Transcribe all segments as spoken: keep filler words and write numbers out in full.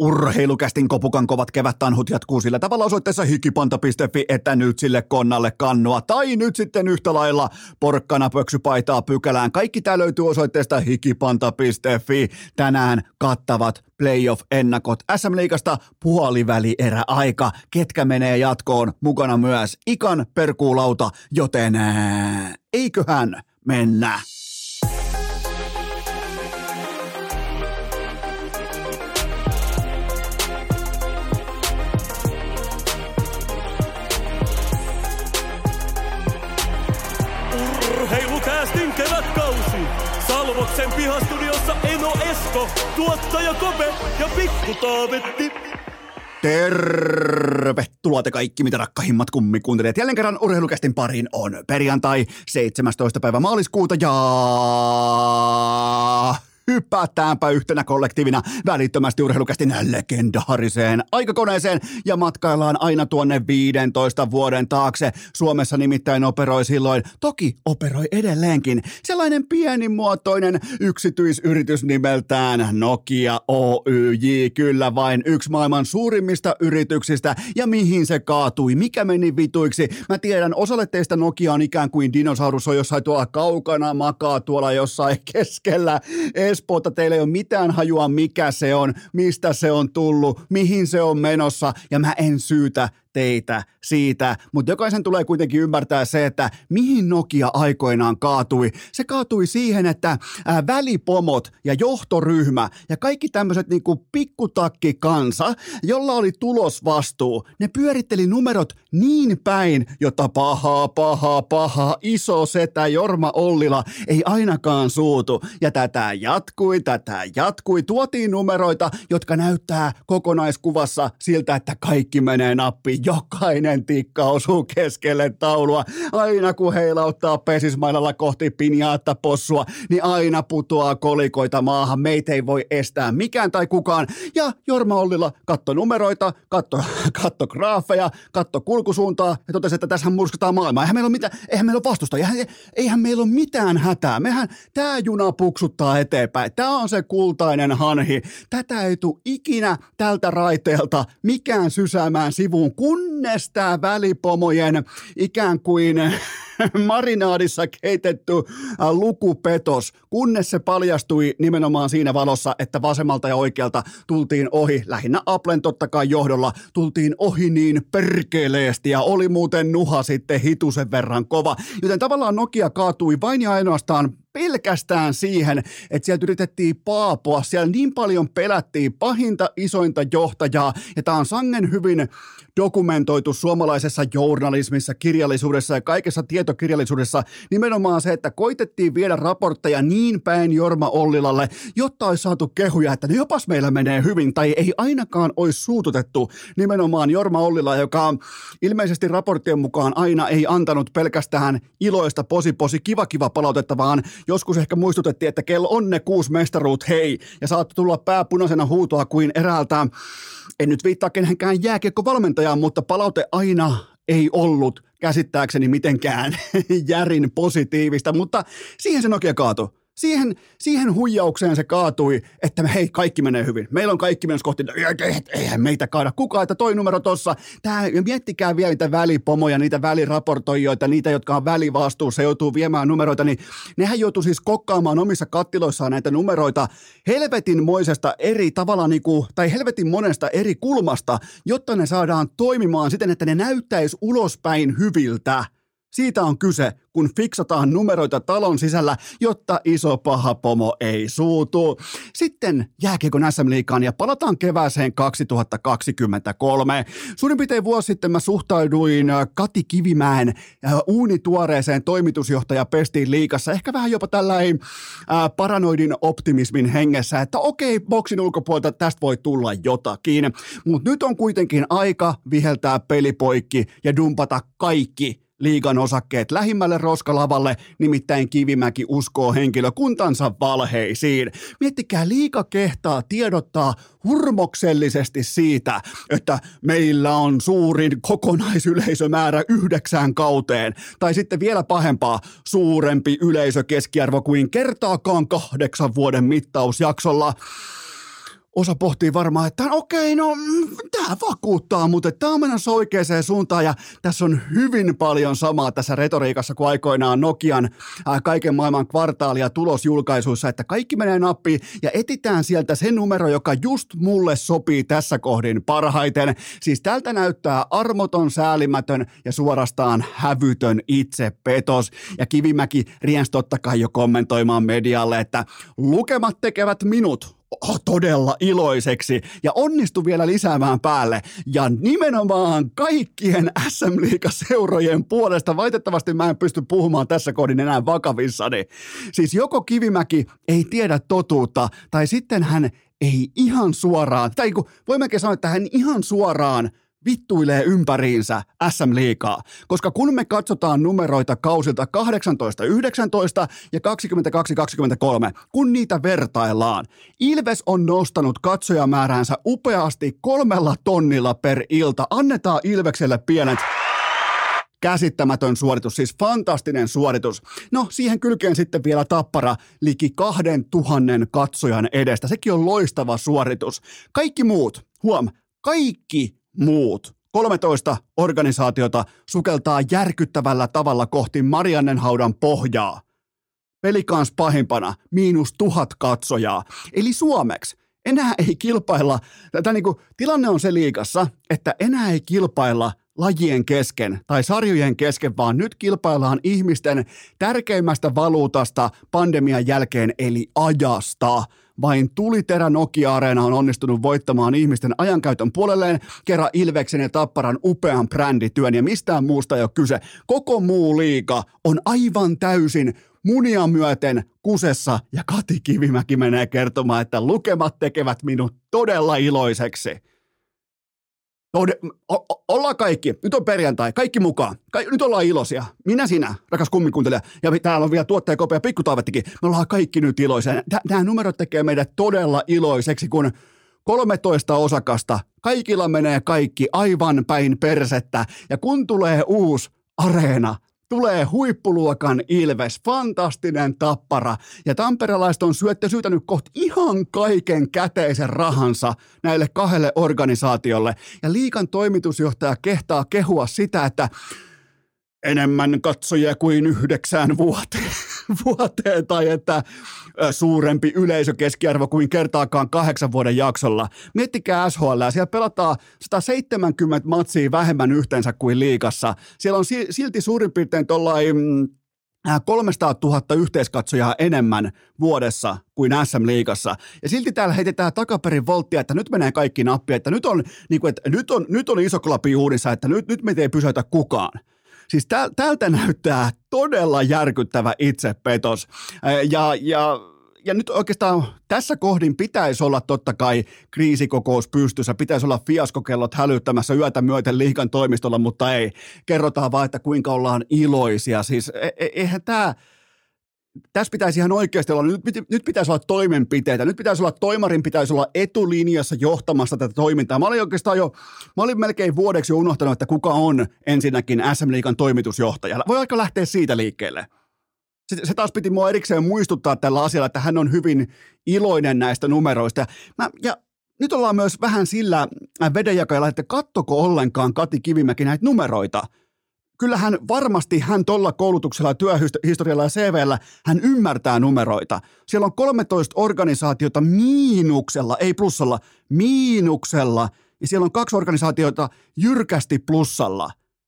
Urheilukästin kopukan kovat kevättanhut jatkuu sillä tavalla osoitteessa hikipanta piste fi, että nyt sille konnalle kannua. Tai nyt sitten yhtä lailla porkkana pöksypaitaa pykälään. Kaikki tää löytyy osoitteesta hikipanta piste fi. Tänään kattavat playoff-ennakot äs äm-liigasta puolivälieräaika. Ketkä menee jatkoon? Mukana myös Ikan perkuulauta, joten ää, eiköhän mennä. Urheilukäästin kevätkausi. Salvoksen pihastudiossa Eno Esko, tuottaja Kope ja Pikku Taavetti. Tervetuloa te kaikki, mitä rakkahimmat kummikuuntelijat. Jälleen kerran Urheilukästin pariin on perjantai seitsemästoista päivä maaliskuuta ja hypätäänpä yhtenä kollektiivina välittömästi Urheilukästin legendaariseen aikakoneeseen ja matkaillaan aina tuonne viidentoista vuoden taakse. Suomessa nimittäin operoi silloin, toki operoi edelleenkin, sellainen pienimuotoinen yksityisyritys nimeltään Nokia Oyj. Kyllä vain yksi maailman suurimmista yrityksistä ja mihin se kaatui, mikä meni vituiksi. Mä tiedän, osalle teistä Nokia on ikään kuin dinosaurus on jossain tuolla kaukana, makaa tuolla jossain keskellä Espoota, teillä ei ole mitään hajua, mikä se on, mistä se on tullut, mihin se on menossa, ja mä en syytä teitä siitä, mutta jokaisen tulee kuitenkin ymmärtää se, että mihin Nokia aikoinaan kaatui. Se kaatui siihen, että ää, välipomot ja johtoryhmä ja kaikki tämmöiset niinku pikkutakkikansa, jolla oli tulosvastuu, ne pyöritteli numerot niin päin, jotta paha, paha, paha, iso setä Jorma Ollila ei ainakaan suutu. Ja tätä jatkui, tätä jatkui. Tuotiin numeroita, jotka näyttää kokonaiskuvassa siltä, että kaikki menee nappiin. Jokainen tikka osuu keskelle taulua. Aina kun heilauttaa pesismailalla kohti pinjaatta possua, niin aina putoaa kolikoita maahan. Meitä ei voi estää mikään tai kukaan. Ja Jorma Ollila katto numeroita, katto, katto graafeja, katto kulkusuuntaa ja totesi, että tässähän murskataan maailmaa. Eihän meillä ole, mitään, eihän meillä ole vastusta. Eihän, eihän meillä ole mitään hätää. Mehän, tää juna puksuttaa eteenpäin. Tää on se kultainen hanhi. Tätä ei tule ikinä tältä raiteelta mikään sysäämään sivuun, kunnes tää välipomojen ikään kuin marinaadissa keitetty lukupetos, kunnes se paljastui nimenomaan siinä valossa, että vasemmalta ja oikealta tultiin ohi, lähinnä Applen totta kai johdolla, tultiin ohi niin perkeleesti ja oli muuten nuha sitten hitusen verran kova, joten tavallaan Nokia kaatui vain ja ainoastaan pelkästään siihen, että sieltä yritettiin paapoa, siellä niin paljon pelättiin pahinta isointa johtajaa, ja tämä on sangen hyvin dokumentoitu suomalaisessa journalismissa, kirjallisuudessa ja kaikessa tietokirjallisuudessa nimenomaan se, että koitettiin viedä raportteja niin päin Jorma Ollilalle, jotta olisi saatu kehuja, että no jopas meillä menee hyvin, tai ei ainakaan olisi suututettu nimenomaan Jorma Ollila, joka ilmeisesti raporttien mukaan aina ei antanut pelkästään iloista posi posi kiva kiva palautetta, vaan joskus ehkä muistutettiin, että kello on ne kuusi mestaruut, hei, ja saattoi tulla pää punaisena huutoa kuin eräältä, en nyt viittaa kenenkään jääkiekkovalmentajaan, mutta palaute aina ei ollut käsittääkseni mitenkään järin positiivista, mutta siihen se Nokia kaatui. Siihen, siihen huijaukseen se kaatui, että me, hei, kaikki menee hyvin. Meillä on kaikki menossa kohti, eihän meitä kaada kukaan, että toi numero tossa. Tää, miettikää vielä niitä välipomoja, niitä väliraportoijoita, niitä, jotka on välivastuussa, joutuu viemään numeroita, niin nehän joutuu siis kokkaamaan omissa kattiloissaan näitä numeroita helvetinmoisesta eri tavalla, niin kuin, tai helvetin monesta eri kulmasta, jotta ne saadaan toimimaan siten, että ne näyttäisi ulospäin hyviltä. Siitä on kyse, kun fiksataan numeroita talon sisällä, jotta iso paha pomo ei suutu. Sitten jääkiekon äs äm-liigaan ja palataan kevääseen kaksituhattakaksikymmentäkolme. Suurin piirtein vuosi sitten mä suhtauduin Kati Kivimäen uunituoreeseen toimitusjohtajapestiin liigassa. Ehkä vähän jopa tällainen äh, paranoidin optimismin hengessä, että okei, boksin ulkopuolelta tästä voi tulla jotakin. Mutta nyt on kuitenkin aika viheltää pelipoikki ja dumpata kaikki liigan osakkeet lähimmälle roskalavalle, nimittäin Kivimäki uskoo henkilökuntansa valheisiin. Miettikää, liiga kehtaa tiedottaa hurmoksellisesti siitä, että meillä on suurin kokonaisyleisömäärä yhdeksään kauteen, tai sitten vielä pahempaa, suurempi yleisökeskiarvo kuin kertaakaan kahdeksan vuoden mittausjaksolla. osa pohtii varmaan, että okei, no tämä vakuuttaa, mutta tämä on menossa oikeaan suuntaan ja tässä on hyvin paljon samaa tässä retoriikassa kuin aikoinaan Nokian ää, kaiken maailman kvartaalia tulosjulkaisuissa, että kaikki menee nappiin ja etitään sieltä se numero, joka just mulle sopii tässä kohdin parhaiten. Siis tältä näyttää armoton, säälimätön ja suorastaan hävytön itsepetos. Ja Kivimäki riensi totta kai jo kommentoimaan medialle, että lukemat tekevät minut Oh, todella iloiseksi ja onnistu vielä lisäämään päälle ja nimenomaan kaikkien S M-liigaseurojen puolesta. Valitettavasti mä en pysty puhumaan tässä kohdin enää vakavissani. Siis joko Kivimäki ei tiedä totuutta tai sitten hän ei ihan suoraan, tai voimmekin sanoa, että hän ihan suoraan vittuilee ympäriinsä S M-liigaa, koska kun me katsotaan numeroita kausilta kahdeksantoista yhdeksäntoista ja kaksikymmentäkaksi kaksikymmentäkolme, kun niitä vertaillaan, Ilves on nostanut katsojamääränsä upeasti kolmella tonnilla per ilta. Annetaan Ilvekselle pienet. Käsittämätön suoritus, siis fantastinen suoritus. No, siihen kylkeen sitten vielä Tappara liki kahden tuhannen katsojan edestä. Sekin on loistava suoritus. Kaikki muut, huom, kaikki muut kolmetoista organisaatiota sukeltaa järkyttävällä tavalla kohti Mariannenhaudan pohjaa. Pelikans pahimpana, miinus tuhat katsojaa. Eli suomeksi enää ei kilpailla, tai niin kuin, tilanne on se liigassa, että enää ei kilpailla lajien kesken tai sarjojen kesken, vaan nyt kilpaillaan ihmisten tärkeimmästä valuutasta pandemian jälkeen, eli ajasta. Vain Tuliterä Nokia-areena on onnistunut voittamaan ihmisten ajankäytön puolelleen, kerran Ilveksen ja Tapparan upean brändityön, ja mistään muusta ei ole kyse. Koko muu liiga on aivan täysin munia myöten kusessa, ja Kati Kivimäki menee kertomaan, että lukemat tekevät minut todella iloiseksi. Tode, o, o, ollaan kaikki. Nyt on perjantai. Kaikki mukaan. Ka, nyt ollaan iloisia. Minä, sinä, rakas kummikuntelija. Ja täällä on vielä tuottaja Kopea Pikkutaavettikin. Me ollaan kaikki nyt iloisia. Nämä numerot tekee meidät todella iloiseksi, kun kolmetoista osakasta. Kaikilla menee kaikki aivan päin persettä. Ja kun tulee uusi areena, tulee huippuluokan Ilves, fantastinen Tappara, ja tamperelaiset on syötte syytänyt kohta ihan kaiken käteisen rahansa näille kahdelle organisaatiolle, ja liigan toimitusjohtaja kehtaa kehua sitä, että enemmän katsojia kuin yhdeksään vuoteen, vuoteen tai että suurempi yleisökeskiarvo kuin kertaakaan kahdeksan vuoden jaksolla. Miettikää S H L, siellä pelataan sata seitsemänkymmentä matsia vähemmän yhteensä kuin liigassa. Siellä on silti suurin piirtein tollain kolmesataatuhatta yhteiskatsojaa enemmän vuodessa kuin S M-liigassa. Ja silti täällä heitetään takaperin volttia, että nyt menee kaikki nappi, että nyt on, niin kuin, että nyt on, nyt on iso klapi uudissa, että nyt, nyt meitä ei pysäytä kukaan. Siis tältä näyttää todella järkyttävä itsepetos. Ja, ja, ja nyt oikeastaan tässä kohdin pitäisi olla totta kai kriisikokous pystyssä, pitäisi olla fiaskokellot hälyttämässä yötä myöten liigan toimistolla, mutta ei. Kerrotaan vaan, että kuinka ollaan iloisia. Siis e- eihän tämä... Tässä pitäisi ihan oikeasti olla, nyt, nyt pitäisi olla toimenpiteitä, nyt pitäisi olla, toimarin pitäisi olla etulinjassa johtamassa tätä toimintaa. Mä olin oikeastaan jo, mä olin melkein vuodeksi jo unohtanut, että kuka on ensinnäkin S M-liigan toimitusjohtaja. Voi aika lähteä siitä liikkeelle. Se, se taas piti mua erikseen muistuttaa tällä asialla, että hän on hyvin iloinen näistä numeroista. Mä, ja nyt ollaan myös vähän sillä vedenjakajalla, että kattoko ollenkaan Kati Kivimäki näitä numeroita. Kyllähän varmasti hän tuolla koulutuksella, työhistorialla ja C V:llä hän ymmärtää numeroita. Siellä on kolmetoista organisaatiota miinuksella, ei plussalla, miinuksella. Ja siellä on kaksi organisaatiota jyrkästi plussalla.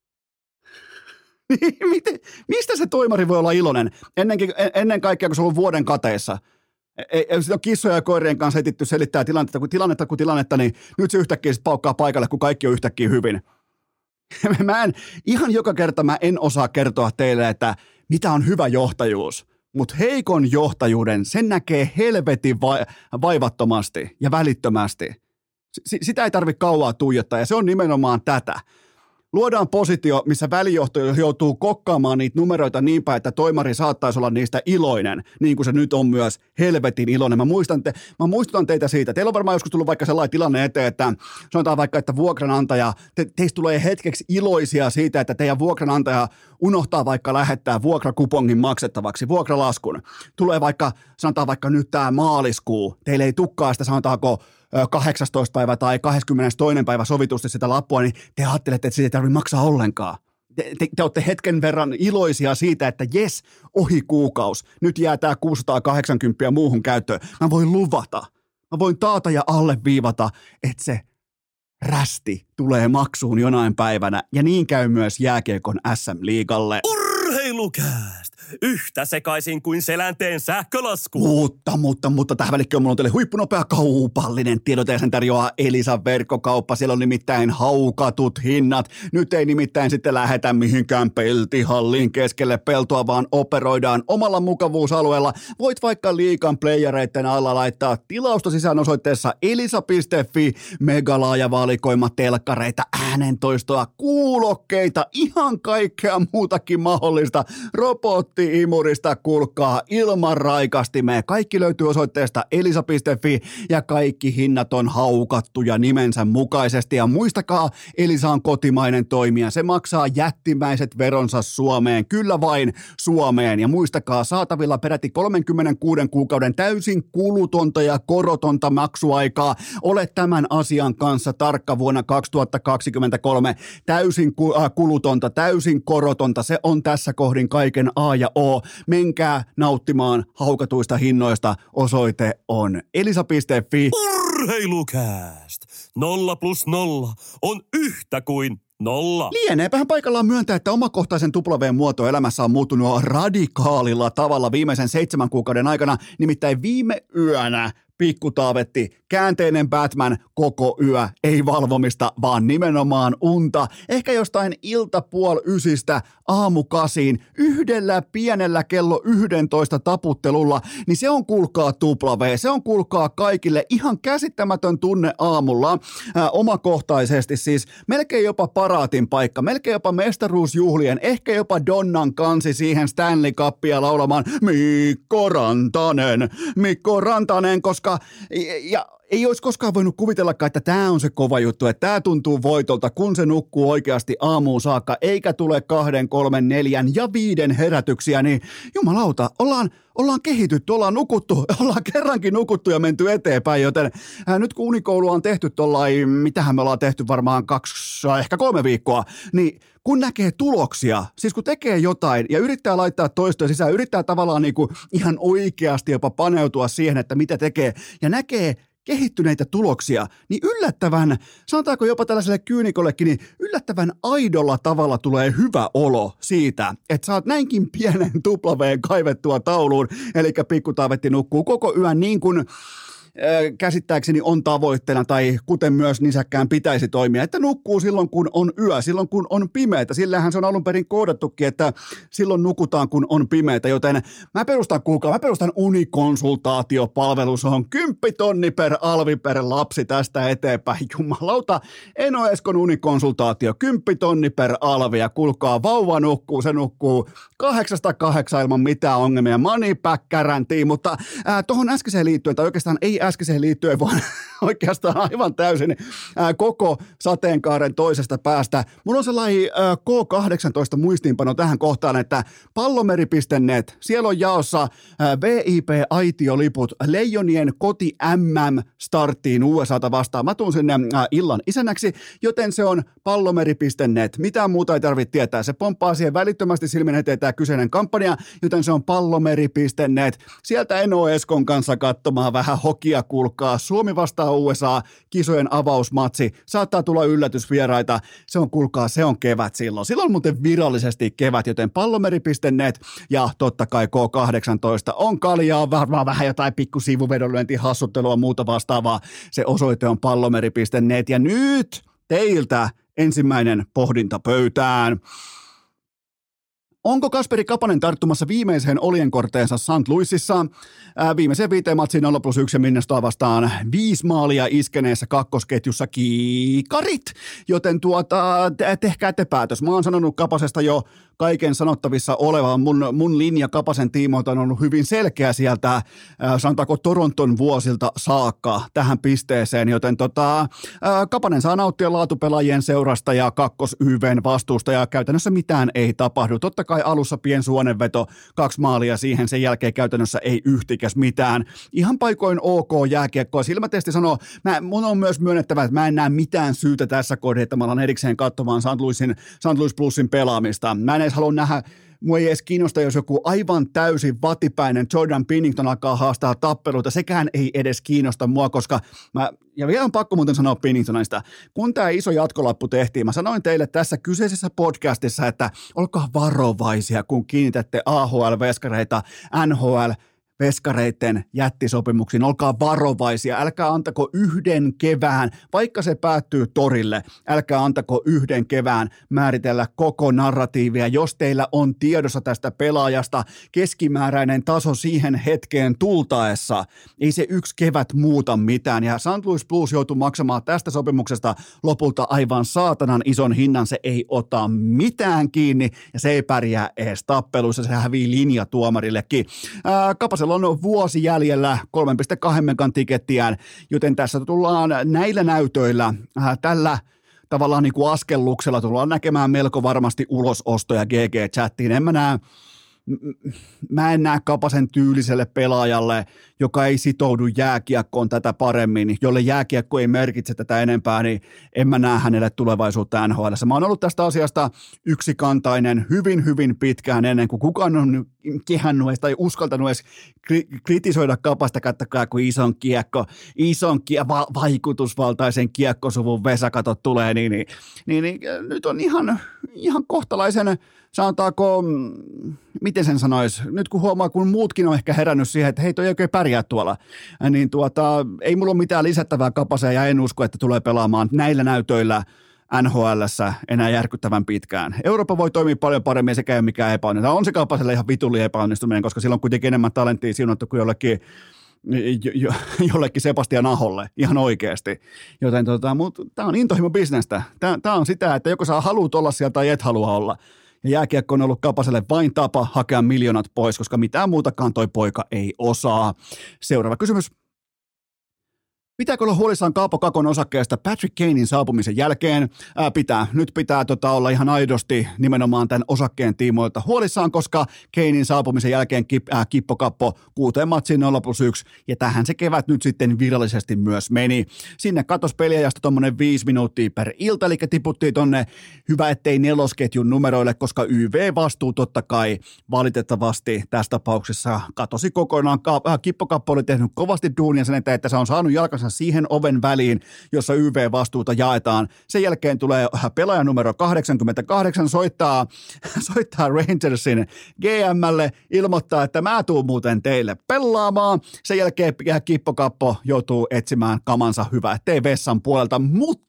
Miten, mistä se toimari voi olla iloinen? Ennenkin, ennen kaikkea, kun se on ollut vuoden kateessa. Ei, ei sitä on kissoja ja koirien kanssa etitty selittää tilannetta kuin tilannetta, kuin tilannetta, niin nyt se yhtäkkiä sitten paukkaa paikalle, kun kaikki on yhtäkkiä hyvin. Mä en, ihan joka kerta mä en osaa kertoa teille, että mitä on hyvä johtajuus, mutta heikon johtajuuden sen näkee helvetin va- vaivattomasti ja välittömästi. S- sitä ei tarvitse kauaa tuijottaa ja se on nimenomaan tätä. Luodaan positio, missä välijohtaja joutuu kokkaamaan niitä numeroita niin päin, että toimari saattaisi olla niistä iloinen, niin kuin se nyt on myös helvetin iloinen. Mä, muistan te, mä muistutan teitä siitä. Teillä on varmaan joskus tullut vaikka sellainen tilanne eteen, että sanotaan vaikka, että vuokranantaja, te, teistä tulee hetkeksi iloisia siitä, että teidän vuokranantaja unohtaa vaikka lähettää vuokrakupongin maksettavaksi, vuokralaskun. Tulee vaikka, sanotaan vaikka nyt tämä maaliskuu, teille ei tukkaa sitä, sanotaanko, kahdeksastoista päivä tai kahdeskymmenestoinen päivä sovitusti sitä lappua, niin te ajattelette, että siitä ei tarvitse maksaa ollenkaan. Te, te, te olette hetken verran iloisia siitä, että jes, ohi kuukaus. Nyt jää tämä kuusisataakahdeksankymmentä muuhun käyttöön. Mä voin luvata, mä voin taata ja alleviivata, että se rästi tulee maksuun jonain päivänä. Ja niin käy myös jääkiekon äs äm-liigalle. Urheilukääst! Yhtä sekaisin kuin Selänteen sähkölasku. Mutta, mutta, mutta tähän välikköön mulla on teille huippunopea kaupallinen tiedote ja sen tarjoaa Elisan verkkokauppa. Siellä on nimittäin haukatut hinnat. Nyt ei nimittäin sitten lähetä mihinkään peltihalliin keskelle peltoa, vaan operoidaan omalla mukavuusalueella. Voit vaikka liigan playereiden alla laittaa tilausta sisään osoitteessa elisa piste fi. Megalaaja valikoima telkkareita, äänentoistoa, kuulokkeita, ihan kaikkea muutakin mahdollista. Robotti-imurista kulkaa ilman raikastimea. Kaikki löytyy osoitteesta elisa piste fi ja kaikki hinnat on haukattuja nimensä mukaisesti. Ja muistakaa, Elisa on kotimainen toimija. Se maksaa jättimäiset veronsa Suomeen. Kyllä vain Suomeen. Ja muistakaa, saatavilla peräti kolmekymmentäkuuden kuukauden täysin kulutonta ja korotonta maksuaikaa. Ole tämän asian kanssa tarkka vuonna kaksituhattakaksikymmentäkolme. Täysin kulutonta, täysin korotonta. Se on tässä kohdin kaiken A ja O. Menkää nauttimaan haukatuista hinnoista. Osoite on elisa piste fi. Urheilukääst! Nolla plus nolla on yhtä kuin nolla. Lieneepähän paikallaan myöntää, että omakohtaisen tuplaveen muoto elämässä on muuttunut radikaalilla tavalla viimeisen seitsemän kuukauden aikana. Nimittäin viime yönä Pikku Taavetti, käänteinen Batman koko yö, ei valvomista, vaan nimenomaan unta. Ehkä jostain iltapuol ysistä aamukasiin yhdellä pienellä kello yhdentoista taputtelulla, niin se on kuulkaa tuplavee, se on kuulkaa kaikille ihan käsittämätön tunne aamulla. Ää, omakohtaisesti siis melkein jopa paraatin paikka, melkein jopa mestaruusjuhlien, ehkä jopa Donnan kansi siihen Stanley Cupia laulamaan Mikko Rantanen, Mikko Rantanen, koska ja ei olisi koskaan voinut kuvitellakaan, että tämä on se kova juttu, että tämä tuntuu voitolta, kun se nukkuu oikeasti aamuun saakka, eikä tule kahden, kolmen, neljän ja viiden herätyksiä, niin jumalauta, ollaan, ollaan kehitytty, ollaan nukuttu, ollaan kerrankin nukuttu ja menty eteenpäin, joten ää, nyt kun unikoulu on tehty tollain, mitähän me ollaan tehty varmaan kaksi, ehkä kolme viikkoa, niin kun näkee tuloksia, siis kun tekee jotain ja yrittää laittaa toistoja sisään, yrittää tavallaan niin kuin ihan oikeasti jopa paneutua siihen, että mitä tekee ja näkee kehittyneitä tuloksia, niin yllättävän, sanotaanko jopa tällaiselle kyynikollekin, niin yllättävän aidolla tavalla tulee hyvä olo siitä, että saat näinkin pienen tuplaveen kaivettua tauluun, eli Pikku Taavetti nukkuu koko yön niin kuin käsittääkseni on tavoitteena, tai kuten myös nisäkkään pitäisi toimia, että nukkuu silloin, kun on yö, silloin, kun on pimeätä. Sillähän se on alun perin koodattukin, että silloin nukutaan, kun on pimeätä, joten mä perustan, kuulkaa, mä perustan unikonsultaatiopalvelu, se on kymppitonni per alvi per lapsi tästä eteenpäin. Jumalauta, Eno Eskon unikonsultaatio, kymppitonni per alvi, ja kuulkaa, vauva nukkuu, se nukkuu kahdeksasta kahdeksan ilman mitään ongelmia, money back guarantee, mutta äh, tuohon äskeiseen liittyen, tai oikeastaan ei äskeiseen liittyen, vaan oikeastaan aivan täysin ää, koko sateenkaaren toisesta päästä. Mulla on sellainen ää, K kahdeksantoista muistiinpano tähän kohtaan, että pallomeri piste net, siellä on jaossa ää, V I P-aitioliput Leijonien koti M M-starttiin U S A:ta vastaan. Mä tuun sinne ää, illan isännäksi, joten se on pallomeri piste net. Mitään muuta ei tarvitse tietää. Se pomppaa siihen välittömästi silmin eteen tämä kyseinen kampanja, joten se on pallomeri piste net. Sieltä Eno Eskon kanssa katsomaan vähän hokia, kuulkaa. Suomi vastaa U S A, kisojen avausmatsi. Saattaa tulla yllätysvieraita. Se on, kuulkaa, se on kevät silloin. Silloin on muuten virallisesti kevät, joten pallomeri piste net ja totta kai K kahdeksantoista on kaljaa, varmaan vähän jotain pikku sivuvedonlyönti, hassuttelua, muuta vastaavaa. Se osoite on pallomeri piste net ja nyt teiltä ensimmäinen pohdinta pöytään. Onko Kasperi Kapanen tarttumassa viimeiseen oljenkorteensa Saint Louisissa? Ää, viimeiseen viiteen matsiin nolla plus yksi Minnesotaa vastaan viisi maalia iskeneessä kakkosketjussa kiikarit, joten tuota, te- tehkää te päätös. Mä oon sanonut Kapasesta jo kaiken sanottavissa oleva. Mun, mun linja Kapasen tiimoilta on ollut hyvin selkeä sieltä, äh, sanotaanko Toronton vuosilta saakka tähän pisteeseen, joten tota, äh, Kapanen saa nauttia laatupelaajien seurasta ja kakkos Y V:n vastuusta ja käytännössä mitään ei tapahdu. Totta kai alussa pien suonenveto, kaksi maalia siihen, sen jälkeen käytännössä ei yhtikäs mitään. Ihan paikoin ok jääkiekkoa. Silmätesti sanoo, mä, mun on myös myönnettävä, että mä en näe mitään syytä tässä kohdassa, että mä alan erikseen katsomaan Saint Louisin, Saint Louis Bluesin pelaamista. Mä en edes halua nähdä, mua ei edes kiinnosta, jos joku aivan täysin vatipäinen Jordan Binnington alkaa haastaa tappeluita. Sekään ei edes kiinnosta mua, koska mä, ja vielä on pakko muuten sanoa Binningtonista, kun tämä iso jatkolappu tehtiin, mä sanoin teille tässä kyseisessä podcastissa, että olkaa varovaisia, kun kiinnitätte A H L-veskareita N H L veskareiden jättisopimuksiin, olkaa varovaisia, älkää antako yhden kevään, vaikka se päättyy torille, älkää antako yhden kevään määritellä koko narratiivia, jos teillä on tiedossa tästä pelaajasta keskimääräinen taso siihen hetkeen tultaessa, ei se yksi kevät muuta mitään, ja Saint Louis Blues joutui maksamaan tästä sopimuksesta lopulta aivan saatanan ison hinnan, se ei ota mitään kiinni, ja se ei pärjää edes tappeluissa, se hävii linjatuomarillekin. Ää, Kapasella on vuosi jäljellä kolme pilkku kaksi megan tikettiään, joten tässä tullaan näillä näytöillä, äh, tällä tavallaan niin kuin askelluksella tullaan näkemään melko varmasti ulosostoja G G-chattiin. En mä näe, mä en näe Kapasen tyyliselle pelaajalle, joka ei sitoudu jääkiekkoon tätä paremmin, jolle jääkiekko ei merkitse tätä enempää, niin en mä näe hänelle tulevaisuutta N H L:ssä. Mä oon ollut tästä asiasta yksikantainen hyvin, hyvin pitkään ennen kuin kukaan on kehannut tai uskaltanut edes kritisoida Kapasta, katsokaa kun ison kiekko, ison kie- va- vaikutusvaltaisen kiekkosuvun vesakatot tulee, niin, niin, niin, niin nyt on ihan, ihan kohtalaisen, sanotaanko, miten sen sanoisi, nyt kun huomaa, kun muutkin on ehkä herännyt siihen, että hei toi ei oikein pärjää tuolla, niin tuota, ei mulla ole mitään lisättävää Kapaseen ja en usko, että tulee pelaamaan näillä näytöillä N H L:ssä enää järkyttävän pitkään. Eurooppa voi toimia paljon paremmin, sekä ei ole mikään epäonnistuminen. On se Kapaselle ihan vitulli epäonnistuminen, koska sillä on kuitenkin enemmän talenttia siunattu kuin jollekin, jo, jo, jollekin Sebastian Aholle, ihan oikeasti. Joten tota, tämä on intohimo bisnestä. Tämä on sitä, että joko sä haluat olla siellä tai et halua olla. Ja jääkiekko on ollut Kapaselle vain tapa hakea miljoonat pois, koska mitään muutakaan toi poika ei osaa. Seuraava kysymys. Pitääkö olla huolissaan Kaapo Kakon osakkeesta Patrick Kanein saapumisen jälkeen? Ää, pitää. Nyt pitää tota, olla ihan aidosti nimenomaan tämän osakkeen tiimoilta huolissaan, koska Kanein saapumisen jälkeen kip, ää, kippokappo kuuteen matsiin nolla plus yksi, ja tähän se kevät nyt sitten virallisesti myös meni. Sinne katos peliajasta tuommoinen viisi minuuttia per ilta, eli tiputtiin tonne hyvä ettei nelosketjun numeroille, koska Y V-vastuu totta kai valitettavasti tässä tapauksessa katosi kokonaan. Ka- kippokappo oli tehnyt kovasti duunia sen eteen, että se on saanut jalkansa siihen oven väliin, jossa Y V-vastuuta jaetaan. Sen jälkeen tulee pelaaja numero kahdeksankymmentäkahdeksan, soittaa, soittaa Rangersin G M:lle, ilmoittaa, että mä tuun muuten teille pelaamaan. Sen jälkeen kippokappo joutuu etsimään kamansa hyvä, ettei vessan puolelta, mutta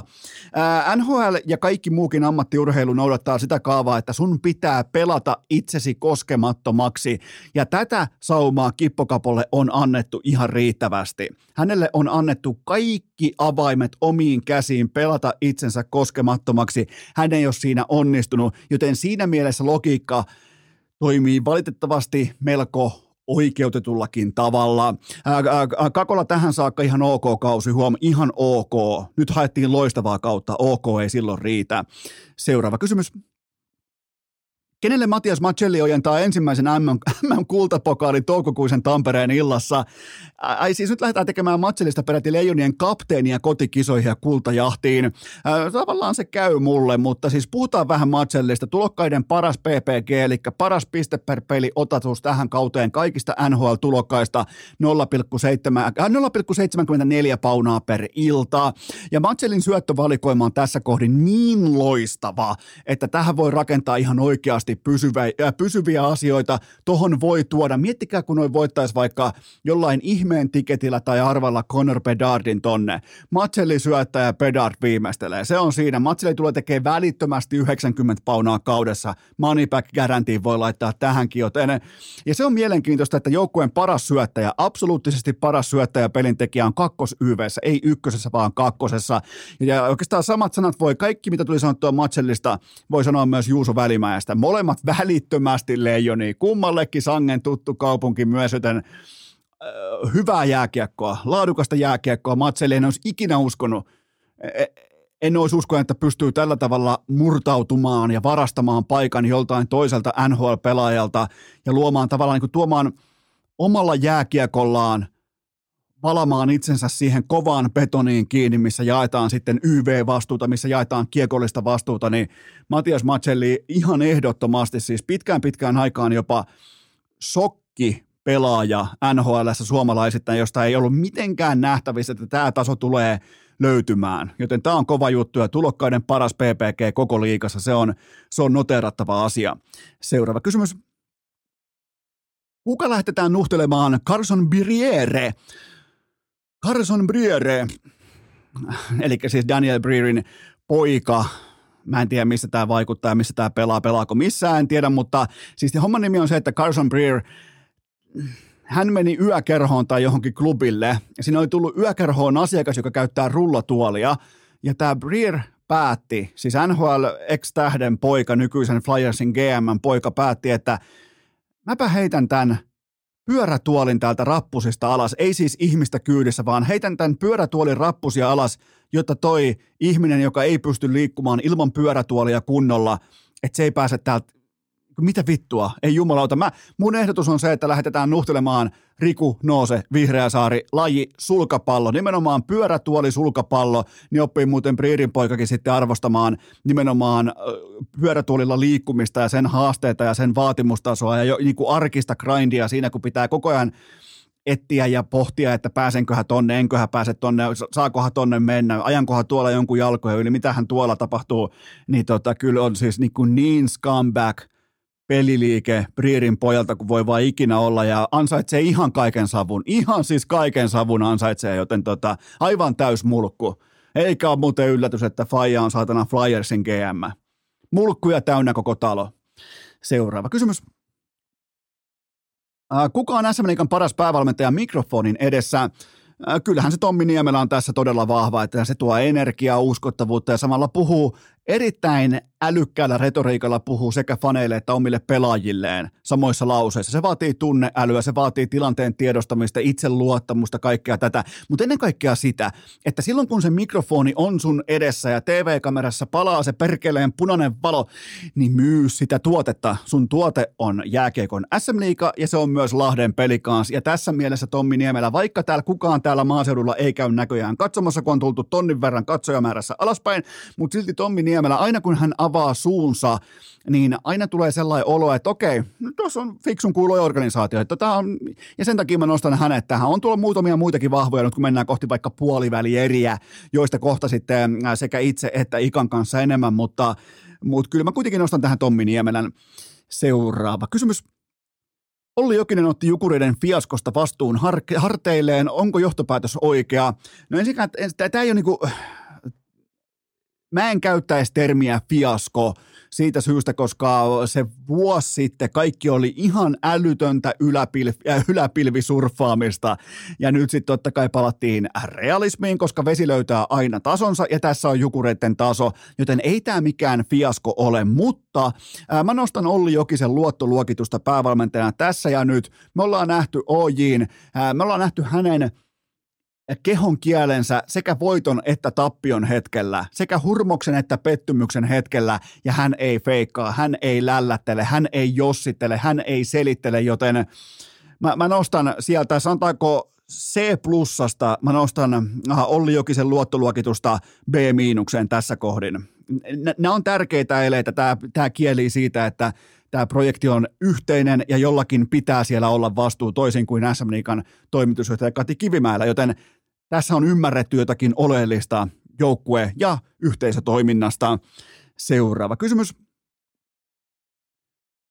N H L ja kaikki muukin ammattiurheilu noudattaa sitä kaavaa, että sun pitää pelata itsesi koskemattomaksi, ja tätä saumaa Kippokapolle on annettu ihan riittävästi. Hänelle on annettu kaikki avaimet omiin käsiin pelata itsensä koskemattomaksi. Hän ei ole siinä onnistunut, joten siinä mielessä logiikka toimii valitettavasti melko oikeutetullakin tavalla. Ää, ää, Kakola tähän saakka ihan ok kausi, huom, ihan ok. Nyt haettiin loistavaa kautta, ok ei silloin riitä. Seuraava kysymys. Kenelle Matias Maccelli ojentaa ensimmäisen M M-kultapokaalin toukokuisen Tampereen illassa? Ai siis nyt lähdetään tekemään Maccellista peräti Leijonien kapteenia kotikisoihin ja kultajahtiin. Ää, tavallaan se käy mulle, mutta siis puhutaan vähän Maccellista. Tulokkaiden paras P P G, eli paras piste per peli otatus tähän kauteen kaikista N H L-tulokkaista nolla pilkku seitsemänkymmentäneljä paunaa per ilta. Ja Maccellin syöttövalikoima on tässä kohdin niin loistava, että tähän voi rakentaa ihan oikeasti oikeasti pysyvä, äh, pysyviä asioita. Tohon voi tuoda. Miettikää, kun noin voittaisi vaikka jollain ihmeen tiketillä tai arvalla Connor Bedardin tonne. Matselli syöttää ja Bedard viimeistelee. Se on siinä. Matselli tulee tekemään välittömästi yhdeksänkymmentä paunaa kaudessa. Money back guarantee voi laittaa tähänkin joten. Ja se on mielenkiintoista, että joukkueen paras syöttäjä, absoluuttisesti paras syöttäjä pelintekijä on kakkos-Y V:ssä, ei ykkösessä, vaan kakkosessa. Ja oikeastaan samat sanat voi, kaikki mitä tuli sanottua Matsellista, voi sanoa myös Juuso Välimäestä. Molemmat välittömästi leijoni, kummallekin sangen tuttu kaupunki myös, joten äh, hyvää jääkiekkoa, laadukasta jääkiekkoa. Matselli en olisi ikinä uskonut, en olisi uskonut, että pystyy tällä tavalla murtautumaan ja varastamaan paikan joltain toiselta N H L-pelaajalta ja luomaan tavallaan niin kuin tuomaan omalla jääkiekollaan valamaan itsensä siihen kovaan betoniin kiinni, missä jaetaan sitten Y V-vastuuta, missä jaetaan kiekollista vastuuta, niin Matias Maccelli ihan ehdottomasti, siis pitkään pitkään aikaan jopa shokki pelaaja N H L:ssä suomalaisittain, josta ei ollut mitenkään nähtävissä, että tämä taso tulee löytymään. Joten tämä on kova juttu ja tulokkaiden paras P P G koko liigassa, se on, se on noteerattava asia. Seuraava kysymys. Kuka lähtetään nuhtelemaan Carson Briere? Carson Briere, eli siis Daniel Brierin poika. Mä en tiedä, missä tämä vaikuttaa ja missä tämä pelaa, pelaako missään, en tiedä, mutta siis homman nimi on se, että Carson Brier, hän meni yökerhoon tai johonkin klubille, ja siinä oli tullut yökerhoon asiakas, joka käyttää rullatuolia, ja tämä Brier päätti, siis N H L ex-tähden poika, nykyisen Flyersin G M:n poika päätti, että mäpä heitän tämän pyörätuolin täältä rappusista alas, ei siis ihmistä kyydissä, vaan heitän tämän pyörätuolin rappusia alas, jotta toi ihminen, joka ei pysty liikkumaan ilman pyörätuolia kunnolla, että se ei pääse täältä, mitä vittua, ei jumalauta. Mä, mun ehdotus on se, että lähetetään nuhtelemaan Riku Noose, Vihreäsaari, laji sulkapallo, nimenomaan pyörätuoli sulkapallo, niin oppii muuten Brierin poikakin sitten arvostamaan nimenomaan pyörätuolilla liikkumista ja sen haasteita ja sen vaatimustasoa ja jo niin kuin arkista grindia siinä, kun pitää koko ajan etsiä ja pohtia, että pääsenköhän tonne, enköhän pääse tonne, saakohan tonne mennä, ajankohan tuolla jonkun jalkoja yli, mitähän tuolla tapahtuu, niin tota, kyllä on siis niin, kuin niin scumbag peliliike Brierin pojalta, kun voi vaan ikinä olla, ja ansaitsee ihan kaiken savun, ihan siis kaiken savun ansaitsee, joten tota, aivan täys mulkku. Eikä ole muuten yllätys, että faija on saatana Flyersin G M. Mulkkuja täynnä koko talo. Seuraava kysymys. Kuka on S M-liigan paras päävalmentaja mikrofonin edessä? Kyllähän se Tommi Niemelä on tässä todella vahva, että se tuo energiaa, uskottavuutta ja samalla puhuu erittäin älykkäällä retoriikalla puhuu sekä faneille että omille pelaajilleen samoissa lauseissa. Se vaatii tunneälyä, se vaatii tilanteen tiedostamista, itseluottamusta, kaikkea tätä, mutta ennen kaikkea sitä, että silloin kun se mikrofoni on sun edessä ja T V-kamerassa palaa se perkeleen punainen valo, niin myy sitä tuotetta. Sun tuote on jääkiekon S M-liiga ja se on myös Lahden Pelikans. Ja tässä mielessä Tommi Niemelä, vaikka täällä kukaan täällä maaseudulla ei käy näköjään katsomassa, kun on tultu tonnin verran katsojamäärässä alaspäin, mutta silti Tommi Niemelä, aina kun hän avaa suunsa, niin aina tulee sellainen olo, että okei, no tuossa on fiksun kuuloja organisaatio, että tämä on, ja sen takia mä nostan hänet tähän. On tuolla muutamia muitakin vahvoja nyt, kun mennään kohti vaikka puolivälieriä, joista kohta sitten sekä itse että Ikan kanssa enemmän, mutta, mutta kyllä mä kuitenkin nostan tähän Tommi Niemelän. Seuraava kysymys. Olli Jokinen otti Jukureiden fiaskosta vastuun har- harteilleen. Onko johtopäätös oikea? No ensinnäkään, tämä ei ole niinku... Mä en käyttäisi termiä fiasko siitä syystä, koska se vuosi sitten kaikki oli ihan älytöntä yläpilvi, äh, yläpilvisurffaamista. Ja nyt sitten totta kai palattiin realismiin, koska vesi löytää aina tasonsa ja tässä on Jukureiden taso, joten ei tämä mikään fiasko ole. Mutta äh, mä nostan Olli Jokisen luottoluokitusta päävalmentajana tässä ja nyt. Me ollaan nähty O J:n, äh, me ollaan nähty hänen kehon kielensä sekä voiton että tappion hetkellä, sekä hurmoksen että pettymyksen hetkellä, ja hän ei feikkaa, hän ei lällättele, hän ei jossittele, hän ei selittele, joten mä, mä nostan sieltä, sanotaanko C-plussasta, mä nostan aha, Olli Jokisen luottoluokitusta B-miinukseen tässä kohdin. Nämä on tärkeitä eleitä, tämä, tämä kieli siitä, että tämä projekti on yhteinen ja jollakin pitää siellä olla vastuu toisin kuin S M-liigan toimitusjohtaja Kati Kivimäellä, joten tässä on ymmärretty jotakin oleellista joukkue- ja yhteisötoiminnasta. Seuraava kysymys.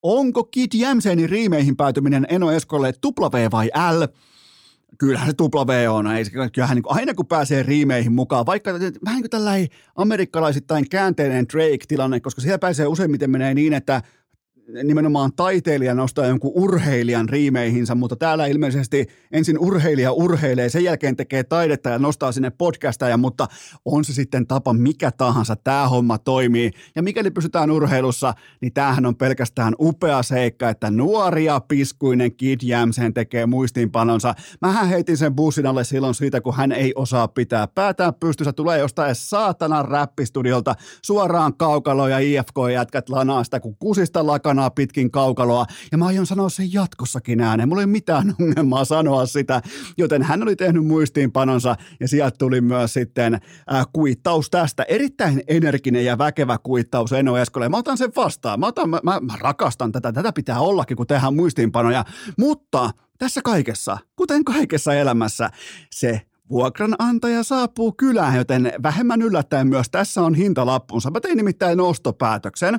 onko Kid Jämsenin riimeihin päätyminen Eno Eskolle W vai L? Kyllähän se W on. Ei, kyllähän niin kuin, aina kun pääsee riimeihin mukaan, vaikka vähän niin kuin tällainen amerikkalaisittain käänteinen Drake-tilanne, koska siellä pääsee useimmiten menee niin, että nimenomaan taiteilija nostaa jonkun urheilijan riimeihinsä, mutta täällä ilmeisesti ensin urheilija urheilee, sen jälkeen tekee taidetta ja nostaa sinne podcastaja, mutta on se sitten tapa mikä tahansa, tämä homma toimii. Ja mikäli pysytään urheilussa, niin tämähän on pelkästään upea seikka, että nuoria piskuinen Kid Jämsen tekee muistiinpanonsa. Mähän heitin sen bussin alle silloin siitä, kun hän ei osaa pitää päätään pystyssä, tulee jostain saatanan räppistudiolta suoraan kaukaloon ja I F K-jätkät lanaa sitä, kun kusista lakana pitkin kaukaloa, ja mä aion sanoa sen jatkossakin ääneen. Mulla ei ole mitään ongelmaa sanoa sitä, joten hän oli tehnyt muistiinpanonsa, ja sieltä tuli myös sitten äh, kuittaus tästä. Erittäin energinen ja väkevä kuittaus Eno Eskolle. Mä otan sen vastaan. Mä, otan, mä, mä, mä rakastan tätä. Tätä pitää ollakin, kun tehdään muistiinpanoja. Mutta tässä kaikessa, kuten kaikessa elämässä, se vuokranantaja saapuu kylään, joten vähemmän yllättäen myös tässä on hintalappunsa. Mä tein nimittäin ostopäätöksen.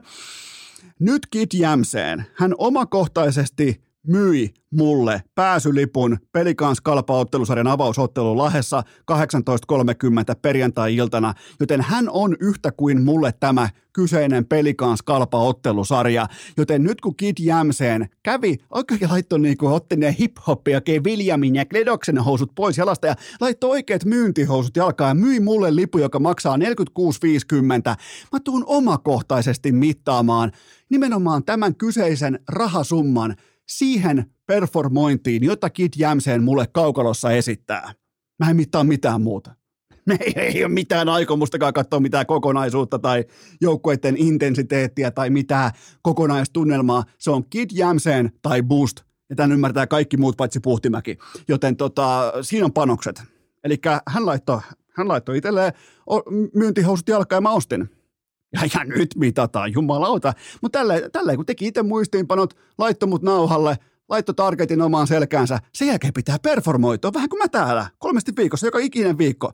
Nyt Kid Jämseen hän omakohtaisesti myi mulle pääsylipun Pelikans Kalpa-ottelusarjan avausottelun Lahdessa kahdeksantoista kolmekymmentä perjantai-iltana, joten hän on yhtä kuin mulle tämä kyseinen Pelikans Kalpa-ottelusarja, joten nyt kun Kid Jämseen kävi, oikein laittoi niin kuin otti ne hip-hoppia, okei Williamin ja Kledoksen housut pois jalasta ja laittoi oikeat myyntihousut jalkaan ja myi mulle lipu, joka maksaa neljäkymmentäkuusi viisikymmentä. Mä tuun omakohtaisesti mittaamaan nimenomaan tämän kyseisen rahasumman siihen performointiin, jota Kid Jämseen mulle kaukalossa esittää. Mä en mittaa mitään muuta. Ei, ei ole mitään aikomustakaan katsoa mitään kokonaisuutta tai joukkueiden intensiteettiä tai mitään kokonaistunnelmaa. Se on Kid Jämseen tai Boost. Ja tämän ymmärtää kaikki muut paitsi Puhtimäki. Joten tota, siinä on panokset. Eli hän laittoi, hän laittoi itselleen myyntihousut jalkaan ja mä ostin. Ja, ja nyt mitataan, jumalauta. Mutta tälleen, tälleen, kun teki itse muistiinpanot, laittoi mut nauhalle, laittoi targetin omaan selkäänsä, sen jälkeen pitää performoitua, vähän kuin mä täällä, kolmesti viikossa, joka ikinen viikko.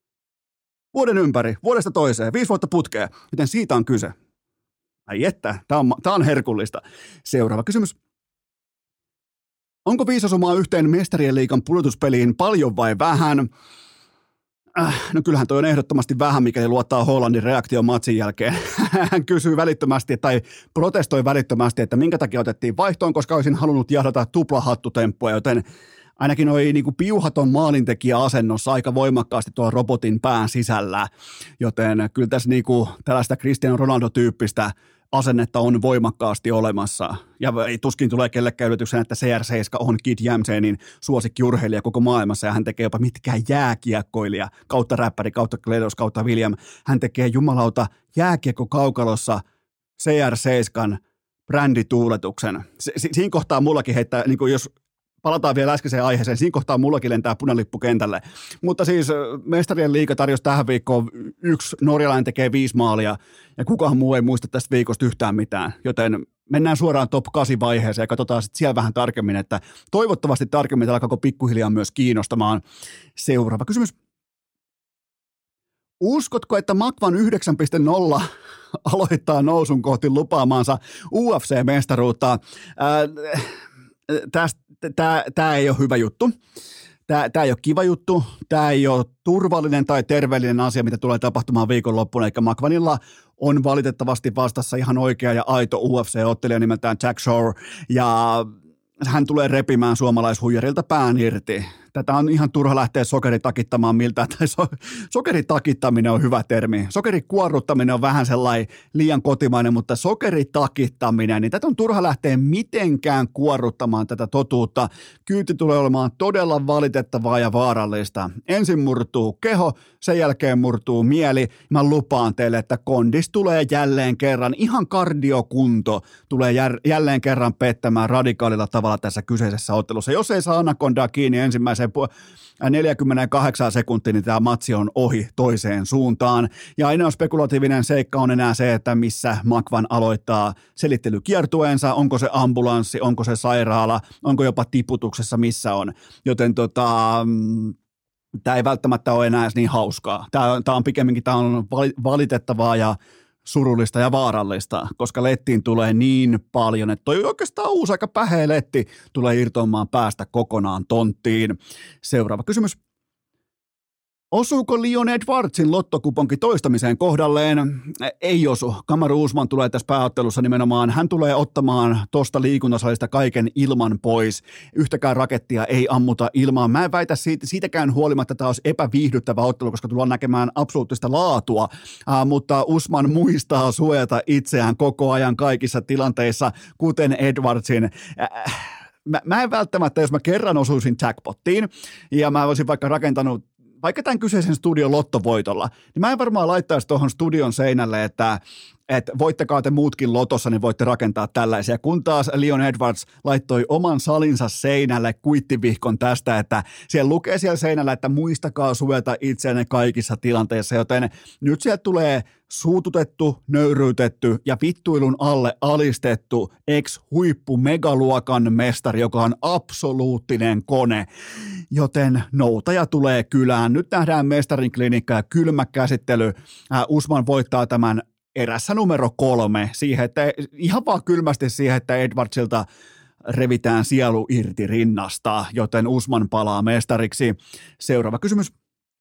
Vuoden ympäri, vuodesta toiseen, viisi vuotta putkeen, joten siitä on kyse. Ai että, tää on, tää on herkullista. Seuraava kysymys. Onko viisasomaa yhteen Mestarien liigan pudotuspeliin paljon vai vähän? Äh, no kyllähän toi on ehdottomasti vähän, mikäli luottaa Hollandin reaktio matsin jälkeen. Hän kysyy välittömästi tai protestoi välittömästi, että minkä takia otettiin vaihtoon, koska olisin halunnut jahdata tuplahattutemppua, joten ainakin oli niin kuin piuhaton maalintekijä asennossa aika voimakkaasti tuolla robotin pään sisällä, joten kyllä tässä niin kuin tällaista Cristiano Ronaldo-tyyppistä asennetta on voimakkaasti olemassa. Ja ei tuskin tulee kellekään yllätyksenä, että C R seitsemän on Kid Jämsenin suosikkiurheilija koko maailmassa ja hän tekee jopa mitkään jääkiekkoilija kautta räppäri, kautta Kledos, kautta William. Hän tekee jumalauta jääkiekko kaukalossa C R seitsemän brändituuletuksen. Si- si- siinä kohtaa mullakin heittää, niin kuin jos palataan vielä äskeiseen aiheeseen, siinä kohtaa mullakin lentää punalippu kentälle. Mutta siis Mestarien liiga tarjosi tähän viikkoon yksi norjalainen tekee viisi maalia ja kukaan muu ei muista tästä viikosta yhtään mitään. Joten mennään suoraan top kahdeksan vaiheeseen ja katsotaan sitten siellä vähän tarkemmin, että toivottavasti tarkemmin, että alkaako pikkuhiljaa myös kiinnostamaan. Seuraava kysymys. Uskotko, että Makvan yhdeksän piste nolla aloittaa nousun kohti lupaamaansa U F C-mestaruutta? Tämä ei ole hyvä juttu. Tämä ei ole kiva juttu. Tämä ei ole turvallinen tai terveellinen asia, mitä tulee tapahtumaan viikonloppuna. Eikä Makvanilla on valitettavasti vastassa ihan oikea ja aito U F C-ottelija nimeltään Jack Shore. Ja hän tulee repimään suomalaishuijarilta pään irti. Tätä on ihan turha lähteä sokeritakittamaan miltään, tai so, sokeritakittaminen on hyvä termi. Sokerikuorruttaminen on vähän sellainen liian kotimainen, mutta sokeritakittaminen, niin tätä on turha lähteä mitenkään kuorruttamaan tätä totuutta. Kyyti tulee olemaan todella valitettavaa ja vaarallista. Ensin murtuu keho, sen jälkeen murtuu mieli. Mä lupaan teille, että kondis tulee jälleen kerran, ihan kardiokunto tulee jär, jälleen kerran pettämään radikaalilla tavalla tässä kyseisessä ottelussa. Jos ei saa anakondaa kiinni ensimmäisen neljäkymmentäkahdeksan sekuntia, niin tämä matsi on ohi toiseen suuntaan. Ja ainoa spekulatiivinen seikka on enää se, että missä Makvan aloittaa selittelykiertueensa, onko se ambulanssi, onko se sairaala, onko jopa tiputuksessa, missä on. Joten tota, tämä ei välttämättä ole enää niin hauskaa. Tämä, tämä on pikemminkin tämä on valitettavaa ja surullista ja vaarallista, koska lettiin tulee niin paljon, että toi oikeastaan uusi aika päheä letti tulee irtoamaan päästä kokonaan tonttiin. Seuraava kysymys. Osuuko Leon Edwardsin lottokuponki toistamiseen kohdalleen? Ei osu. Kamaru Usman tulee tässä pääottelussa nimenomaan. Hän tulee ottamaan tuosta liikuntasalista kaiken ilman pois. Yhtäkään rakettia ei ammuta ilmaan. Mä en väitä siitä, siitäkään huolimatta, että tämä olisi epäviihdyttävä ottelu, koska tullaan näkemään absoluuttista laatua. Uh, mutta Usman muistaa suojata itseään koko ajan kaikissa tilanteissa, kuten Edwardsin. Uh, mä, mä en välttämättä, jos mä kerran osuisin jackpottiin, ja mä olisin vaikka rakentanut vaikka tämän kyseisen studion lottovoitolla, niin mä en varmaan laittaisi tuohon studion seinälle, että, että voittakaa te muutkin lotossa, niin voitte rakentaa tällaisia. Kun taas Leon Edwards laittoi oman salinsa seinälle kuittivihkon tästä, että siellä lukee siellä seinällä, että muistakaa suojata itseänne kaikissa tilanteissa, joten nyt sieltä tulee suututettu, nöyryytetty ja vittuilun alle alistettu ex-huippu-megaluokan mestari, joka on absoluuttinen kone, joten noutaja tulee kylään. Nyt nähdään mestarin klinikka ja kylmä käsittely. Äh, Usman voittaa tämän erässä numero kolme siihen, että ihan vaan kylmästi siihen, että Edwardsilta revitään sielu irti rinnasta, joten Usman palaa mestariksi. Seuraava kysymys.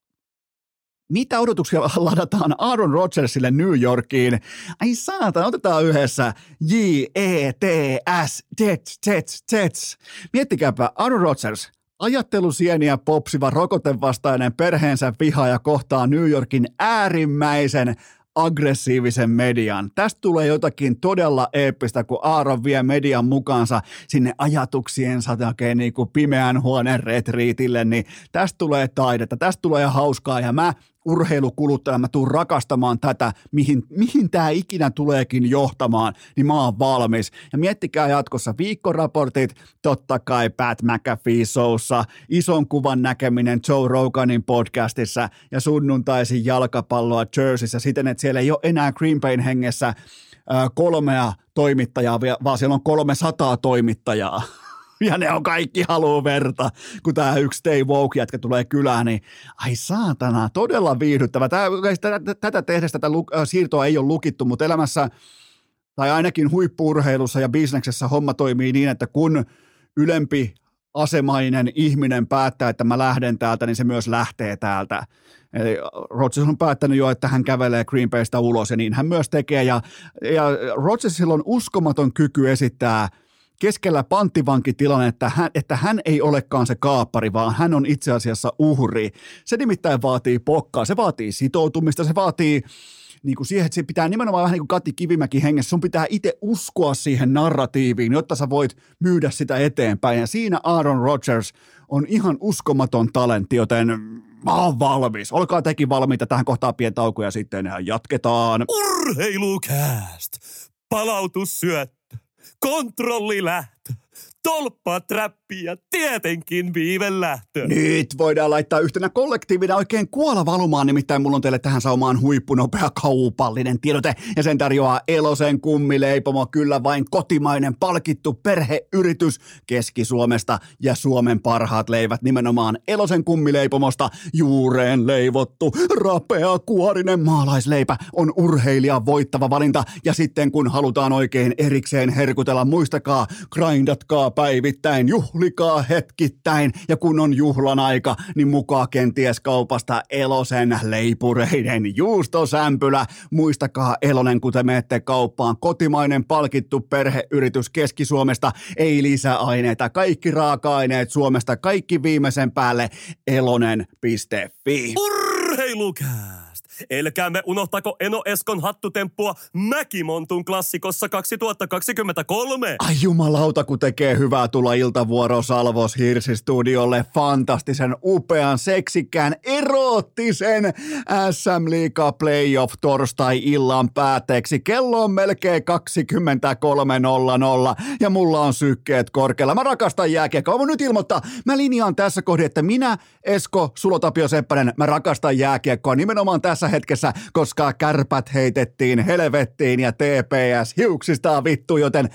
Mitä odotuksia ladataan Aaron Rodgersille New Yorkiin? Ai saatan, otetaan yhdessä J E T S, Jets, Jets, Jets. Miettikääpä, Aaron Rodgers, ajattelusieniä popsiva rokotevastainen perheensä vihaaja kohtaa New Yorkin äärimmäisen aggressiivisen median. Tästä tulee jotakin todella eeppistä, kun Aaron vie median mukaansa sinne ajatuksiensa takeen niin kuin pimeän huoneen retriitille, niin tästä tulee taidetta, tästä tulee hauskaa ja mä urheilukuluttajana mä tuun rakastamaan tätä, mihin, mihin tämä ikinä tuleekin johtamaan, niin mä oon valmis. Ja miettikää jatkossa viikkoraportit, totta kai Pat McAfee showssa, ison kuvan näkeminen Joe Roganin podcastissa ja sunnuntaisin jalkapalloa Jerseyssä siten, että siellä ei ole enää Green Bayn hengessä ää, kolmea toimittajaa, vaan siellä on kolmesataa toimittajaa. Ja ne on kaikki haluu verta, kun tämä yksi Stay Woke-jätkä tulee kylään, niin ai saatana, todella viihdyttävä. Tää, tätä, tätä tehdessä tätä siirtoa ei ole lukittu, mutta elämässä, tai ainakin huippu-urheilussa ja bisneksessä homma toimii niin, että kun ylempi asemainen ihminen päättää, että mä lähden täältä, niin se myös lähtee täältä. Eli Rodgers on päättänyt jo, että hän kävelee Green Baystä ulos, ja niin hän myös tekee, ja, ja Rodgersilla on uskomaton kyky esittää keskellä panttivankitilanne, että hän, että hän ei olekaan se kaappari, vaan hän on itse asiassa uhri. Se nimittäin vaatii pokkaa, se vaatii sitoutumista, se vaatii niin kuin siihen, että se pitää nimenomaan vähän niin kuin Kati Kivimäki hengessä, sun pitää itse uskoa siihen narratiiviin, jotta sä voit myydä sitä eteenpäin. Ja siinä Aaron Rodgers on ihan uskomaton talentti, joten mä oon valmis. Olkaa tekin valmiita, tähän kohtaan pieni tauko ja sitten jatketaan. Urheilukääst! Palautussyöttö! Kontrollilähtö, tolppatrappi ja tietenkin viivelähtö. Nyt voidaan laittaa yhtenä kollektiivina oikein kuola valumaan, nimittäin mulla on teille tähän saumaan huippunopea kaupallinen tiedote ja sen tarjoaa Elosen kummileipomo, kyllä vain kotimainen palkittu perheyritys Keski-Suomesta ja Suomen parhaat leivät nimenomaan Elosen kummileipomosta. Juureen leivottu, rapea kuorinen maalaisleipä on urheilijan voittava valinta ja sitten kun halutaan oikein erikseen herkutella, muistakaa, grindatkaa päivittäin, juhlikaa hetkittäin ja kun on juhlan aika, niin mukaan kenties kaupasta Elosen leipureiden juustosämpylä. Muistakaa Elonen, kun te menette kauppaan. Kotimainen palkittu perheyritys Keski-Suomesta, ei lisäaineita, kaikki raaka-aineet Suomesta, kaikki viimeisen päälle elonen piste fi. Urheilukääst! Elkäämme unohtako Eno Eskon hattutemppua Mäkimontun klassikossa kaksituhattakaksikymmentäkolme. Ai jumalauta, kun tekee hyvää tulla iltavuoro Salvos Hirsi-studiolle. Fantastisen, upean, seksikkään, eroottisen S M-liiga playoff torstai-illan päätteeksi. Kello on melkein kaksikymmentäkolme nolla nolla ja mulla on sykkeet korkealla. Mä rakastan jääkiekkoa. Mä nyt ilmoittaa, mä linjaan tässä kohdin, että minä, Esko Sulo-Tapio Seppänen, mä rakastan jääkiekkoa nimenomaan tässä hetkessä, koska kärpät heitettiin helvettiin ja T P S hiuksistaan vittu, joten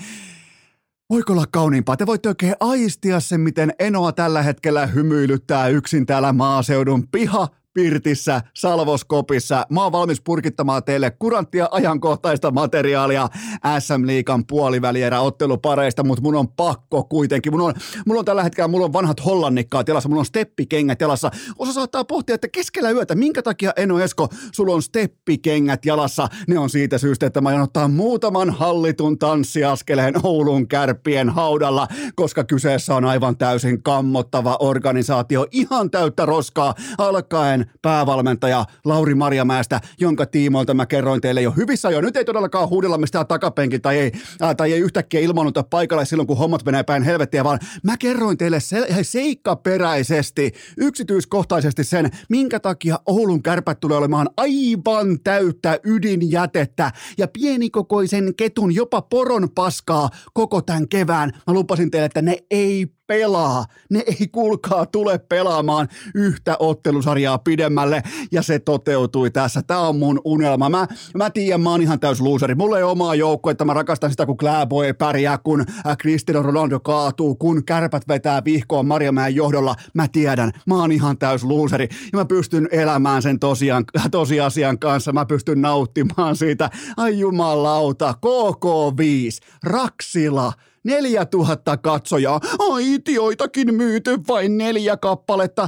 voiko olla kauniimpaa? Te voitte oikein aistia sen, miten Enoa tällä hetkellä hymyilyttää yksin täällä maaseudun piha Pirtissä, Salvoskopissa. Mä oon valmis purkittamaan teille kuranttia ajankohtaista materiaalia S M-liigan puolivälierä ottelupareista, mutta mun on pakko kuitenkin. Mun on, mulla on tällä hetkellä mulla on vanhat hollannikkaat jalassa, mulla on steppikengät jalassa. Osa saattaa pohtia, että keskellä yötä, minkä takia Eno Esko, sulla on steppikengät jalassa. Ne on siitä syystä, että mä aion ottaa muutaman hallitun tanssiaskeleen Oulun Kärppien haudalla, koska kyseessä on aivan täysin kammottava organisaatio, ihan täyttä roskaa, alkaen päävalmentaja Lauri Marjamäestä, jonka tiimoilta mä kerroin teille jo hyvissä ajoin. Nyt ei todellakaan huudella mistään takapenkin tai ei, ää, tai ei yhtäkkiä ilmaannuta paikalle silloin, kun hommat menee päin helvettiä, vaan mä kerroin teille se, seikkaperäisesti, yksityiskohtaisesti sen, minkä takia Oulun Kärpät tulee olemaan aivan täyttä ydinjätettä ja pienikokoisen ketun, jopa poron paskaa koko tämän kevään. Mä lupasin teille, että ne ei pelaa. Ne ei kuulkaa tule pelaamaan yhtä ottelusarjaa pidemmälle ja se toteutui tässä. Tää on mun unelma. Mä, mä tiedän, mä oon ihan täys looseri. Mulla ei ole omaa joukkoa, että mä rakastan sitä, kun Kläbo ei pärjää, kun Cristiano Ronaldo kaatuu, kun Kärpät vetää vihkoon Marjamäen johdolla. Mä tiedän, mä oon ihan täys looseri ja mä pystyn elämään sen tosiaan, tosiasian kanssa. Mä pystyn nauttimaan siitä. Ai jumalauta, K K viisi, Raksila, neljätuhatta katsojaa. Ai, itioitakin myyty vain neljä kappaletta.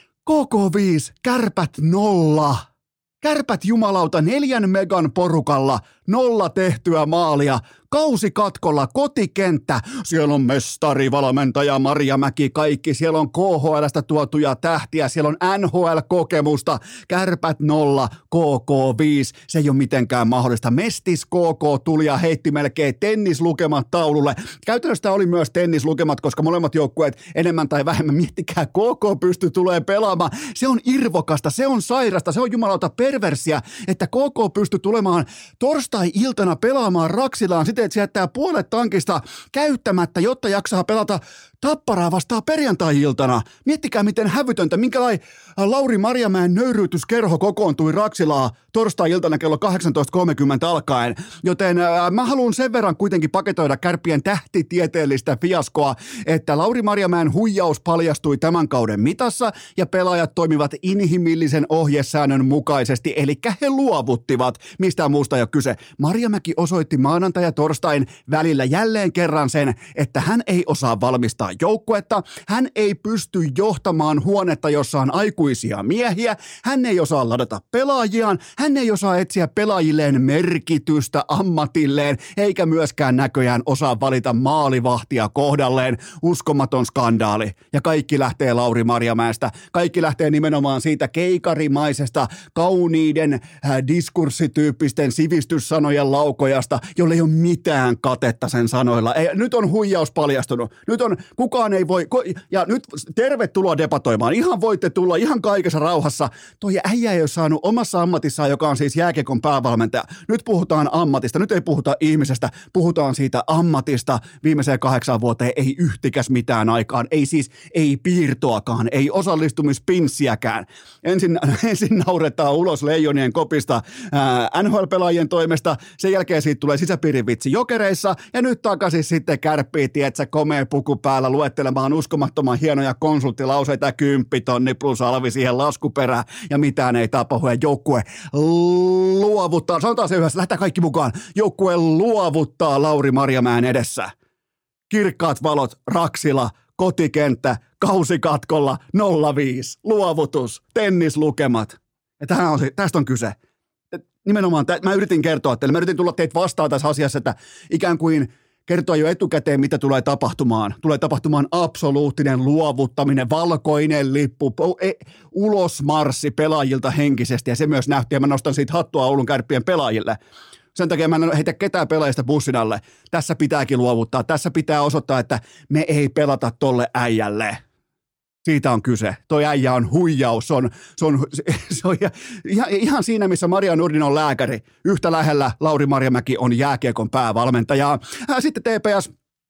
K K viisi, Kärpät nolla. Kärpät jumalauta neljän megan porukalla, nolla tehtyä maalia. Kausi katkolla, kotikenttä. Siellä on mestarivalmentaja Marjamäki, kaikki. Siellä on K H L:stä tuotuja tähtiä. Siellä on N H L-kokemusta. Kärpät nolla, K K viisi. Se ei ole mitenkään mahdollista. Mestis K K tuli ja heitti melkein tennislukemat taululle. Käytännössä oli myös tennislukemat, koska molemmat joukkueet enemmän tai vähemmän, miettikää, K K pysty tulee pelaamaan. Se on irvokasta, se on sairasta, se on jumalauta perversiä, että K K pysty tulemaan torstai-iltana pelaamaan Raksilaan siten, että se jättää puolet tankista käyttämättä, jotta jaksaa pelata Tapparaa vastaan perjantai-iltana. Miettikää, miten hävytöntä, minkälainen Lauri Marjamäen nöyryytyskerho kokoontui Raksilaa torstai-iltana kello kahdeksantoista kolmekymmentä alkaen. Joten äh, mä haluan sen verran kuitenkin paketoida Kärppien tähtitieteellistä fiaskoa, että Lauri Marjamäen huijaus paljastui tämän kauden mitassa ja pelaajat toimivat inhimillisen ohjesäännön mukaisesti, eli he luovuttivat. Mistään muusta ei ole kyse. Marjamäki osoitti maanantai ja torstain välillä jälleen kerran sen, että hän ei osaa valmistaa joukkuetta, hän ei pysty johtamaan huonetta, jossa on aikuisia miehiä, hän ei osaa ladata pelaajiaan, hän ei osaa etsiä pelaajilleen merkitystä ammatilleen, eikä myöskään näköjään osaa valita maalivahtia kohdalleen. Uskomaton skandaali. Ja kaikki lähtee Lauri Marjamäestä. Kaikki lähtee nimenomaan siitä keikarimaisesta, kauniiden, äh, diskurssityyppisten sivistyssanojen laukojasta, jolle ei ole mitään katetta sen sanoilla. Ei, nyt on huijaus paljastunut. Nyt on, kukaan ei voi, ja nyt tervetuloa debatoimaan. Ihan voitte tulla ihan kaikessa rauhassa. Toi äijä ei ole saanut omassa ammatissaan, joka on siis jääkiekon päävalmentaja. Nyt puhutaan ammatista, nyt ei puhuta ihmisestä, puhutaan siitä ammatista. Viimeiseen kahdeksaan vuoteen ei yhtikäs mitään aikaan, ei siis, ei piirtoakaan, ei osallistumispinssiäkään. Ensin, ensin nauretaan ulos Leijonien kopista ää, N H L-pelaajien toimesta, sen jälkeen siitä tulee sisäpiirivitsi Jokereissa, ja nyt takaisin sitten Kärppiä, tietsä, komea puku päällä luettelemaan uskomattoman hienoja konsulttilauseita, kymppitonni plus alvi siihen laskuperään, ja mitään ei tapahdu, ja joukkue luovuttaa, sanotaan se yhdessä, lähdetään kaikki mukaan, joukkue luovuttaa Lauri Marjamäen edessä. Kirkkaat valot, Raksila, kotikenttä, kausikatkolla, nolla viisi, luovutus, tennislukemat. Ja tähän on se, tästä on kyse. Nimenomaan, mä yritin kertoa teille, mä yritin tulla teitä vastaan tässä asiassa, että ikään kuin kertoa jo etukäteen, mitä tulee tapahtumaan. Tulee tapahtumaan absoluuttinen luovuttaminen, valkoinen lippu, ulosmarssi pelaajilta henkisesti, ja se myös nähtiin, ja mä nostan siitä hattua Oulun Kärppien pelaajille. Sen takia mä en heitä ketään pelaajista bussin alle. Tässä pitääkin luovuttaa, tässä pitää osoittaa, että me ei pelata tolle äijälle. Siitä on kyse. Toi äijä on huijaus. Se on, se on, se on ihan, ihan siinä, missä Maria Nurdin on lääkäri. Yhtä lähellä Lauri Marjamäki on jääkiekon päävalmentaja. Sitten T P S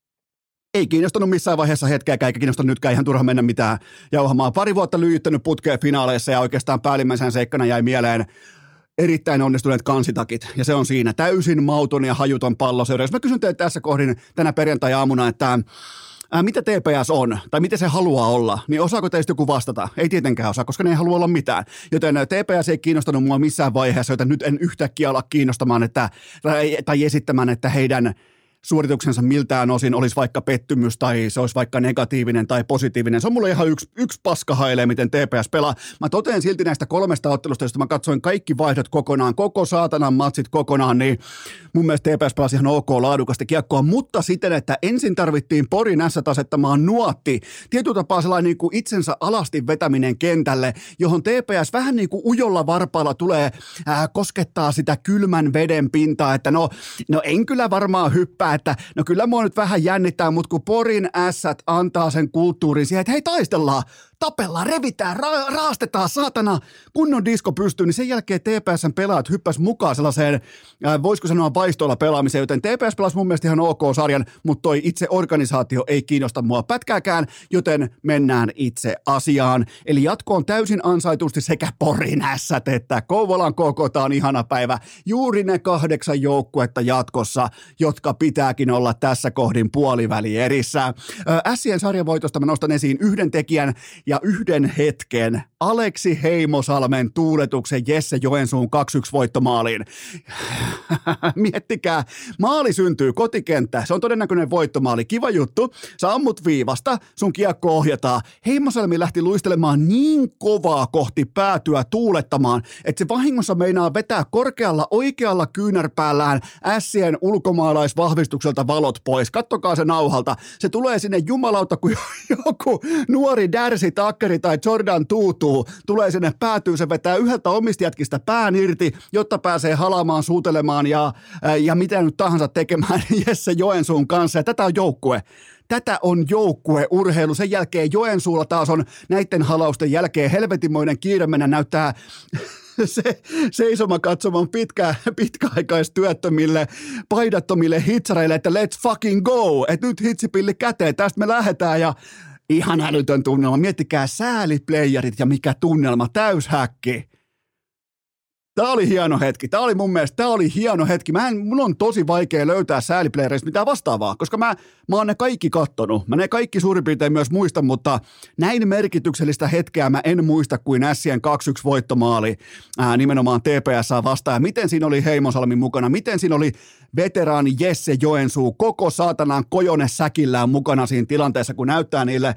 ei kiinnostanut missään vaiheessa hetkeäkään, eikä kiinnostanut nytkään, ihan turha mennä mitään jauhamaan. Pari vuotta lyyttänyt putkeen finaaleissa ja oikeastaan päällimmäisen seikkana jäi mieleen erittäin onnistuneet kansitakit, ja se on siinä täysin mauton ja hajuton palloseura. Jos mä kysyn teille tässä kohdin tänä perjantai-aamuna, että ää, mitä T P S on, tai mitä se haluaa olla, niin osaako teistä joku vastata? Ei tietenkään osaa, koska ne ei halua olla mitään. Joten T P S ei kiinnostanut mua missään vaiheessa, joten nyt en yhtäkkiä ala kiinnostamaan, että, tai esittämään, että heidän suorituksensa miltään osin olisi vaikka pettymys tai se olisi vaikka negatiivinen tai positiivinen. Se on mulle ihan yksi, yksi paska hailee, miten T P S pelaa. Mä totean silti näistä kolmesta ottelusta, josta mä katsoin kaikki vaihdot kokonaan, koko saatanan matsit kokonaan, niin mun mielestä T P S pelasi ihan ok laadukasta kiekkoa, mutta siten, että ensin tarvittiin Porin ässät asettamaan nuotti, tietyllä tapaa sellainen niin kuin itsensä alasti vetäminen kentälle, johon T P S vähän niin kuin ujolla varpaalla tulee ää, koskettaa sitä kylmän veden pintaa, että no, no en kyllä varmaan hyppää, että no kyllä mua nyt vähän jännittää, mutta kun Porin ässät antaa sen kulttuurin siihen, että hei taistellaan, tapellaan, revitään, ra- raastetaan, saatana, kunnon disko pystyy, niin sen jälkeen T P S:n pelaajat hyppäs mukaan sellaiseen, äh, voisiko sanoa vaistoilla pelaamiseen, joten T P S pelasi mun mielestä ihan ok sarjan, mutta toi itse organisaatio ei kiinnosta mua pätkääkään, joten mennään itse asiaan. Eli jatko on täysin ansaitusti sekä Porin ässät että Kouvolan K K, tää on ihana päivä, juuri ne kahdeksan joukkuetta jatkossa, jotka pitääkin olla tässä kohdin puoliväli erissä. Äh, Ässien sarjavoitosta mä nostan esiin yhden tekijän, ja yhden hetken Aleksi Heimosalmen tuuletuksen Jesse Joensuun kaksi yksi voittomaaliin. Miettikää, maali syntyy kotikenttä, se on todennäköinen voittomaali, kiva juttu, sä ammut viivasta, sun kiekko ohjataan. Heimosalmi lähti luistelemaan niin kovaa kohti päätyä tuulettamaan, että se vahingossa meinaa vetää korkealla oikealla kyynärpäällään Ässien ulkomaalaisvahvistukselta valot pois. Kattokaa se nauhalta, se tulee sinne jumalauta kuin joku nuori Därsi Takkeri tai Jordan Tuutuu tulee sinne päätyy, se vetää yhdeltä omista jätkistä pään irti, jotta pääsee halaamaan, suutelemaan ja, ja mitä nyt tahansa tekemään Jesse Joensuun kanssa. Ja tätä on joukkue. Tätä on joukkueurheilu. Sen jälkeen Joensuulla taas on näiden halausten jälkeen helvetimoinen kiire mennä näyttää se seisoma katsomaan pitkä, pitkäaikaistyöttömille, paidattomille hitsareille, että let's fucking go, että nyt hitsipilli käteen, tästä me lähdetään ja ihan älytön tunnelma. Miettikää sääliplayerit ja mikä tunnelma, täyshäkki. Tämä oli hieno hetki. Tämä oli mun mielestä, tämä oli hieno hetki. Mä en, mun on tosi vaikea löytää sääliplayereista mitään vastaavaa, koska mä, mä oon ne kaikki kattonut. Mä ne kaikki suurin piirtein myös muistan, mutta näin merkityksellistä hetkeä mä en muista kuin Ässien kaksi yksi voittomaali ää, nimenomaan T P S:ää vastaan. Ja miten siinä oli Heimosalmi mukana, miten siinä oli veteraani Jesse Joensuu, koko saatanan kojone säkillään mukana siinä tilanteessa, kun näyttää niille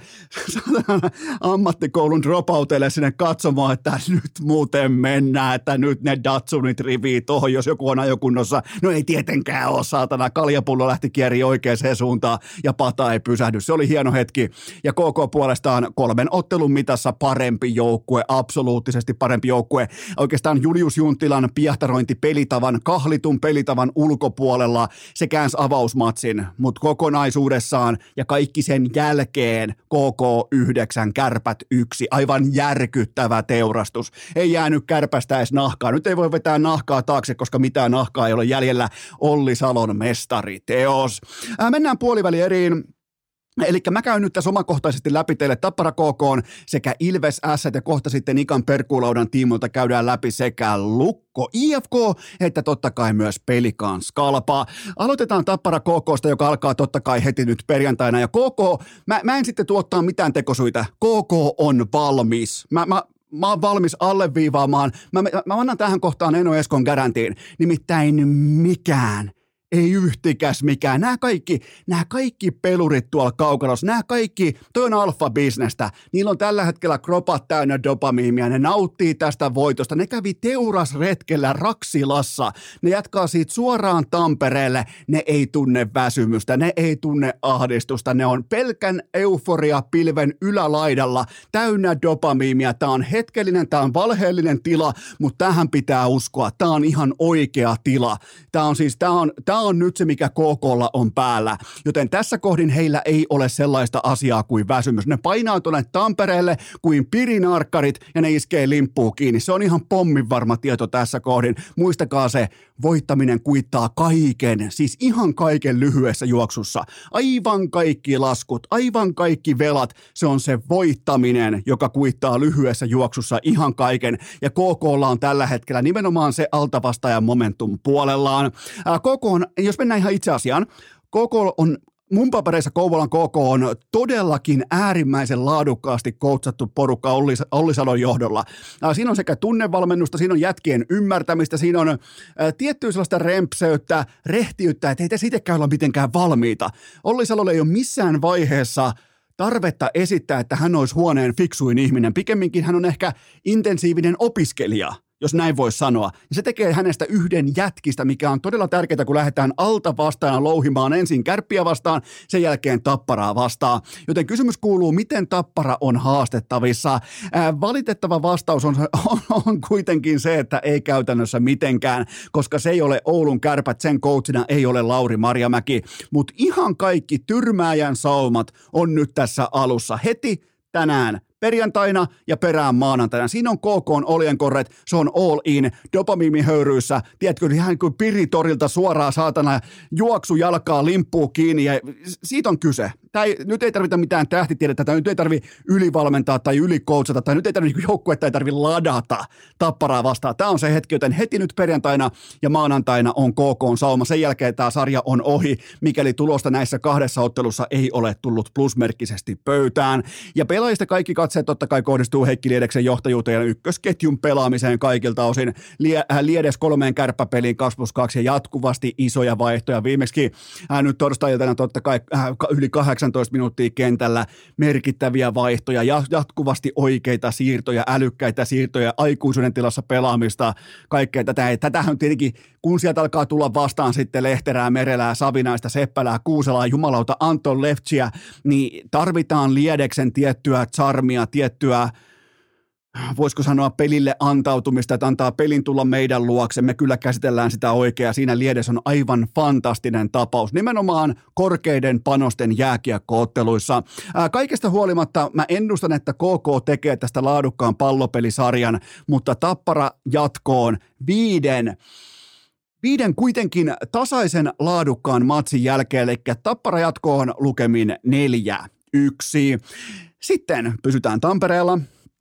ammattikoulun dropouteille sinne katsomaan, että nyt muuten mennään, että nyt ne Datsunit rivii tohon, jos joku on ajokunnossa. No ei tietenkään ole, saatana. Kaljapullo lähti kieri oikeaan suuntaan ja pata ei pysähdy. Se oli hieno hetki. Ja K K puolestaan kolmen ottelun mitassa parempi joukkue, absoluuttisesti parempi joukkue. Oikeastaan Julius Junttilan piehtarointi pelitavan, kahlitun pelitavan ulkopuolella se käänsi avausmatsin, mutta kokonaisuudessaan ja kaikki sen jälkeen K K yhdeksän, Kärpät yksi. Aivan järkyttävä teurastus. Ei jäänyt Kärpästä edes nahkaa. Nyt ei voi vetää nahkaa taakse, koska mitään nahkaa ei ole jäljellä. Olli Salon mestariteos. Äh, mennään puoliväli eriin. Eli mä käyn nyt tässä omakohtaisesti läpi teille Tappara K K sekä Ilves Ässät ja kohta sitten Ikan Perkuulaudan tiimoilta käydään läpi sekä Lukko I F K että totta kai myös Pelikans Kalpa. Aloitetaan Tappara K K:sta, joka alkaa totta kai heti nyt perjantaina ja K K, mä, mä en sitten tuottaa mitään tekosyitä. K K on valmis. Mä, mä Mä oon valmis alleviivaamaan. Mä, mä, mä annan tähän kohtaan Eno Eskon garantiin. Nimittäin mikään, ei yhtikäs mikään. Nämä kaikki, nämä kaikki pelurit tuolla kaukalossa, nämä kaikki, toi on alfa-bisnestä. Niillä on tällä hetkellä kropat täynnä dopamiimia. Ne nauttii tästä voitosta. Ne kävi teurasretkellä Raksilassa. Ne jatkaa siitä suoraan Tampereelle. Ne ei tunne väsymystä. Ne ei tunne ahdistusta. Ne on pelkän euforia-pilven ylälaidalla täynnä dopamiimia. Tämä on hetkellinen, tämä on valheellinen tila, mutta tähän pitää uskoa. Tämä on ihan oikea tila. Tämä on siis, tämä on, tämä on nyt se, mikä K K:lla on päällä. Joten tässä kohdin heillä ei ole sellaista asiaa kuin väsymys. Ne painaa tuonne Tampereelle kuin pirinarkkarit ja ne iskee limppuu kiinni. Se on ihan pommin varma tieto tässä kohdin. Muistakaa se, voittaminen kuittaa kaiken, siis ihan kaiken lyhyessä juoksussa. Aivan kaikki laskut, aivan kaikki velat, se on se voittaminen, joka kuittaa lyhyessä juoksussa ihan kaiken. Ja K K:lla on tällä hetkellä nimenomaan se altavastaajan momentum puolellaan. K K on, jos mennään ihan itse asiaan, K K on mun papereissa Kouvolan K K on todellakin äärimmäisen laadukkaasti coachattu porukka Olli, Olli Salon johdolla. Siinä on sekä tunnevalmennusta, siinä on jätkien ymmärtämistä, siinä on ää, tiettyä sellaista rempseyttä, rehtiyttä, että ei tässä itsekään olla mitenkään valmiita. Olli Salolle ei ole missään vaiheessa tarvetta esittää, että hän olisi huoneen fiksuin ihminen. Pikemminkin hän on ehkä intensiivinen opiskelija, jos näin voisi sanoa. Ja se tekee hänestä yhden jätkistä, mikä on todella tärkeää, kun lähdetään alta vastaan louhimaan ensin Kärppiä vastaan, sen jälkeen Tapparaa vastaan. Joten kysymys kuuluu, miten Tappara on haastettavissa? Ää, valitettava vastaus on, on, on kuitenkin se, että ei käytännössä mitenkään, koska se ei ole Oulun Kärpät, sen coachina ei ole Lauri Marjamäki. Mutta ihan kaikki tyrmääjän saumat on nyt tässä alussa heti tänään. Perjantaina ja perään maanantaina. Siinä on K K:n oljenkorret, se on all in, dopamiinihöyryissä, tiedätkö, ihan kuin piritorilta suoraan saatana juoksu jalkaa limppuu kiinni ja siitä on kyse. Tää ei, nyt ei tarvita mitään tähtitiedettä, tai nyt ei tarvitse ylivalmentaa tai ylikoutsata, tai nyt ei tarvitse joukkuetta, ei tarvitse ladata Tapparaa vastaan. Tämä on se hetki, joten heti nyt perjantaina ja maanantaina on K K:n sauma. Sen jälkeen tämä sarja on ohi, mikäli tulosta näissä kahdessa ottelussa ei ole tullut plusmerkkisesti pöytään. Ja pelaajista kaikki katseet totta kai kohdistuu Heikki Liedeksen johtajuuteen ja ykkösketjun pelaamiseen kaikilta osin. Liedes kolmeen kärppäpeliin kaksi plus kaksi ja jatkuvasti isoja vaihtoja. Viimeksi äh, nyt torstai-iltana totta kai äh, yli kahdeksantoista minuuttia kentällä merkittäviä vaihtoja, ja jatkuvasti oikeita siirtoja, älykkäitä siirtoja, aikuisuuden tilassa pelaamista, kaikkea tätä. Tätähän tietenkin, kun sieltä alkaa tulla vastaan sitten Lehterää, Merelää, Savinaista, Seppälää, Kuuselaa, jumalauta, Anton Leftsiä, niin tarvitaan Liedeksen tiettyä charmia, tiettyä, voisiko sanoa pelille antautumista, että antaa pelin tulla meidän luokse. Me kyllä käsitellään sitä oikeaa. Siinä Liedes on aivan fantastinen tapaus. Nimenomaan korkeiden panosten jääkiekko-otteluissa. Ää, kaikesta huolimatta mä ennustan, että K K tekee tästä laadukkaan pallopelisarjan, mutta Tappara jatkoon viiden Viiden kuitenkin tasaisen laadukkaan matsin jälkeen, eli Tappara jatkoon lukemin neljä yksi. Sitten pysytään Tampereella.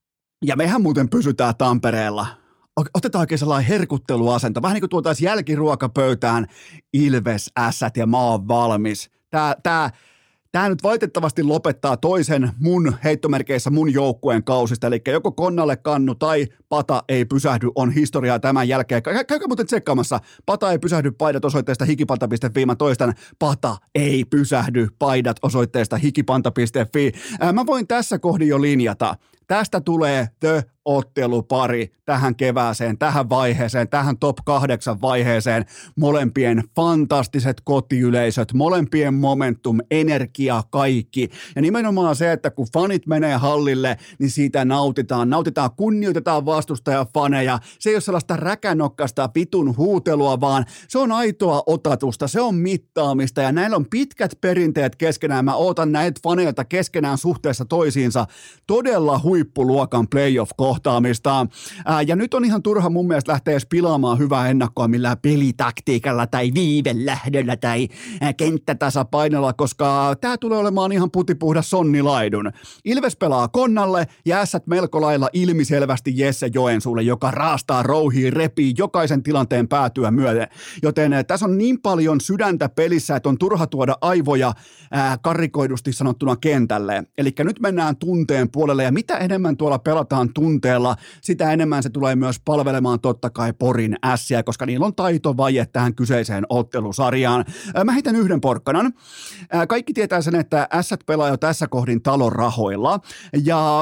Ja mehän muuten pysytään Tampereella. Otetaan oikein sellainen herkutteluasento. Vähän niin kuin tuotaisiin jälkiruokapöytään Ilves, Ässät ja mä oon valmis. Tää, tää, tää nyt valitettavasti lopettaa toisen mun heittomerkeissä mun joukkueen kausista. Eli joko Konnalle kannu tai Pata ei pysähdy on historiaa tämän jälkeen. Käykää muuten tsekkaamassa. Pata ei pysähdy paidat osoitteesta hikipanta piste fi. Mä toistan, Pata ei pysähdy paidat osoitteesta hikipanta piste fi. Ää, mä voin tässä kohdin jo linjata. Tästä tulee the-ottelupari tähän kevääseen, tähän vaiheeseen, tähän top kahdeksan vaiheeseen. Molempien fantastiset kotiyleisöt, molempien momentum, energia, kaikki. Ja nimenomaan se, että kun fanit menee hallille, niin siitä nautitaan. Nautitaan, kunnioitetaan vastustajafaneja. Se ei ole sellaista räkänokkasta vitun huutelua, vaan se on aitoa otatusta, se on mittaamista. Ja näillä on pitkät perinteet keskenään. Mä ootan näitä faneilta keskenään suhteessa toisiinsa todella huippuluokan playoff-kohtaamista. Ää, ja nyt on ihan turha mun mielestä lähteä edes pilaamaan hyvää ennakkoa millään pelitaktiikalla tai viivelähdöllä tai ää, kenttätasapainolla, koska tää tulee olemaan ihan putipuhdas sonnilaidun. Ilves pelaa Konnalle ja Ässät melko lailla ilmiselvästi Jesse Joensuulle, joka raastaa, rouhii, repii jokaisen tilanteen päätyä myöten. Joten ää, tässä on niin paljon sydäntä pelissä, että on turha tuoda aivoja ää, karrikoidusti sanottuna kentälle. Eli nyt mennään tunteen puolelle ja mitä enemmän tuolla pelataan tunteella, sitä enemmän se tulee myös palvelemaan totta kai Porin Ässiä, koska niillä on taitovaje tähän kyseiseen ottelusarjaan. Mä heitän yhden porkkanan. Kaikki tietää sen, että Ässät pelaa jo tässä kohdin talon rahoilla ja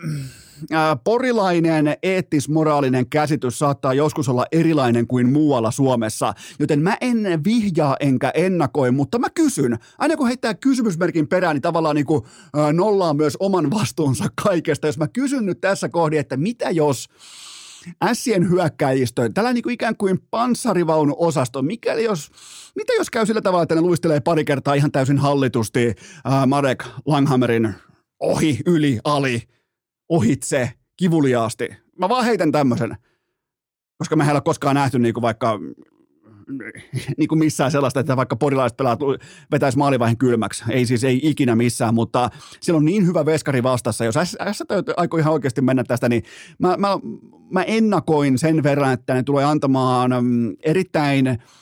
porilainen eettis-moraalinen käsitys saattaa joskus olla erilainen kuin muualla Suomessa, joten mä en vihjaa enkä ennakoi, mutta mä kysyn. Aina kun heittää kysymysmerkin perään, niin tavallaan niin kuin nollaa myös oman vastuunsa kaikesta. Jos mä kysyn nyt tässä kohdin, että mitä jos Ässien hyökkäjistö, tällä niin kuin ikään kuin panssarivaunu-osasto, mikäli jos, mitä jos käy sillä tavalla, että ne luistelee pari kertaa ihan täysin hallitusti ää, Marek Langhammerin ohi, yli, ali, ohitse, kivuliaasti. Mä vaan heitän tämmöisen, koska me ei ole koskaan nähty niin kuin vaikka niin kuin missään sellaista, että vaikka porilaiset pelaat vetäisi maalivaihin kylmäksi. Ei siis, ei ikinä missään, mutta siellä on niin hyvä veskari vastassa. Jos S aikoo ihan oikeasti mennä tästä, niin mä, mä, mä ennakoin sen verran, että ne tulee antamaan erittäin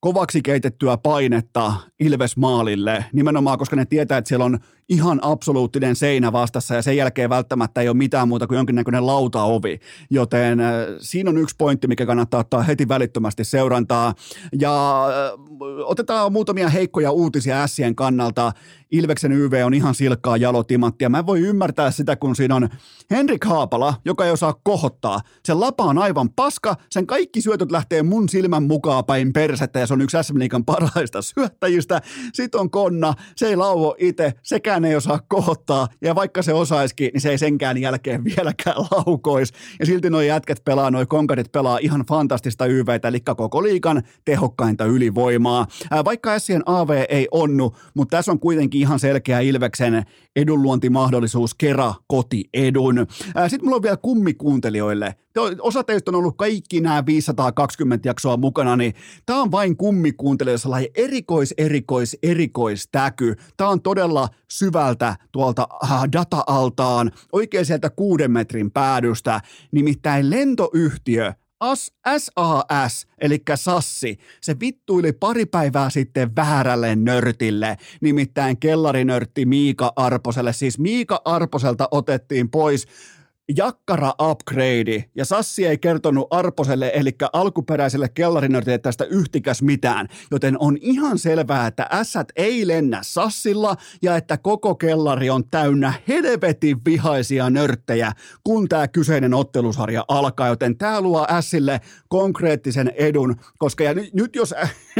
kovaksi keitettyä painetta Ilves maalille, nimenomaan koska ne tietää, että siellä on ihan absoluuttinen seinä vastassa ja sen jälkeen välttämättä ei ole mitään muuta kuin jonkinnäköinen lautaovi, joten äh, siinä on yksi pointti, mikä kannattaa ottaa heti välittömästi seurantaa ja äh, otetaan muutamia heikkoja uutisia Ässien kannalta. Ilveksen Y V on ihan silkkaa jalotimanttia. Mä en voi ymmärtää sitä, kun siinä on Henrik Haapala, joka ei osaa kohottaa. Sen lapa on aivan paska, sen kaikki syötöt lähtee mun silmän mukaan päin persettä ja se on yksi S M-liigan parhaista syöttäjistä. Sitten on Konna, se ei lauvo itse, sekään ei osaa kohottaa ja vaikka se osaisikin, niin se ei senkään jälkeen vieläkään laukois. Ja silti noi jätket pelaa, noi konkarit pelaa ihan fantastista Y V:tä, eli koko liigan tehokkainta ylivoimaa. Ää, vaikka Ässien A V ei onnu, mutta tässä on kuitenkin ihan selkeä Ilveksen edunluontimahdollisuus kera kotiedun. Sitten mulla on vielä kummikuuntelijoille. Osa teistä on ollut kaikki nämä viisisataakaksikymmentä jaksoa mukana, niin tämä on vain kummikuuntelijoille sellainen erikois, erikois, erikois täky. Tämä on todella syvältä tuolta data-altaan, oikein sieltä kuuden metrin päädystä, nimittäin lentoyhtiö S A S, eli Sassi, se vittuili pari päivää sitten väärälle nörtille, nimittäin kellarinörtti Miika Arposelle. Siis Miika Arposelta otettiin pois jakkara upgrade, ja Sassi ei kertonut Arposelle, eli alkuperäiselle kellarinörtille tästä yhtikäs mitään, joten on ihan selvää, että ässät ei lennä Sassilla, ja että koko kellari on täynnä helvetin vihaisia nörttejä, kun tämä kyseinen ottelusarja alkaa, joten tämä luo ässille konkreettisen edun, koska ja nyt, nyt jos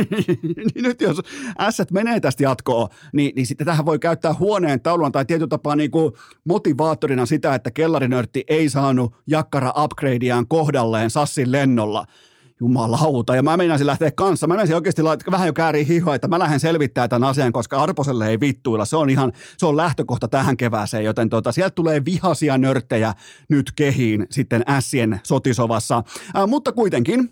nyt jos ässät menee tästä jatkoon, niin, niin sitten tähän voi käyttää huoneen tauluna tai tietyllä tapaa niin kuin motivaattorina sitä, että kellarinörtti ei saanut jakkara upgradeaan kohdalleen Sassin lennolla. Jumalauta, ja mä meinasin lähteä kanssa. Mä meinasin oikeasti laittaa vähän jo kääriä hihoa, että mä lähden selvittämään tämän asian, koska Arposelle ei vittuilla. Se on ihan, se on lähtökohta tähän kevääseen, joten tota, sieltä tulee vihaisia nörttejä nyt kehiin sitten Ässien sotisovassa. Äh, mutta kuitenkin,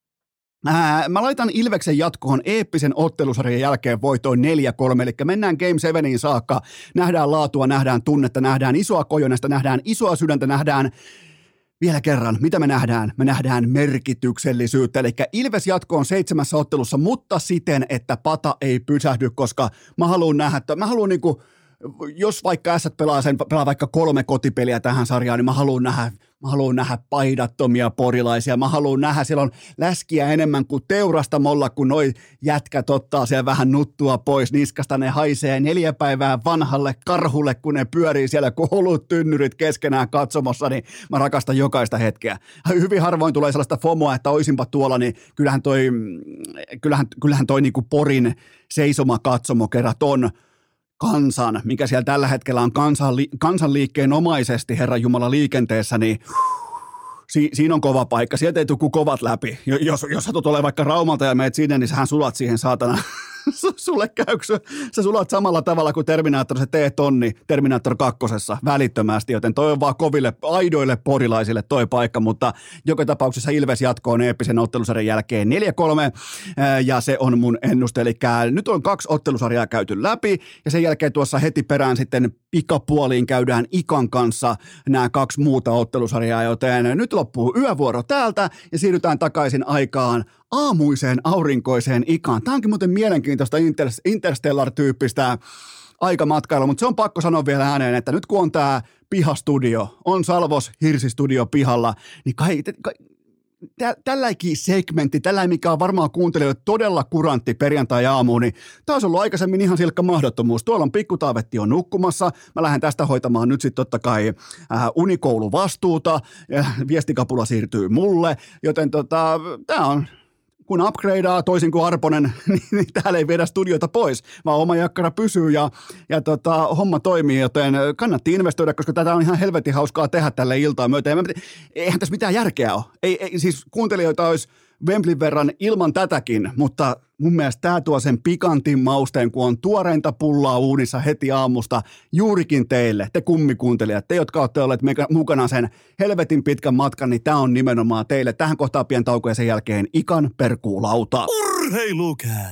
Ää, mä laitan Ilveksen jatkoon eeppisen ottelusarjan jälkeen voitoin neljä kolme, eli mennään Game seitsemään saakka, nähdään laatua, nähdään tunnetta, nähdään isoa kojonesta, nähdään isoa sydäntä, nähdään vielä kerran, mitä me nähdään? Me nähdään merkityksellisyyttä, eli Ilves jatkoon seitsemässä ottelussa, mutta siten, että pata ei pysähdy, koska mä haluan nähdä, mä haluan niinku, jos vaikka Ässät pelaa, sen, pelaa vaikka kolme kotipeliä tähän sarjaan, niin mä haluan nähdä, mä haluan nähdä paidattomia porilaisia, mä haluan nähdä, siellä on läskiä enemmän kuin teurastamolla, kun noi jätkät ottaa siellä vähän nuttua pois niskasta, ne haisee neljä päivää vanhalle karhulle, kun ne pyörii siellä kohulut tynnyrit keskenään katsomossa, niin mä rakastan jokaista hetkeä. Hyvin harvoin tulee sellaista FOMOa, että oisinpa tuolla, niin kyllähän toi, kyllähän, kyllähän toi niinku Porin seisoma katsomo kerrat on kansan, mikä siellä tällä hetkellä on kansanli- kansanliikkeen omaisesti Herran Jumala liikenteessä, niin si- siinä on kova paikka. Sieltä ei tule kuin kovat läpi. Jos, jos sä tulet olemaan vaikka Raumalta ja meet sinne, niin sähän sulat siihen saatana. Sulle käykö, sä sulat samalla tavalla kuin Terminaattor, se T-tonni Terminaattor kakkosessa välittömästi, joten toi on vaan koville, aidoille porilaisille toi paikka, mutta joka tapauksessa Ilves jatkoon eeppisen ottelusarjan jälkeen neljä kolme, ja se on mun ennuste, eli nyt on kaksi ottelusarjaa käyty läpi, ja sen jälkeen tuossa heti perään sitten pikapuoliin käydään Ikan kanssa nämä kaksi muuta ottelusarjaa, joten nyt loppuu yövuoro täältä, ja siirrytään takaisin aikaan aamuiseen aurinkoiseen Ikaan. Tämä onkin muuten mielenkiintoista inter- interstellar-tyyppistä aikamatkailua, mutta se on pakko sanoa vielä ääneen, että nyt kun on tämä pihastudio, on Salvos Hirsistudio pihalla, niin kai, kai, tä, tälläkin segmentti, tällä mikä on varmaan kuuntelijoille todella kurantti perjantai-aamuun, niin tämä olisi ollut aikaisemmin ihan silkka mahdottomuus. Tuolla on Pikkutaavetti on nukkumassa, mä lähden tästä hoitamaan nyt sitten totta kai äh, unikouluvastuuta, ja viestikapula siirtyy mulle, joten tota, tämä on kun upgradeaa toisin kuin Arponen, niin, niin täällä ei viedä studiota pois, vaan oma jakkara pysyy ja, ja tota, homma toimii, joten kannatti investoida, koska tätä on ihan helvetin hauskaa tehdä tälle iltaan myöten. Eihän tässä mitään järkeä ole. Ei, ei, siis kuuntelijoita olisi Wembleyn verran ilman tätäkin, mutta mun mielestä tämä tuo sen pikantin mausteen, kun on tuoreinta pullaa uunissa heti aamusta juurikin teille, te kummikuuntelijat, te jotka olette olleet mukana sen helvetin pitkän matkan, niin tämä on nimenomaan teille. Tähän kohtaan pieni tauko ja sen jälkeen Ikan perkuulauta. Urheilukääst!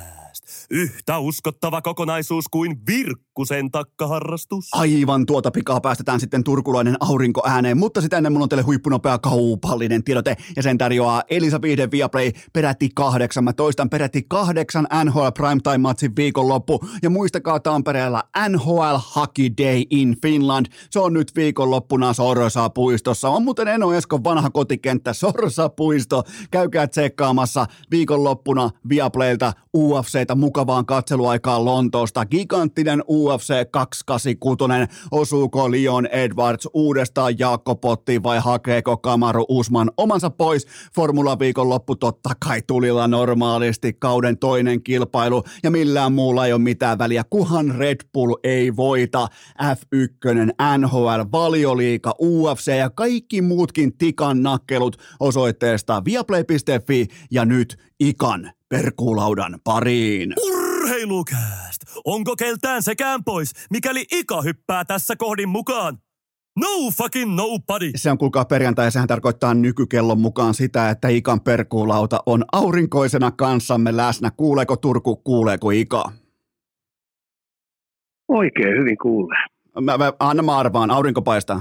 Yhtä uskottava kokonaisuus kuin Virkkusen takkaharrastus. Aivan tuota pikaa päästetään sitten turkulainen aurinko ääneen, mutta sitä ennen mulla on teille huippunopea kaupallinen tiedote ja sen tarjoaa Elisa Viihde Viaplay peräti kahdeksan. Mä toistan peräti kahdeksan N H L Primetime-matsin viikonloppu ja muistakaa Tampereella N H L Hockey Day in Finland. Se on nyt viikonloppuna Sorsa puistossa. On muuten Eno Eskon vanha kotikenttä Sorsa puisto. Käykää tsekkaamassa viikonloppuna Viaplaylta U F C:tä mukavaan katseluaikaan Lontoosta. Giganttinen U F C kaksisataakahdeksankymmentäkuusi. Osuuko Leon Edwards uudestaan Jaakko Pottiin vai hakeeko Kamaru Usman omansa pois? Formula-viikonloppu totta kai tulilla normaalisti. Kauden toinen kilpailu ja millään muulla ei ole mitään väliä, kuhan Red Bull ei voita. F yksi, N H L, Valioliiga, U F C ja kaikki muutkin tikan nakkelut osoitteesta viaplay piste fi ja nyt Ikan perkuulaudan pariin. Urheilukääst! Onko keltään sekään pois, mikäli Ika hyppää tässä kohdin mukaan? No fucking nobody! Se on kuulkaa perjantai ja sehän tarkoittaa nykykellon mukaan sitä, että Ikan perkuulauta on aurinkoisena kanssamme läsnä. Kuuleeko Turku, kuuleeko Ika? Oikein hyvin kuulee. Mä, mä, anna mä arvaan, aurinko paistaa.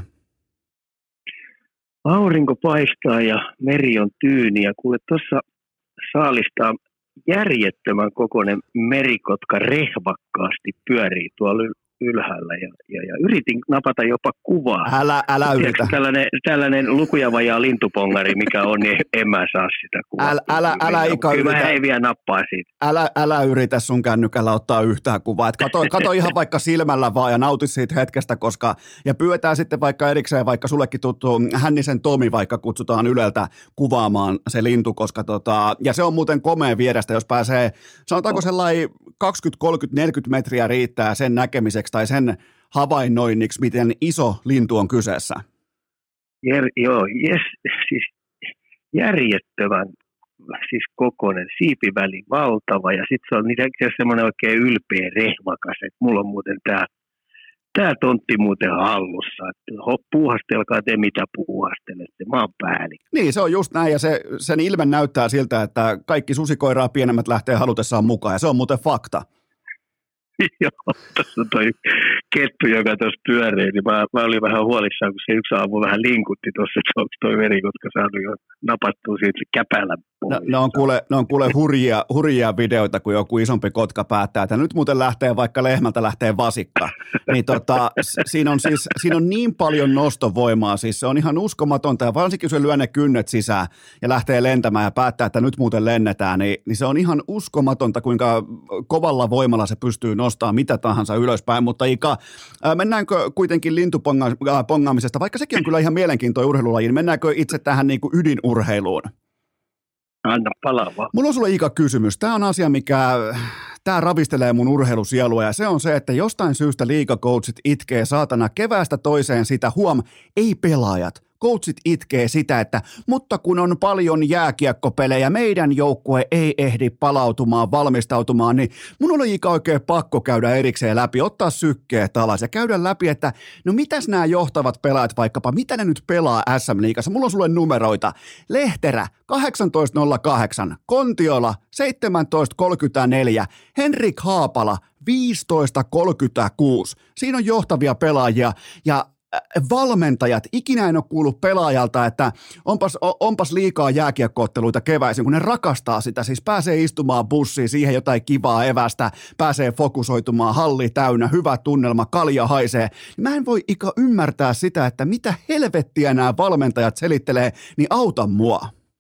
Aurinko paistaa ja meri on tyyni ja kuule tuossa saalistaa järjettömän kokoinen merikotka rehvakkaasti pyörii tuolla ylhäällä ja, ja, ja yritin napata jopa kuvaa. Älä, älä yritä. Tällainen, tällainen lukuja vajaa lintupongari, mikä on, niin en mä saa sitä kuvaa. Älä, älä, älä Ika Kyllä yritä. mä ei vielä nappaa siitä. Älä, älä yritä sun kännykällä ottaa yhtään kuvaa. Et kato, kato ihan vaikka silmällä vaan ja nauti siitä hetkestä, koska ja pyydetään sitten vaikka erikseen, vaikka sullekin tuttu Hännisen Tomi vaikka kutsutaan Yleltä kuvaamaan se lintu, koska tota, ja se on muuten komea vierestä, jos pääsee, sanotaanko sellainen kaksikymmentä, kolmekymmentä, neljäkymmentä metriä riittää sen näkemiseksi tai sen havainnoinniksi, miten iso lintu on kyseessä. Jer, joo, yes, siis järjettömän siis kokoinen, siipiväli valtava ja sitten se on niitä semmoinen oikein ylpeä rehvakas, että mulla on muuten tämä tää tontti muuten hallussa, että puuhastelkaa te mitä puuhastelette, mä oon päällikkö. Niin, se on just näin ja se, sen ilme näyttää siltä, että kaikki susikoiraa pienemmät lähtee halutessaan mukaan ja se on muuten fakta. Joo, tuossa on toi kettu, joka tuossa pyörii, niin mä, mä olin vähän huolissaan, kun se yksi aamu vähän linkutti tuossa, että onko toi verikotka saanut jo napattua siitä käpällä pois. No, ne on kuule, ne on kuule hurjia, hurjia videoita, kun joku isompi kotka päättää, että nyt muuten lähtee vaikka lehmältä lähtee vasikka. Niin tota, siinä, on siis, siinä on niin paljon nostovoimaa, siis se on ihan uskomatonta ja varsinkin kun se lyö ne kynnet sisään ja lähtee lentämään ja päättää, että nyt muuten lennetään, niin, niin se on ihan uskomatonta, kuinka kovalla voimalla se pystyy nostaa mitä tahansa ylöspäin, mutta Ika, mennäänkö kuitenkin lintupongaamisesta, vaikka sekin on kyllä ihan mielenkiintoinen urheilulaji, niin mennäänkö itse tähän niin kuin ydinurheiluun? Anna palaa vaan. Mulla on sulle Ika kysymys. Tämä on asia, mikä tämä ravistelee mun urheilusielua ja se on se, että jostain syystä liigacoachit itkee saatana keväästä toiseen sitä, huom, ei pelaajat. Coachit itkee sitä, että mutta kun on paljon jääkiekkopelejä, meidän joukkue ei ehdi palautumaan, valmistautumaan, niin mun oli Ika oikein pakko käydä erikseen läpi, ottaa sykkeet alas ja käydä läpi, että no mitäs nämä johtavat pelaajat vaikkapa, mitä ne nyt pelaa S M-liigassa? Mulla on sulle numeroita. Lehterä kahdeksantoista nolla kahdeksan, Kontiola seitsemäntoista kolmekymmentäneljä, Henrik Haapala viisitoista kolmekymmentäkuusi. Siinä on johtavia pelaajia ja valmentajat, ikinä en ole kuullut pelaajalta, että onpas, onpas liikaa jääkiekkootteluita keväisin, kun ne rakastaa sitä, siis pääsee istumaan bussiin, siihen jotain kivaa evästä, pääsee fokusoitumaan, halli täynnä, hyvä tunnelma, kalja haisee. Mä en voi Ika ymmärtää sitä, että mitä helvettiä nämä valmentajat selittelee, niin auta mua.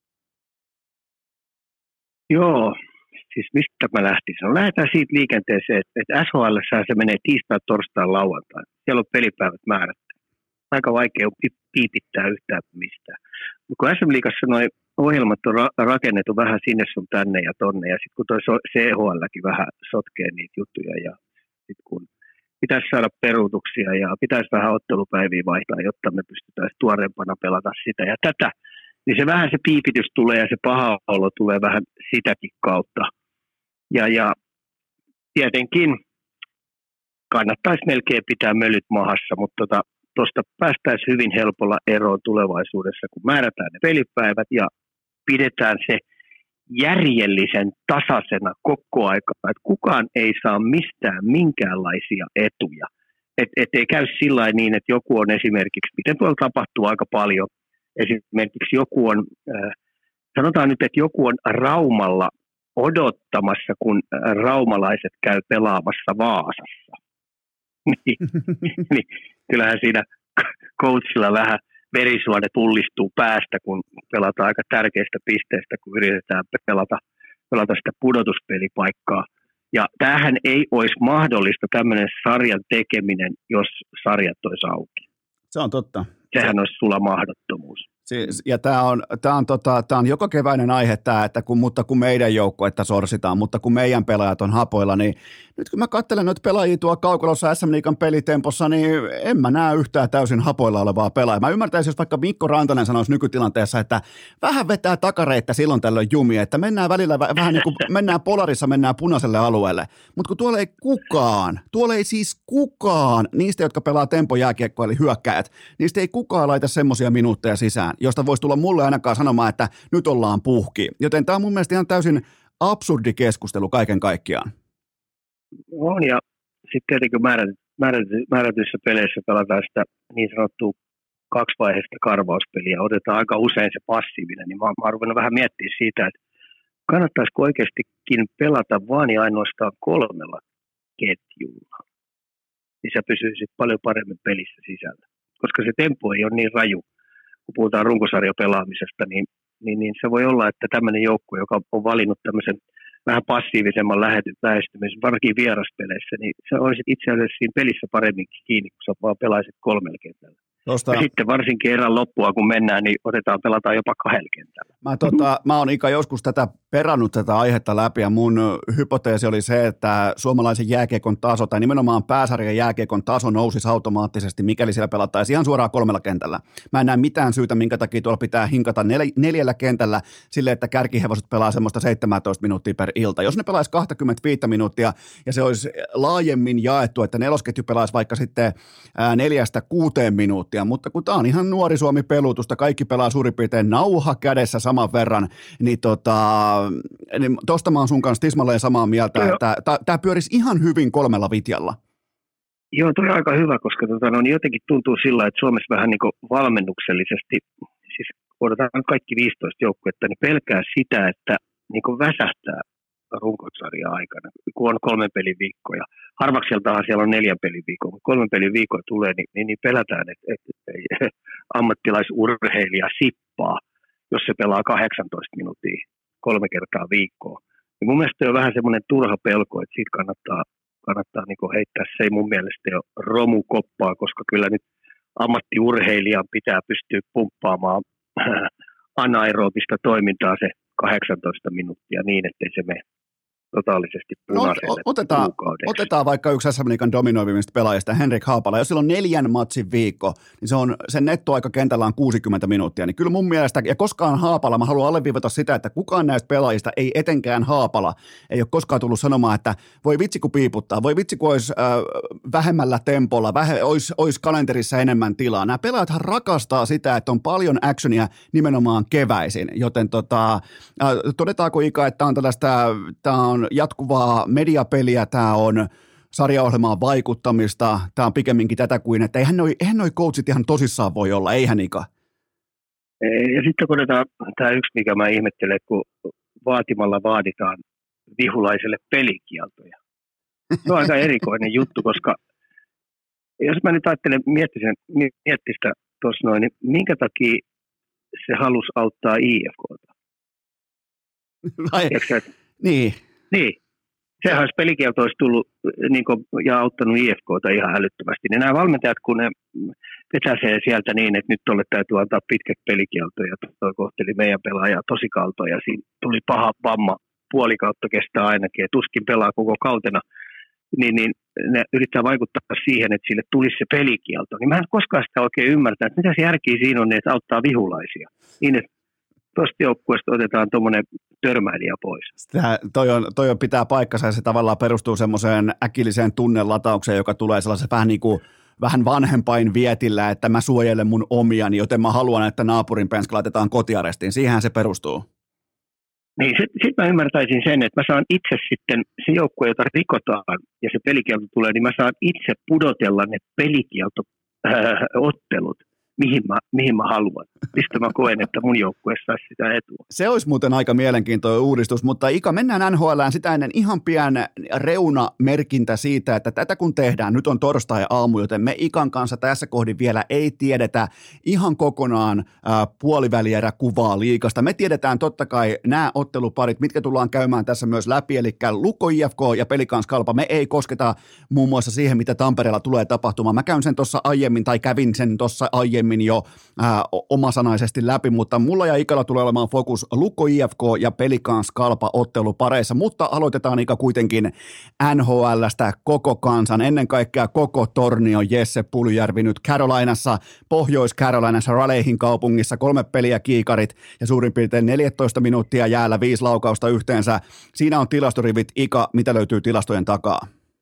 Joo, siis mistä mä lähtisin? No, lähdetään siitä liikenteeseen, että S H L:ssä se menee tiistai, torstai, lauantai. Siellä on pelipäivät määrätty. Aika vaikea piipittää yhtään mistään. Mutta kun S M-liigassa nuo ohjelmat on ra- rakennettu vähän sinne sun tänne ja tonne, ja sitten kun toi C H L:kin vähän sotkee niitä juttuja, ja sitten kun pitäisi saada peruutuksia ja pitäisi vähän ottelupäiviä vaihtaa, jotta me pystytään tuoreempana pelata sitä ja tätä, niin se vähän se piipitys tulee ja se paha olo tulee vähän sitäkin kautta. Ja, ja tietenkin kannattaisi melkein pitää mölyt mahassa, mutta tota, tuosta päästäisiin hyvin helpolla eroon tulevaisuudessa, kun määrätään ne pelipäivät ja pidetään se järjellisen tasaisena koko aika, että kukaan ei saa mistään minkäänlaisia etuja. Et, et ei käy sillä niin, että joku on esimerkiksi, miten tuolla tapahtuu aika paljon, esimerkiksi joku on, äh, sanotaan nyt, että joku on Raumalla odottamassa, kun raumalaiset käy pelaamassa Vaasassa. niin, niin, kyllähän siinä coachilla vähän verisuone pullistuu päästä, kun pelataan aika tärkeistä pisteistä, kun yritetään pelata, pelata sitä pudotuspelipaikkaa. Ja tämähän ei olisi mahdollista tämmöinen sarjan tekeminen, jos sarjat olisi auki. Se on totta. Sehän olisi sulla mahdottomuus. Siis, ja tämä on, tää on, tota, tää on joka keväinen aihe tämä, että kun, mutta kun meidän joukkuetta sorsitaan, mutta kun meidän pelaajat on hapoilla, niin nyt kun mä katselen noita pelaajia tuolla kaukalossa S M-liigan pelitempossa, niin en mä näe yhtään täysin hapoilla olevaa pelaajaa. Mä ymmärtäisin, jos vaikka Mikko Rantanen sanoisi nykytilanteessa, että vähän vetää takareittä silloin tällöin jumia, että mennään välillä vähän niin kuin mennään polarissa, mennään punaiselle alueelle. Mutta kun tuolla ei kukaan, tuolla ei siis kukaan niistä, jotka pelaa tempojääkiekkoa eli hyökkäät, niistä ei kukaan laita semmoisia minuutteja sisään, josta voisi tulla mulle ainakaan sanomaan, että nyt ollaan puhki. Joten tämä on mun mielestä ihan täysin absurdi keskustelu kaiken kaikkiaan. On, ja sitten tietenkin määräty, määräty, määrätyissä peleissä pelataan sitä niin sanottua kaksivaiheista karvauspeliä, otetaan aika usein se passiivinen, niin mä, mä oon ruvennut vähän miettimään siitä, että kannattaisiko oikeastikin pelata vaan ja ainoastaan kolmella ketjulla. Niin sä pysyisit paljon paremmin pelissä sisällä, koska se tempo ei ole niin raju. Kun puhutaan runkosarjapelaamisesta, niin, niin, niin se voi olla, että tämmöinen joukkue, joka on valinnut tämmöisen vähän passiivisemman lähestymisen, varsinkin vieraspeleissä, niin sä olisit itse asiassa siinä pelissä paremminkin kiinni, kun sä vaan pelaisit kolmella kentällä. Tosta... Ja sitten varsinkin erän loppua, kun mennään, niin otetaan, pelataan jopa kahdella kentällä. Mä, tota, mä oon Ika joskus tätä perannut tätä aihetta läpi, ja mun hypoteesi oli se, että suomalaisen jääkiekon taso, tai nimenomaan pääsarjan jääkiekon taso nousisi automaattisesti, mikäli siellä pelattaisiin ihan suoraan kolmella kentällä. Mä en näe mitään syytä, minkä takia tuolla pitää hinkata nel- neljällä kentällä sille, että kärkihevoset pelaa semmoista seitsemäntoista minuuttia per ilta. Jos ne pelaisi kaksikymmentäviisi minuuttia, ja se olisi laajemmin jaettu, että nelosketju pelaisi vaikka sitten ää, neljästä kuuteen minuuttia, mutta kun tämä on ihan nuori Suomi-pelutusta, kaikki pelaa suurin piirtein nauha kädessä saman verran, niin tota, niin tosta mä oon sun kanssa tismalleen samaa mieltä, Joo. että tämä pyörisi ihan hyvin kolmella vitjalla. Joo, toi on aika hyvä, koska tota, no, niin jotenkin tuntuu sillä, että Suomessa vähän niin kuin valmennuksellisesti, siis odotetaan kaikki viisitoista joukkuetta, niin pelkää sitä, että niin kuin väsähtää runkosarjan aikana, kun on kolmen pelin viikkoja. Harvakseltahan siellä on neljän pelin viikko, kun kolmen pelin viikkoja tulee, niin, niin, niin pelätään, että, että, että ammattilaisurheilija sippaa, jos se pelaa kahdeksantoista minuuttia kolme kertaa viikkoa. Ja mun mielestä on vähän semmoinen turha pelko, että siitä kannattaa, kannattaa niin heittää. Se ei mun mielestä ole romukoppaa, koska kyllä nyt ammattiurheilijan pitää pystyä pumppaamaan anaerobista toimintaa se kahdeksantoista minuuttia niin, ettei se mene totaalisesti punaiselle no, otetaan, otetaan vaikka yksi S M-liigan dominoivimmista pelaajista, Henrik Haapala. Jos sillä on neljän matsin viikko, niin se on, sen nettoaika kentällä on kuusikymmentä minuuttia. Niin kyllä mun mielestä, ja koskaan Haapala, mä haluan alleviivata sitä, että kukaan näistä pelaajista, ei etenkään Haapala, ei ole koskaan tullut sanomaan, että voi vitsi kun piiputtaa, voi vitsi kun olisi äh, vähemmällä tempolla, vähe, olisi, olisi kalenterissa enemmän tilaa. Nämä pelaajathan rakastaa sitä, että on paljon actionia nimenomaan keväisin, joten tota, äh, todetaanko Ika, että tämä on tällaista, tämä on jatkuvaa mediapeliä, tämä on sarjaohjelmaan vaikuttamista, tämä on pikemminkin tätä kuin, että eihän noi, eihän noi coachit ihan tosissaan voi olla, eihän Ika? Ja sitten kun tämä yksi, mikä mä ihmettelen, kun vaatimalla vaaditaan vihulaiselle pelikieltoja. Se on aika erikoinen juttu, koska jos mä nyt ajattelen, miettisin, miettistä tuossa noin, niin minkä takia se halusi auttaa I F K:ta? Vai, niin. Niin. Sehän olisi pelikielto olisi tullut niin kuin, ja auttanut I F K:ta ihan älyttömästi. Niin nämä valmentajat, kun ne vetäsee sieltä niin, että nyt tuolle täytyy antaa pitkät pelikieltoja, toi kohteli meidän pelaajaa tosi kaltoin ja siinä tuli paha vamma, puoli kautta kestää ainakin, ja tuskin pelaa koko kautena, niin, niin ne yrittää vaikuttaa siihen, että sille tulisi se pelikielto. Niin mä en koskaan sitä oikein ymmärtää, että mitä se järkiä siinä on, että auttaa vihulaisia. Niin, että tuosta joukkueesta otetaan tuommoinen törmäilijä pois. Tämä, toi, on, toi on pitää paikkansa ja se tavallaan perustuu semmoiseen äkilliseen tunnelataukseen, joka tulee sellaisen vähän niin kuin vähän vanhempain vietillä, että mä suojelen mun omiani, joten mä haluan, että naapurin penska laitetaan kotiarestiin. Siihen se perustuu. Niin sitten sit mä ymmärtäisin sen, että mä saan itse sitten, se joukkue, jota rikotaan ja se pelikielto tulee, niin mä saan itse pudotella ne pelikielto-ottelut, mihin mä, mihin mä haluan. Mistä mä koen, että mun joukkue saisi sitä etua. Se olisi muuten aika mielenkiintoinen uudistus, mutta Ika, mennään N H L:ään sitä ennen ihan pian reunamerkintä siitä, että tätä kun tehdään, nyt on torstai-aamu, joten me Ikan kanssa tässä kohdin vielä ei tiedetä ihan kokonaan äh, puolivälierä kuvaa liigasta. Me tiedetään totta kai nämä otteluparit, mitkä tullaan käymään tässä myös läpi, eli Lukko I F K ja Pelikans Kalpa. Me ei kosketa muun muassa siihen, mitä Tampereella tulee tapahtumaan. Mä käyn sen tuossa aiemmin, tai kävin sen tuossa aiemmin jo äh, omasanaisesti läpi, mutta mulla ja Ikalla tulee olemaan fokus Lukko I F K ja Pelikans Kalpa ottelupareissa, mutta aloitetaan Ika kuitenkin N H L:stä koko kansan, ennen kaikkea koko Tornio Jesse Puljujärvi nyt Carolinassa, Pohjois-Carolinassa Raleihin kaupungissa, kolme peliä kiikarit ja suurin piirtein neljätoista minuuttia jäällä, viisi laukausta yhteensä. Siinä on tilastorivit. Ika, mitä löytyy tilastojen takaa?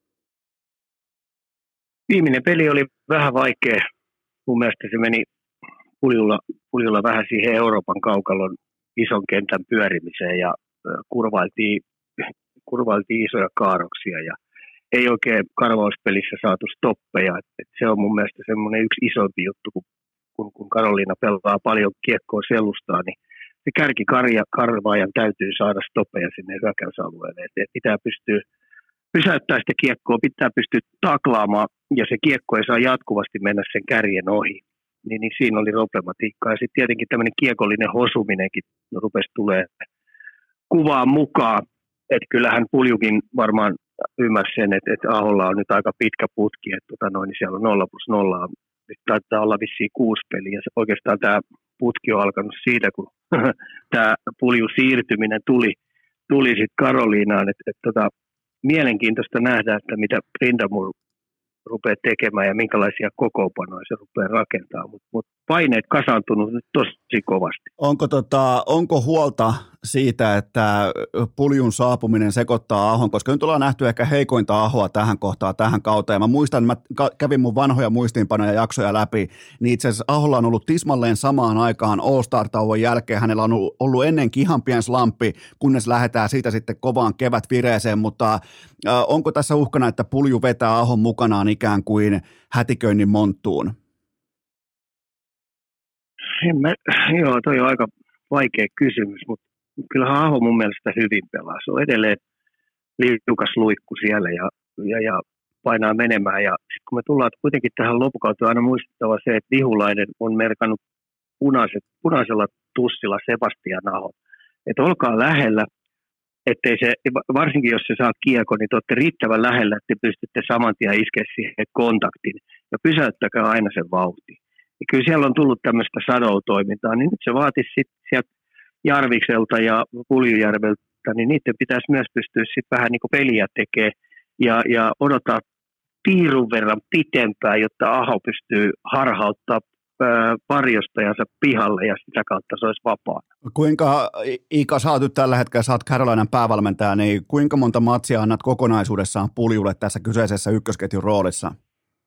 Viimeinen peli oli vähän vaikea. Mun mielestä se meni Puljulla, Puljulla vähän siihen Euroopan kaukalon ison kentän pyörimiseen ja kurvailtiin, kurvailtiin isoja kaaroksia ja ei oikein karvauspelissä saatu stoppeja. Et, et se on mun mielestä semmoinen yksi isompi juttu, kun, kun, kun Karoliina pelaa paljon kiekkoa selustaa, niin se kärkikarvaajan täytyy saada stoppeja sinne hyökkäysalueelle. Et, et pitää pystyä pysäyttää sitä kiekkoa, pitää pystyä taklaamaan ja se kiekko ei saa jatkuvasti mennä sen kärjen ohi. Niin, niin siinä oli problematiikkaa. Ja sitten tietenkin tämmöinen kiekollinen hosuminenkin rupesi tulee kuvaan mukaan. Että kyllähän Puljukin varmaan ymmärsi sen, että, että Aholla on nyt aika pitkä putki. Että tota noin, niin siellä on nolla plus nolla. Nyt taitaa olla vissiin kuusi peliä. Ja oikeastaan tämä putki on alkanut siitä, kun tämä Puljun siirtyminen tuli, tuli sitten Karoliinaan. Että, että, tota, mielenkiintoista nähdä, että mitä Brindamore rupeaa tekemään ja minkälaisia kokoonpanoja se rupeaa rakentamaan, mutta mut paineet kasaantunut nyt tosi kovasti. Onko, tota, onko huolta siitä, että Puljun saapuminen sekoittaa Ahon, koska nyt ollaan nähty ehkä heikointa Ahoa tähän kohtaan, tähän kautta, ja mä muistan, mä kävin mun vanhoja muistiinpanoja jaksoja läpi, niin itse asiassa Aholla on ollut tismalleen samaan aikaan All-Star-tauon jälkeen, hänellä on ollut ennenkin ihan pieni slamppi, kunnes lähdetään siitä sitten kovaan kevätvireeseen, mutta äh, onko tässä uhkana, että Pulju vetää Ahon mukanaan ikään kuin hätiköinnin monttuun? En mä, joo, toi on aika vaikea kysymys, mutta kyllähän Aho mun mielestä hyvin pelaa. Se on edelleen liukas luikku siellä ja, ja, ja painaa menemään. Ja sitten kun me tullaan kuitenkin tähän loppukauteen, aina muistettava se, että Vihulainen on merkannut punaiset, punaisella tussilla Sebastian Aho. Että olkaa lähellä, ettei se, varsinkin jos se saa kiekon, niin te olette riittävän lähellä, että te pystytte saman tien iskeä siihen kontaktin. Ja pysäyttäkää aina sen vauhti. Ja kyllä siellä on tullut tämmöistä shadow-toimintaa, niin nyt se vaatisi sitten sieltä Jarvikselta ja Puljujärveltä, niin niiden pitäisi myös pystyä sitten vähän niin kuin peliä tekemään ja, ja odottaa piirun verran pitempään, jotta Aho pystyy harhauttaa varjostajansa pihalle ja sitä kautta se olisi vapaa. Kuinka, Ika, sä oot nyt tällä hetkellä, sä oot Carolinan päävalmentaja, niin kuinka monta matsia annat kokonaisuudessaan Puljulle tässä kyseisessä ykkösketjun roolissa?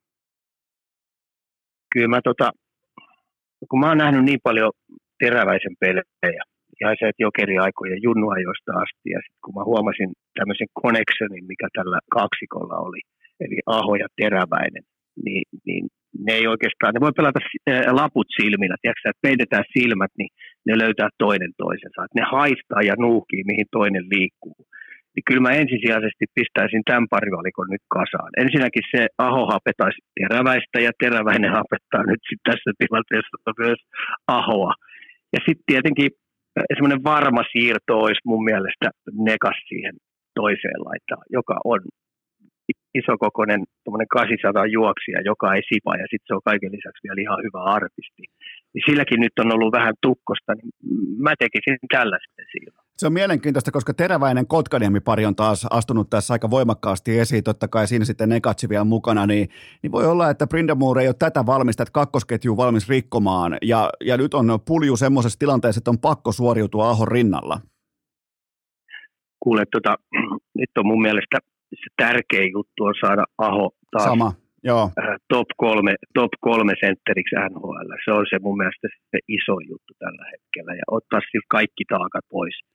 Kyllä mä tota, kun mä oon nähnyt niin paljon Teräväisen pelejä, ja se, että jokeriaikojen junnuajoista asti, ja sitten kun mä huomasin tämmöisen connectionin, mikä tällä kaksikolla oli, eli Aho ja Teräväinen, niin, niin ne ei oikeastaan, ne voi pelata laput silmillä, tiedätkö, että peitetään silmät, niin ne löytää toinen toisensa, että ne haistaa ja nuuhkii, mihin toinen liikkuu. Niin kyllä mä ensisijaisesti pistäisin tämän parivalikon nyt kasaan. Ensinnäkin se Aho hapetaisi Teräväistä ja Teräväinen hapettaa nyt sitten tässä tilanteessa myös Ahoa. Ja sitten tietenkin semmoinen varma siirto olisi mun mielestä Nekas siihen toiseen laitaan, joka on isokokoinen kahdeksansataa juoksija, joka ei sipa ja sitten se on kaiken lisäksi vielä ihan hyvä artisti. Niin silläkin nyt on ollut vähän tukkosta, niin mä tekisin tällaisen silloin. Se on mielenkiintoista, koska Teräväinen Kotkaniemi-pari on taas astunut tässä aika voimakkaasti esiin, totta kai siinä sitten Nekatsi vielä mukana, niin, niin voi olla, että Brindamore ei ole tätä valmista, että kakkosketju valmis rikkomaan, ja, ja nyt on Pulju semmoisessa tilanteessa, että on pakko suoriutua Ahon rinnalla. Kuule, tota, nyt on mun mielestä se tärkein juttu on saada Aho taas Sama. Joo. top kolme, top kolme sentteriksi N H L. Se on se mun mielestä se iso juttu tällä hetkellä ja ottaa siltä kaikki taakat pois.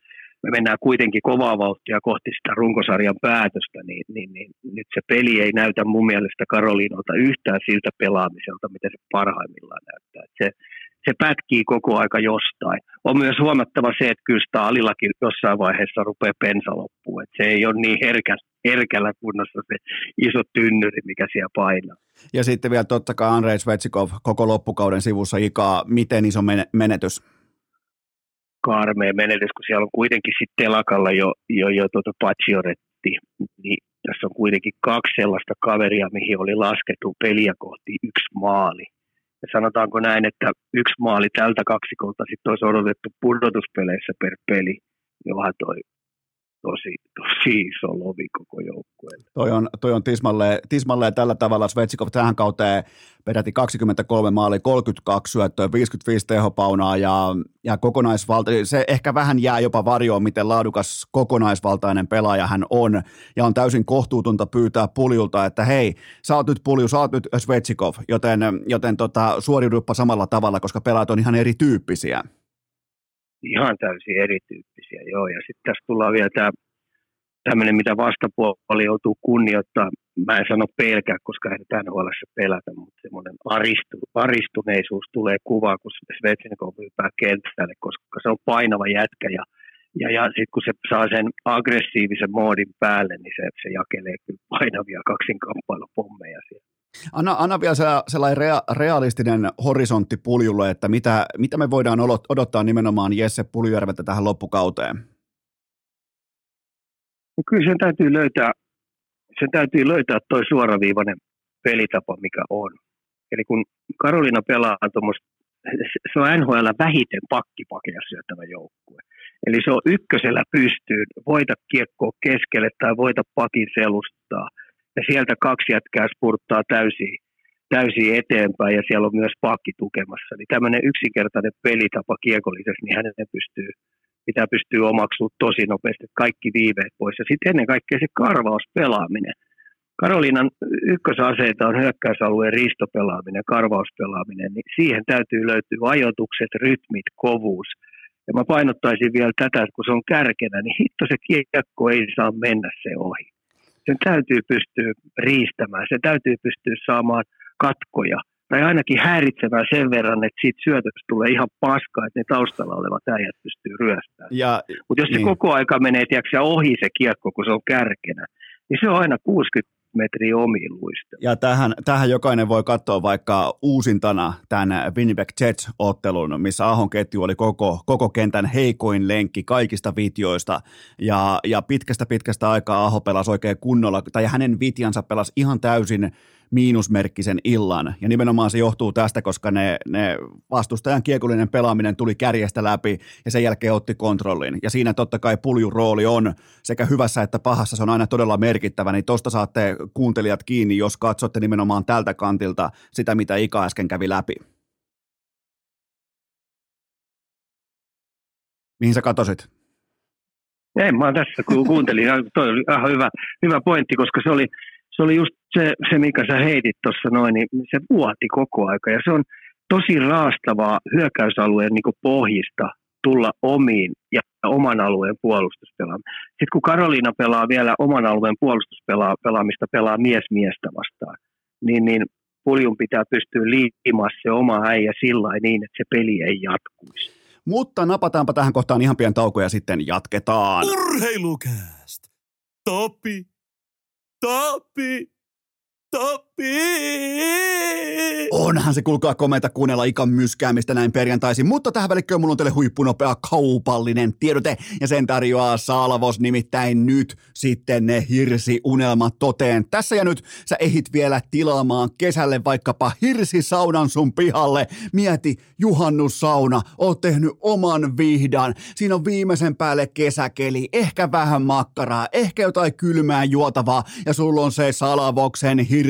me mennään kuitenkin kovaa vauhtia kohti sitä runkosarjan päätöstä, niin, niin, niin nyt se peli ei näytä mun mielestä Karolinalta yhtään siltä pelaamiselta, mitä se parhaimmillaan näyttää. Se, se pätkii koko aika jostain. On myös huomattava se, että kyllä Staalillakin jossain vaiheessa rupeaa pensa loppuun. Että se ei ole niin herkä, herkällä kunnossa se iso tynnyri, mikä siellä painaa. Ja sitten vielä totta kai Andrei Svetsikov koko loppukauden sivussa ikaa. Miten iso menetys? Karmea menetys, kun siellä on kuitenkin sitten telakalla jo, jo, jo tuota Pacioretti. Niin tässä on kuitenkin kaksi sellaista kaveria, mihin oli laskettu peliä kohti yksi maali. Ja sanotaanko näin, että yksi maali tältä kaksikolta sitten olisi odotettu pudotuspeleissä per peli, niin onhan toi tosi, tosi iso lovi koko joukkueelle. Toi on, toi on tismalleen, tismalleen tällä tavalla Svetsikov tähän kauteen peräti kaksikymmentäkolme maalia, kolmekymmentäkaksi syöttöä, viisikymmentäviisi tehopaunaa ja, ja kokonaisvalta, se ehkä vähän jää jopa varjoon, miten laadukas kokonaisvaltainen pelaaja hän on ja on täysin kohtuutonta pyytää Puljulta, että hei, sä oot nyt Pulju, sä oot nyt Svetsikov, joten, joten tota, suoriuduppa samalla tavalla, koska pelaajat on ihan erityyppisiä. Ihan täysin erityyppisiä, joo. Ja sitten tässä tullaan vielä tämä tämmöinen, mitä vastapuoli joutuu kunnioittaa. Mä en sano pelkää, koska ei tämän huolessa pelätä, mutta semmoinen aristu, aristuneisuus tulee kuvaan, kun Svetsnikov hyppää kentälle, koska se on painava jätkä. Ja, ja, ja sitten kun se saa sen aggressiivisen moodin päälle, niin se, se jakelee kyllä painavia kaksinkamppailupommeja siellä. Anna, anna vielä sellainen rea, realistinen horisontti Puljulle, että mitä, mitä me voidaan odottaa nimenomaan Jesse Puljujärveltä tähän loppukauteen? No kyllä sen täytyy löytää, sen täytyy löytää toi suoraviivainen pelitapa, mikä on. Eli kun Karolina pelaa tuommoista, se on N H L vähiten pakkipakeja syöttävä joukkue. Eli se on ykkösellä pystyyn, voita kiekkoa keskelle tai voita pakin selustaa. Ja sieltä kaksi jätkää spurttaa täysin, täysin eteenpäin ja siellä on myös pakki tukemassa. Niin tämmöinen yksinkertainen pelitapa kiekollisesti, niin hänen pystyy, pitää pystyä omaksumaan tosi nopeasti kaikki viiveet pois. Ja sitten ennen kaikkea se karvauspelaaminen. Karoliinan ykkösaseita on hyökkäysalueen ristopelaaminen, karvauspelaaminen, niin siihen täytyy löytyä ajoitukset, rytmit, kovuus. Ja mä painottaisin vielä tätä, että kun se on kärkenä, niin hitto se kiekko ei saa mennä se ohi. Sen täytyy pystyä riistämään, se täytyy pystyä saamaan katkoja tai ainakin häiritsemään sen verran, että siitä syötöstä tulee ihan paskaa, että ne taustalla olevat äijät pystyy ryöstämään. Mutta jos se niin. koko aika menee tiiäksä, ohi se kiekko, kun se on kärkenä, niin se on aina kuusikymmentä metriä omiin luistelu. Ja tähän, tähän jokainen voi katsoa vaikka uusintana tämän Winnipeg Jets-ottelun, missä Ahon ketju oli koko, koko kentän heikoin lenkki kaikista vitjoista. Ja, ja pitkästä pitkästä aikaa Aho pelasi oikein kunnolla, tai hänen vitjansa pelasi ihan täysin miinusmerkkisen illan. Ja nimenomaan se johtuu tästä, koska ne, ne vastustajan kiekollinen pelaaminen tuli kärjestä läpi ja sen jälkeen otti kontrollin. Ja siinä totta kai Puljun rooli on sekä hyvässä että pahassa, se on aina todella merkittävä, niin tosta saatte kuuntelijat kiinni, jos katsotte nimenomaan tältä kantilta sitä, mitä Ika äsken kävi läpi. Mihin sä katosit? Ei, mä oon tässä, kun kuuntelin. Toi oli ihan hyvä, hyvä pointti, koska se oli Se oli just se, se mikä sä heitit tuossa noin, niin se vuoti koko aika. Ja se on tosi raastavaa hyökkäysalueen niin pohjista tulla omiin ja oman alueen puolustuspelaamista. Sitten kun Karoliina pelaa vielä oman alueen puolustuspelaamista, pelaa mies miestä vastaan, niin, niin Puljun pitää pystyä liimaan se oma äijä sillä niin, että se peli ei jatkuisi. Mutta napataanpa tähän kohtaan ihan pian tauko ja sitten jatketaan. Urheilukääst! Topi! Topi! Topi! Onhan se kuulkaa komeita kuunnella Ikan myskäämistä näin perjantaisin, mutta tähän välikköön mulla on teille huippunopea kaupallinen tiedote ja sen tarjoaa Salvos, nimittäin nyt sitten ne hirsiunelmat toteen. Tässä ja nyt sä ehit vielä tilaamaan kesälle vaikkapa hirsisaunan sun pihalle. Mieti, juhannussauna, oot tehnyt oman vihdan, siinä on viimeisen päälle kesäkeli, ehkä vähän makkaraa, ehkä jotain kylmää juotavaa ja sulla on se Salvoksen hirsisauna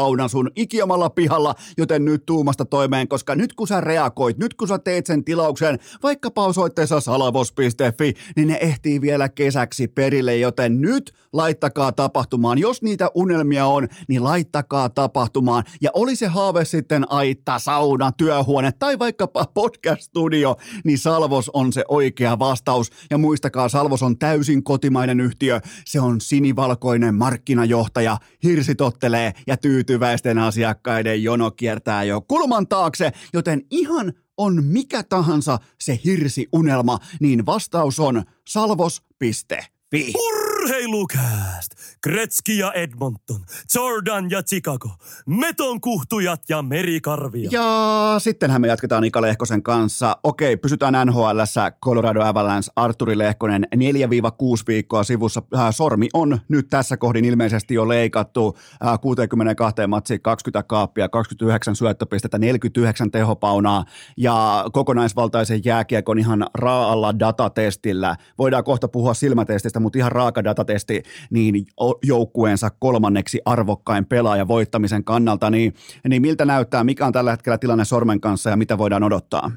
sauna sun ikiomalla pihalla, joten nyt tuumasta toimeen, koska nyt kun sä reagoit, nyt kun sä teet sen tilauksen, vaikkapa osoitteessa salvos piste fi, niin ne ehtii vielä kesäksi perille, joten nyt laittakaa tapahtumaan. Jos niitä unelmia on, niin laittakaa tapahtumaan. Ja oli se haave sitten aitta, sauna, työhuone tai vaikkapa podcast-studio, niin Salvos on se oikea vastaus. Ja muistakaa, Salvos on täysin kotimainen yhtiö. Se on sinivalkoinen markkinajohtaja, hirsi tottelee ja tyytyväisten asiakkaiden jono kiertää jo kulman taakse, joten ihan on mikä tahansa se hirsiunelma, niin vastaus on salvos piste fi. Urheilukääst! Gretzky ja Edmonton, Jordan ja Chicago, metonkuhtujat ja merikarvia. Ja sittenhän me jatketaan Ika Lehkosen kanssa. Okei, pysytään N H L:ssä. Colorado Avalanche, Arturi Lehkonen, neljä kuusi viikkoa sivussa. Äh, sormi on nyt tässä kohdin ilmeisesti jo leikattu. Äh, kuusikymmentäkaksi matsiin, kaksikymmentä kaappia, kaksikymmentäyhdeksän syöttöpistettä, neljäkymmentäyhdeksän tehopaunaa ja kokonaisvaltaisen jääkiekon ihan raalla datatestillä. Voidaan kohta puhua silmätestistä, mutta ihan raaka datatesti, niin joukkueensa kolmanneksi arvokkain pelaaja voittamisen kannalta, niin, niin miltä näyttää, mikä on tällä hetkellä tilanne sormen kanssa ja mitä voidaan odottaa?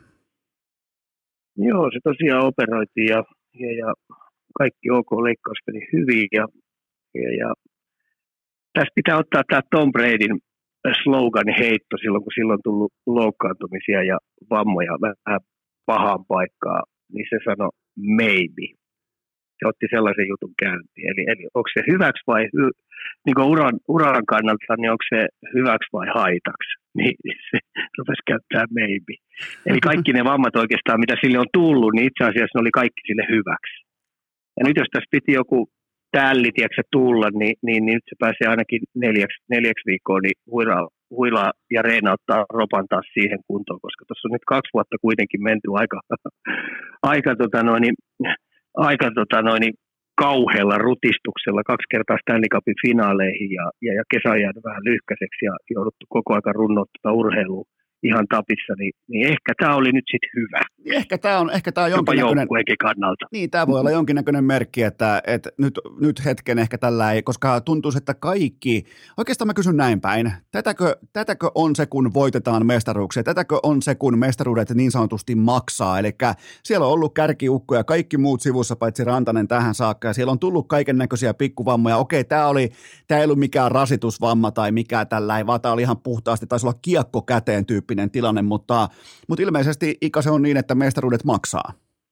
Joo, se tosiaan operoitiin ja, ja, ja kaikki OK, leikkaus meni hyvin ja, ja, ja tässä pitää ottaa tämä Tom Bradyn slogan heitto silloin, kun silloin on tullut loukkaantumisia ja vammoja vähän pahaan paikkaan, niin se sanoi maybe. Se otti sellaisen jutun käyntiin. Eli, eli onko se hyväksi vai, niin kuin uran, uran kannalta, niin onko se hyväksi vai haitaksi? Niin se rupesi käyttää maybe. Eli kaikki ne vammat oikeastaan, mitä sille on tullut, niin itse asiassa ne oli kaikki sille hyväksi. Ja nyt jos tässä piti joku tälli, tiedätkö, tulla, niin, niin, niin nyt se pääsee ainakin neljäksi, neljäksi viikkoon niin huilaa, huilaa ja reenauttaa ropan taas siihen kuntoon, koska tuossa on nyt kaksi vuotta kuitenkin menty aika, aika tota noin, aika tota noin, kauhealla rutistuksella, kaksi kertaa Stanley Cupin finaaleihin ja, ja, ja kesä on jäänyt vähän lyhkäiseksi ja jouduttu koko ajan runnoa urheilua ihan tapissa, niin, niin ehkä tämä oli nyt sitten hyvä. Ehkä tämä on, ehkä tämä on jonkinnäköinen kannalta. Niin, tämä voi olla jonkinnäköinen merkki, että, että nyt, nyt hetken ehkä tällä ei, koska tuntuu, että kaikki, oikeastaan mä kysyn näin päin, tätäkö, tätäkö on se, kun voitetaan mestaruuksia, tätäkö on se, kun mestaruudet niin sanotusti maksaa, eli siellä on ollut kärkiukkoja, kaikki muut sivussa, paitsi Rantanen tähän saakka, ja siellä on tullut kaiken näköisiä pikkuvammoja, okei, tämä oli, tämä ei ollut mikään rasitusvamma tai mikään tällä ei, vaan tämä oli ihan puhtaasti, taisi olla kiekko käteen tyyppi tilanne, mutta, mutta ilmeisesti Ika se on niin, että mestaruudet maksaa.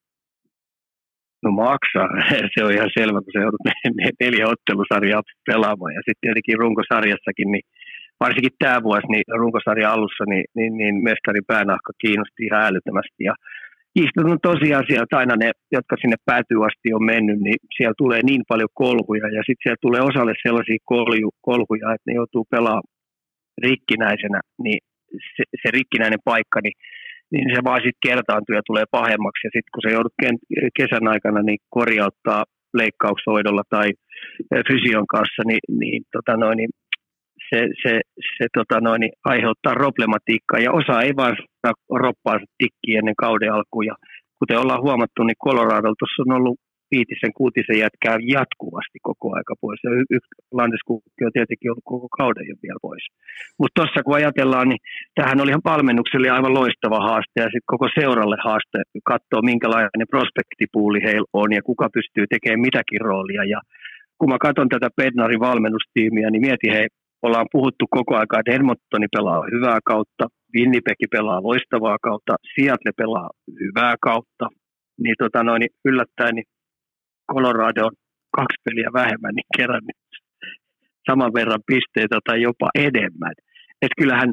No maksaa, se on ihan selvä, kun se joudut neljä ottelusarjaa pelaamaan ja sitten tietenkin runkosarjassakin, niin varsinkin tämä vuosi niin runkosarjan alussa, niin, niin, niin mestarin päänahka kiinnosti ihan älyttömästi ja kiistaton tosiasia, että aina ne, jotka sinne päätyy asti on mennyt, niin siellä tulee niin paljon kolhuja ja sitten siellä tulee osalle sellaisia kolju, kolhuja, että ne joutuu pelaamaan rikkinäisenä, niin Se, se rikkinäinen paikka, niin, niin se vaan sitten kertaantuu ja tulee pahemmaksi. Ja sitten kun se joudut kesän aikana niin korjauttaa leikkaushoidolla tai fysion kanssa, niin, niin, tota noin, niin se, se, se tota noin, niin aiheuttaa problematiikkaa. Ja osa ei vaan saa roppaansa tikkiin ennen kauden alkuun. Ja kuten ollaan huomattu, niin Coloradolta tuossa on ollut viitisen, kuutisen jätkää jatkuvasti koko aika pois. Ja y- y- Landeskukki on tietenkin ollut koko kauden jo vielä pois. Mutta tuossa kun ajatellaan, niin tämähän oli ihan valmennukselle aivan loistava haaste ja sitten koko seuralle haaste katsoa, minkälainen prospektipuuli heillä on ja kuka pystyy tekemään mitäkin roolia. Ja kun mä katson tätä Bednarin valmennustiimiä, niin mietin, hei, ollaan puhuttu koko ajan, että Edmontoni pelaa hyvää kautta, Winnipeg pelaa loistavaa kautta, Seattle pelaa hyvää kautta. Niin, tota noin, niin yllättäen niin Colorado on kaksi peliä vähemmän niin kerännyt saman verran pisteitä tai jopa enemmän. Et kyllähän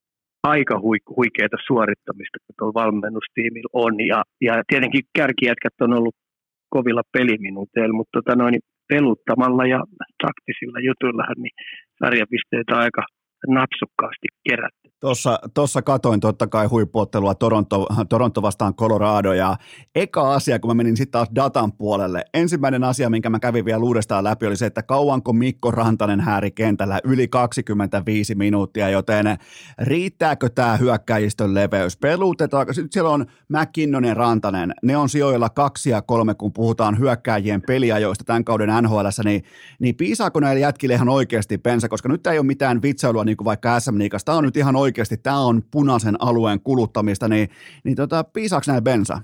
aika huikeata suorittamista tuolla valmennustiimillä on. Ja, ja tietenkin kärkijätkät on ollut kovilla peliminuuteilla, mutta tota noin, peluttamalla ja taktisilla jutuillahan niin sarjapisteitä aika napsukkaasti kerätty. Tuossa, tuossa katoin totta kai huippuottelua Toronto, Toronto vastaan Colorado ja eka asia, kun mä menin sitten taas datan puolelle, ensimmäinen asia, minkä mä kävin vielä uudestaan läpi, oli se, että kauanko Mikko Rantanen hääri kentällä yli kaksikymmentäviisi minuuttia, joten riittääkö tämä hyökkäjistön leveys? Pelutetaanko? Sitten siellä on McKinnon ja Rantanen, ne on sijoilla kaksi ja kolme, kun puhutaan hyökkäjien peliajoista tämän kauden N H L:ssä, niin, niin piisaako näille jätkille ihan oikeasti pensa, koska nyt ei ole mitään vitsailua niin kuin vaikka S M-liigassa, tämä on nyt ihan oikeasti, tämä on punaisen alueen kuluttamista, niin, niin tota, piisaako näin bensa?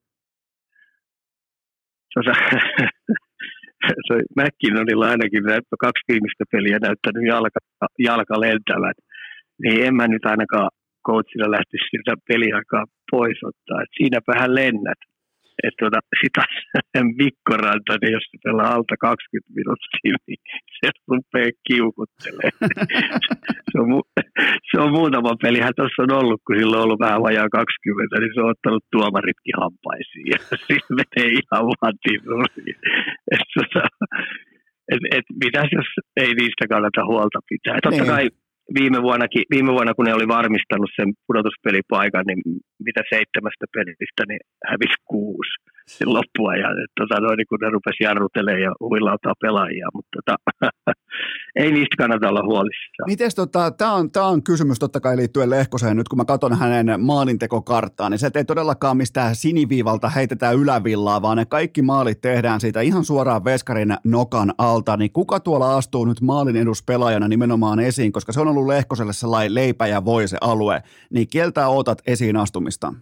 Tota, se McKinnonilla ainakin kaksi viimeistä peliä näyttänyt jalka, jalka lentävät, niin en mä nyt ainakaan coachilla lähtisi siltä peliaikaa pois ottaa, että siinäpä hän lennät. Että tuota, sitä Mikko Rantanen, jos se pelaa alta kaksikymmentä minuuttia, niin se rupeaa kiukuttelemaan. se, on mu- se on muutama pelihän tuossa on ollut, kun sillä on ollut vähän vajaa kaksikymmentä, niin se on ottanut tuomaritkin hampaisiin. Ja siinä menee ihan vaan tinuriin. Että tuota, et, et, mitäs jos ei niistä kannata huolta pitää. Totta kai viime, vuonnakin, viime vuonna, kun ne oli varmistanut sen pudotuspelipaikan, niin mitä seitsemästä pelistä, niin hävisi kuusi sen loppuajan. Tota, noin, kun ne rupesi jarrutelemaan ja huilautaa pelaajia, mutta tota, ei niistä kannata olla huolissaan. Mites tota, tämä on, tää on kysymys totta kai liittyen Lehkoseen. Nyt kun mä katson hänen maalintekokarttaan, niin se ei todellakaan mistään siniviivalta heitetään ylävillaa, vaan ne kaikki maalit tehdään siitä ihan suoraan veskarin nokan alta. Niin kuka tuolla astuu nyt maalin eduspelaajana nimenomaan esiin, koska se on ollut Lehkoselle sellainen leipä ja voi se alue, niin kieltää ootat esiin astumista?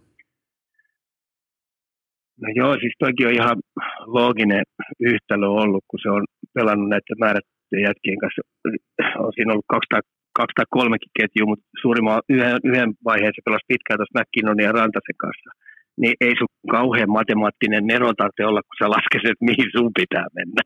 No joo, siis toikin on ihan looginen yhtälö ollut, kun se on pelannut näiden määrättyjen jätkien kanssa. On siinä ollut kaksi tai, kaksi tai kolmekin ketjua, mutta suurimman yhden, yhden vaiheen se pelasi pitkään tuossa McKinnonin ja Rantasen kanssa. Niin ei sun kauhean matemaattinen nero tarvitse olla, kun sä laskeset, mihin sun pitää mennä.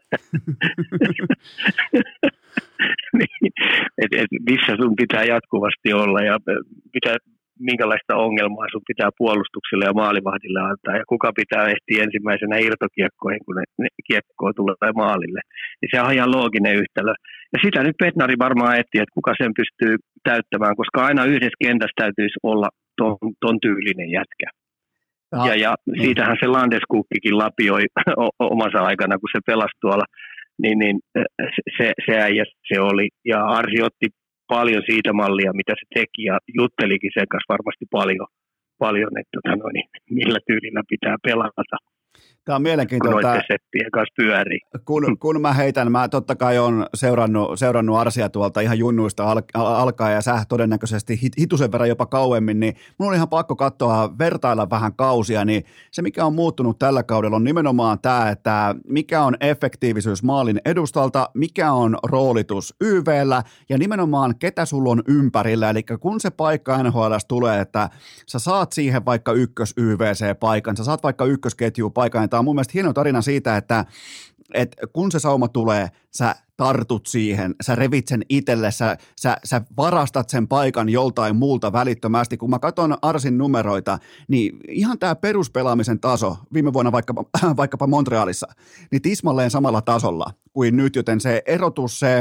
niin, et, et, missä sun pitää jatkuvasti olla ja pitää, minkälaista ongelmaa sun pitää puolustukselle ja maalivahdille antaa ja kuka pitää ehtiä ensimmäisenä irtokiekkoihin, kun ne, ne kiekkoa tulee maalille. Niin se on ihan looginen yhtälö. Ja sitä nyt Petnari varmaan etsii, että kuka sen pystyy täyttämään, koska aina yhdessä kentässä täytyisi olla ton, ton tyylinen jätkä. No, ja, ja niin. Siitähän se Landeskukkikin lapioi omassa aikana, kun se pelasi tuolla, niin, niin se, se äijä se oli. Ja Arsi otti paljon siitä mallia, mitä se teki, ja juttelikin sen kanssa varmasti paljon, paljon että tota noin, millä tyylillä pitää pelata. Tämä on mielenkiintoista. Noiden seppien kanssa pyörii. Kun, kun mä heitän, mä totta kai olen seurannut, seurannut Arsia tuolta ihan junnuista al, alkaa ja sä todennäköisesti hit, hitusen verran jopa kauemmin, niin mun on ihan pakko katsoa, vertailla vähän kausia, niin se mikä on muuttunut tällä kaudella on nimenomaan tämä, että mikä on efektiivisyys maalin edustalta, mikä on roolitus Y V:llä ja nimenomaan ketä sulla on ympärillä, eli kun se paikka N H L:ssä tulee, että sä saat siihen vaikka ykkös Y V C-paikan, sä saat vaikka ykkösketju-paikan. Tämä on mun mielestä hieno tarina siitä, että, että kun se sauma tulee, sä tartut siihen, sä revit sen itselle, sä, sä, sä varastat sen paikan joltain muulta välittömästi. Kun mä katson Arsin numeroita, niin ihan tämä peruspelaamisen taso, viime vuonna vaikkapa, vaikkapa Montrealissa, niin tismalleen samalla tasolla kuin nyt, joten se erotus, se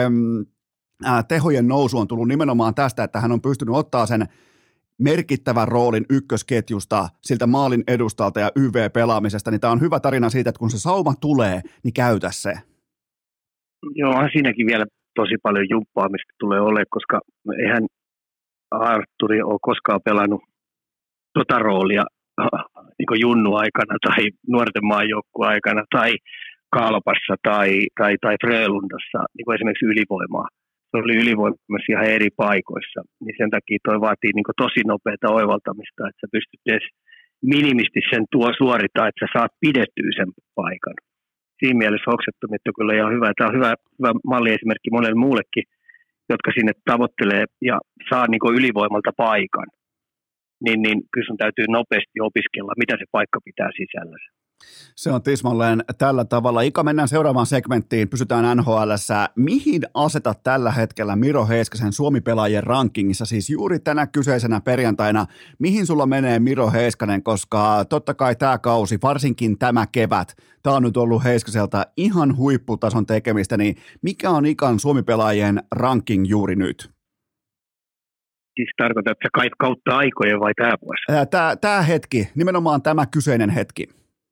ää, tehojen nousu on tullut nimenomaan tästä, että hän on pystynyt ottaa sen merkittävän roolin ykkösketjusta, siltä maalin edustalta ja Y V-pelaamisesta, niin tämä on hyvä tarina siitä, että kun se sauma tulee, niin käytä se. Joo, siinäkin vielä tosi paljon jumppaamista tulee olemaan, koska eihän Arturi ole koskaan pelannut tota roolia niin junnu-aikana tai nuorten maajoukkueaikana tai Kalpassa tai, tai, tai Frölundassa, niin kuin esimerkiksi ylivoimaa. Se oli ylivoimassa ihan eri paikoissa, niin sen takia toi vaatii niin kuin tosi nopeata oivaltamista, että sä pystyt edes minimisti sen tuo suorittaa, että sä saat pidettyä sen paikan. Siinä mielessä Hoksettomit on kyllä ihan hyvä. Tämä on hyvä, hyvä malliesimerkki monelle muullekin, jotka sinne tavoittelee ja saa niin kuin ylivoimalta paikan. Niin, niin kyllä sun täytyy nopeasti opiskella, mitä se paikka pitää sisällänsä. Se on tismalleen tällä tavalla. Ika, mennään seuraavaan segmenttiin. Pysytään N H L:ssä. Mihin asetat tällä hetkellä Miro Heiskasen Suomi-pelaajien rankingissa, siis juuri tänä kyseisenä perjantaina? Mihin sulla menee Miro Heiskanen, koska totta kai tämä kausi, varsinkin tämä kevät, tämä on nyt ollut Heiskaselta ihan huipputason tekemistä, niin mikä on Ikan Suomi-pelaajien ranking juuri nyt? Siis tarkoitat, että sä kautta aikojen vai tämä vuosi? Tämä, tämä hetki, nimenomaan tämä kyseinen hetki.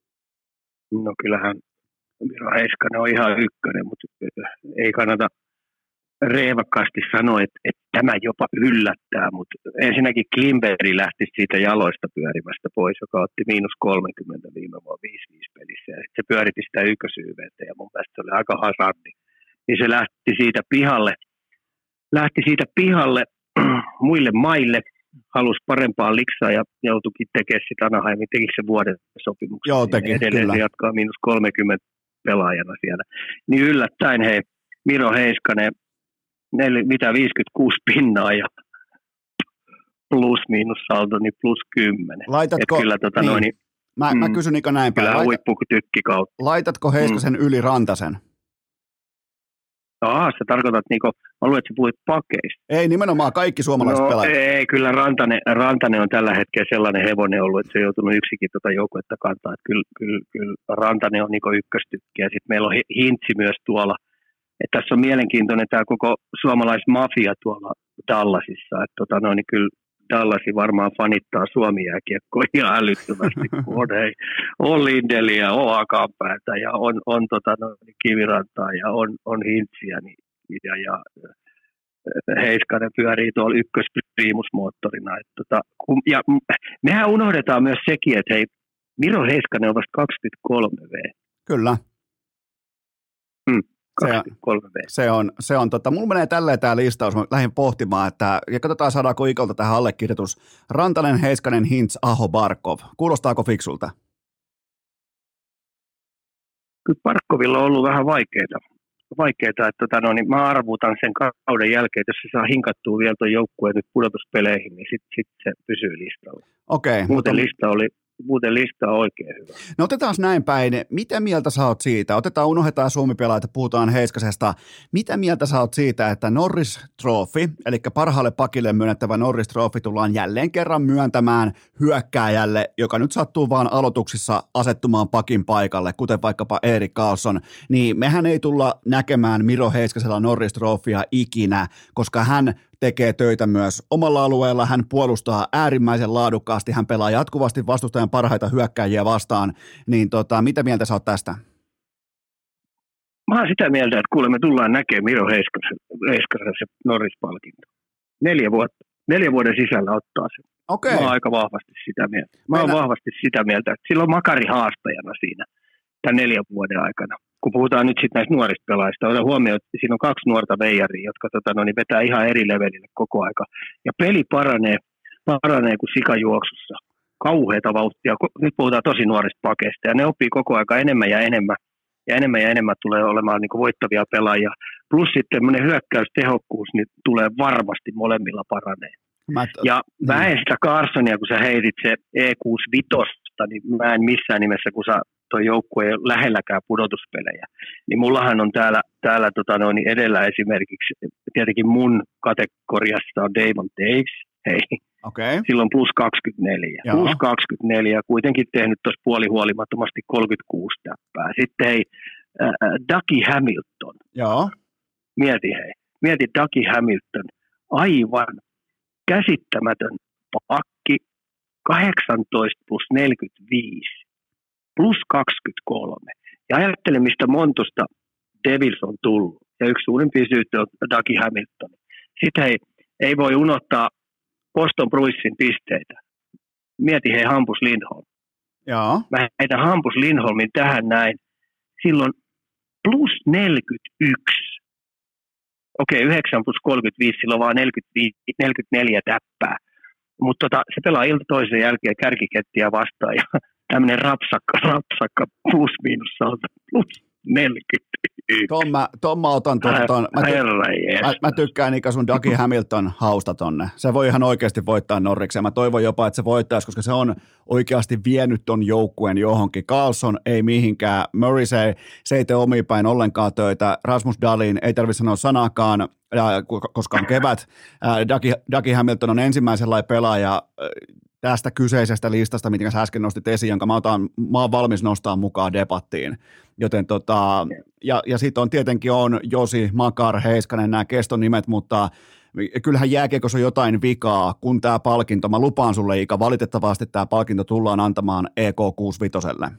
No kyllähän Miro Heiskanen on ihan ykkönen, mutta ei kannata reivakkaasti sanoa, että, että tämä jopa yllättää. Mutta ensinnäkin Klimberi lähti siitä jaloista pyörimästä pois, joka otti miinus kolmekymmentä viime vuonna viisi viisi pelissä. Ja se pyöritti sitä ykkösyyvettä ja mun mielestä se oli aika hasardi. Niin se lähti siitä pihalle. lähti siitä pihalle muille maille, halusi parempaa liksaa ja joutuikin tekemään sitä Anaheimin, tekikö se vuoden sopimuksen. Joo, teki, edelleen kyllä. Se jatkaa miinus kolmekymmentä pelaajana siellä. Niin yllättäen hei, Miro Heiskanen, nel, mitä viisikymmentäkuusi pinnaa ja plus miinus saldo, niin plus kymmenen. Laitatko, kyllä, tota, niin. noin, mä, mm, mä kysyn Ika näin päin. Kyllä huipputykki kautta. Laitatko Heiskasen mm. yli Rantasen? Aa, sä tarkoitat, niinku, mä luulen, että sä puhuit pakeista. Ei, nimenomaan kaikki suomalaiset no, pelaajat. Ei, kyllä Rantanen, Rantanen on tällä hetkellä sellainen hevonen ollut, että se on joutunut yksikin tuota joukkuetta kantaa. Että kyllä, kyllä, kyllä Rantanen on niinku ykköstykki ja sitten meillä on Hintsi myös tuolla. Että tässä on mielenkiintoinen tämä koko suomalaismafia tuolla Dallasissa. Että tota, no, niin kyllä Dallasi varmaan fanittaa Suomi-jääkiekkoa ihan älyttömästi, kun on, hei, on Lindeliä, on Akanpäätä ja on, on tota, no, Kivirantaa ja on, on Hintsiä niin, ja, ja Heiskanen pyörii tuolla ykköspriimusmoottorina. Et, tota, kun, ja mehän unohdetaan myös sekin, että hei, Miro Heiskanen on vasta kaksikymmentäkolme vuotta. Kyllä. Hmm. Se, se on, se on tota, mulla menee tälleen tämä listaus, mä lähdin pohtimaan, että, ja katsotaan saadaanko Ikolta tähän allekirjoitus, Rantanen, Heiskanen, Hintz, Aho, Barkov, kuulostaako fiksulta? Kyllä Barkovilla on ollut vähän vaikeita, vaikeita että tota, no, niin mä arvuutan sen kauden jälkeen, että jos se saa hinkattua vielä tuon joukkueen nyt pudotuspeleihin, niin sitten sit se pysyy listalla. Okei. Muuten mutta... lista oli... Muuten lista on oikein hyvä. No otetaan näin päin. Mitä mieltä sä oot siitä? Otetaan, unohdetaan Suomi-pelaajat, puhutaan Heiskasesta. Mitä mieltä sä oot siitä, että Norris Trophy, eli parhaalle pakille myönnettävä Norris Trophy tullaan jälleen kerran myöntämään hyökkääjälle, joka nyt sattuu vaan aloituksissa asettumaan pakin paikalle, kuten vaikkapa Erik Karlsson, niin mehän ei tulla näkemään Miro Heiskasella Norris Trophya ikinä, koska hän tekee töitä myös omalla alueella, hän puolustaa äärimmäisen laadukkaasti, hän pelaa jatkuvasti vastustajan parhaita hyökkääjiä vastaan, niin tota, mitä mieltä sä oot tästä? Mä oon sitä mieltä, että kuule me tullaan näkemään Miro Heiskasen se Norris-palkinto. Neljä, vuotta, neljä vuoden sisällä ottaa se. Okei. Mä oon aika vahvasti sitä mieltä. Mä oon Meina... vahvasti sitä mieltä, että sillä on Makari haastajana siinä tämän neljän vuoden aikana. Kun puhutaan nyt sitten näistä nuorista pelaajista, ota huomioon, että siinä on kaksi nuorta veijaria, jotka tota, no, niin vetää ihan eri levelille koko aika. Ja peli paranee, paranee kuin sikajuoksussa. Kauheata vauhtia. Nyt puhutaan tosi nuorista pakeista ja ne oppii koko aika enemmän ja enemmän. Ja enemmän ja enemmän tulee olemaan niin kuin voittavia pelaajia. Plus sitten tämmöinen hyökkäystehokkuus niin tulee varmasti molemmilla paranee. Mä t- ja mä en sitä Carlsonia, kun sä heitit se E kuusikymmentäviisi, niin mä en missään nimessä, kun sä tuo joukkue ei ole lähelläkään pudotuspelejä. Niin mullahan on täällä, täällä tota noin, edellä esimerkiksi, tietenkin mun kategoriassa on Damon Taves, hei. Okay. Silloin plus kaksikymmentäneljä. Joo. Plus kaksikymmentäneljä, kuitenkin tehnyt tuossa puolihuolimattomasti kolmekymmentäkuusi täppää. Sitten hei, äh, Dougie Hamilton. Joo. Mieti hei, mieti Dougie Hamilton. Aivan käsittämätön pakki, kahdeksantoista plus neljäkymmentäviisi. Plus kaksikymmentäkolme. Ja ajattele, mistä Montusta Devils on tullut. Ja yksi suurimpia syyttä on Dougie Hamilton. Sitten hei, ei voi unohtaa Boston Bruinsin pisteitä. Mieti hei Hampus Lindholm. Joo. Mä heitän Hampus Lindholmin tähän näin. Silloin plus neljäkymmentäyksi. Okei, yhdeksän plus kolmekymmentäviisi, silloin vaan neljäkymmentäviisi, neljäkymmentäneljä täppää. Mutta tota, se pelaa ilta toisen jälkeen kärkikettiä vastaan ja tämmöinen rapsakka, rapsakka plus miinus salta plus neljäkymmentäyksi. Tom mä, Tom mä otan ton. ton. Mä, ty- mä, mä tykkään Ika sun Dougie Hamilton hausta tonne. Se voi ihan oikeasti voittaa Norriksen. Mä toivon jopa, että se voittaisi, koska se on oikeasti vienyt ton joukkueen johonkin. Carlson ei mihinkään. Murray se, se ei tee omiin päin ollenkaan töitä. Rasmus Dahlin ei tarvitse sanoa sanakaan, koska on kevät. Dougie, Dougie Hamilton on ensimmäisenlainen pelaaja tästä kyseisestä listasta, mitä sä äsken nostit esiin, jonka mä, otan, mä oon valmis nostaa mukaan debattiin. Joten tota, ja, ja sitten on tietenkin on Josi, Makar, Heiskanen, nämä kestonimet, mutta kyllähän jääkiekossa on jotain vikaa, kun tämä palkinto, mä lupaan sulle Ika, valitettavasti tämä palkinto tullaan antamaan E K kuusikymmentäviisi.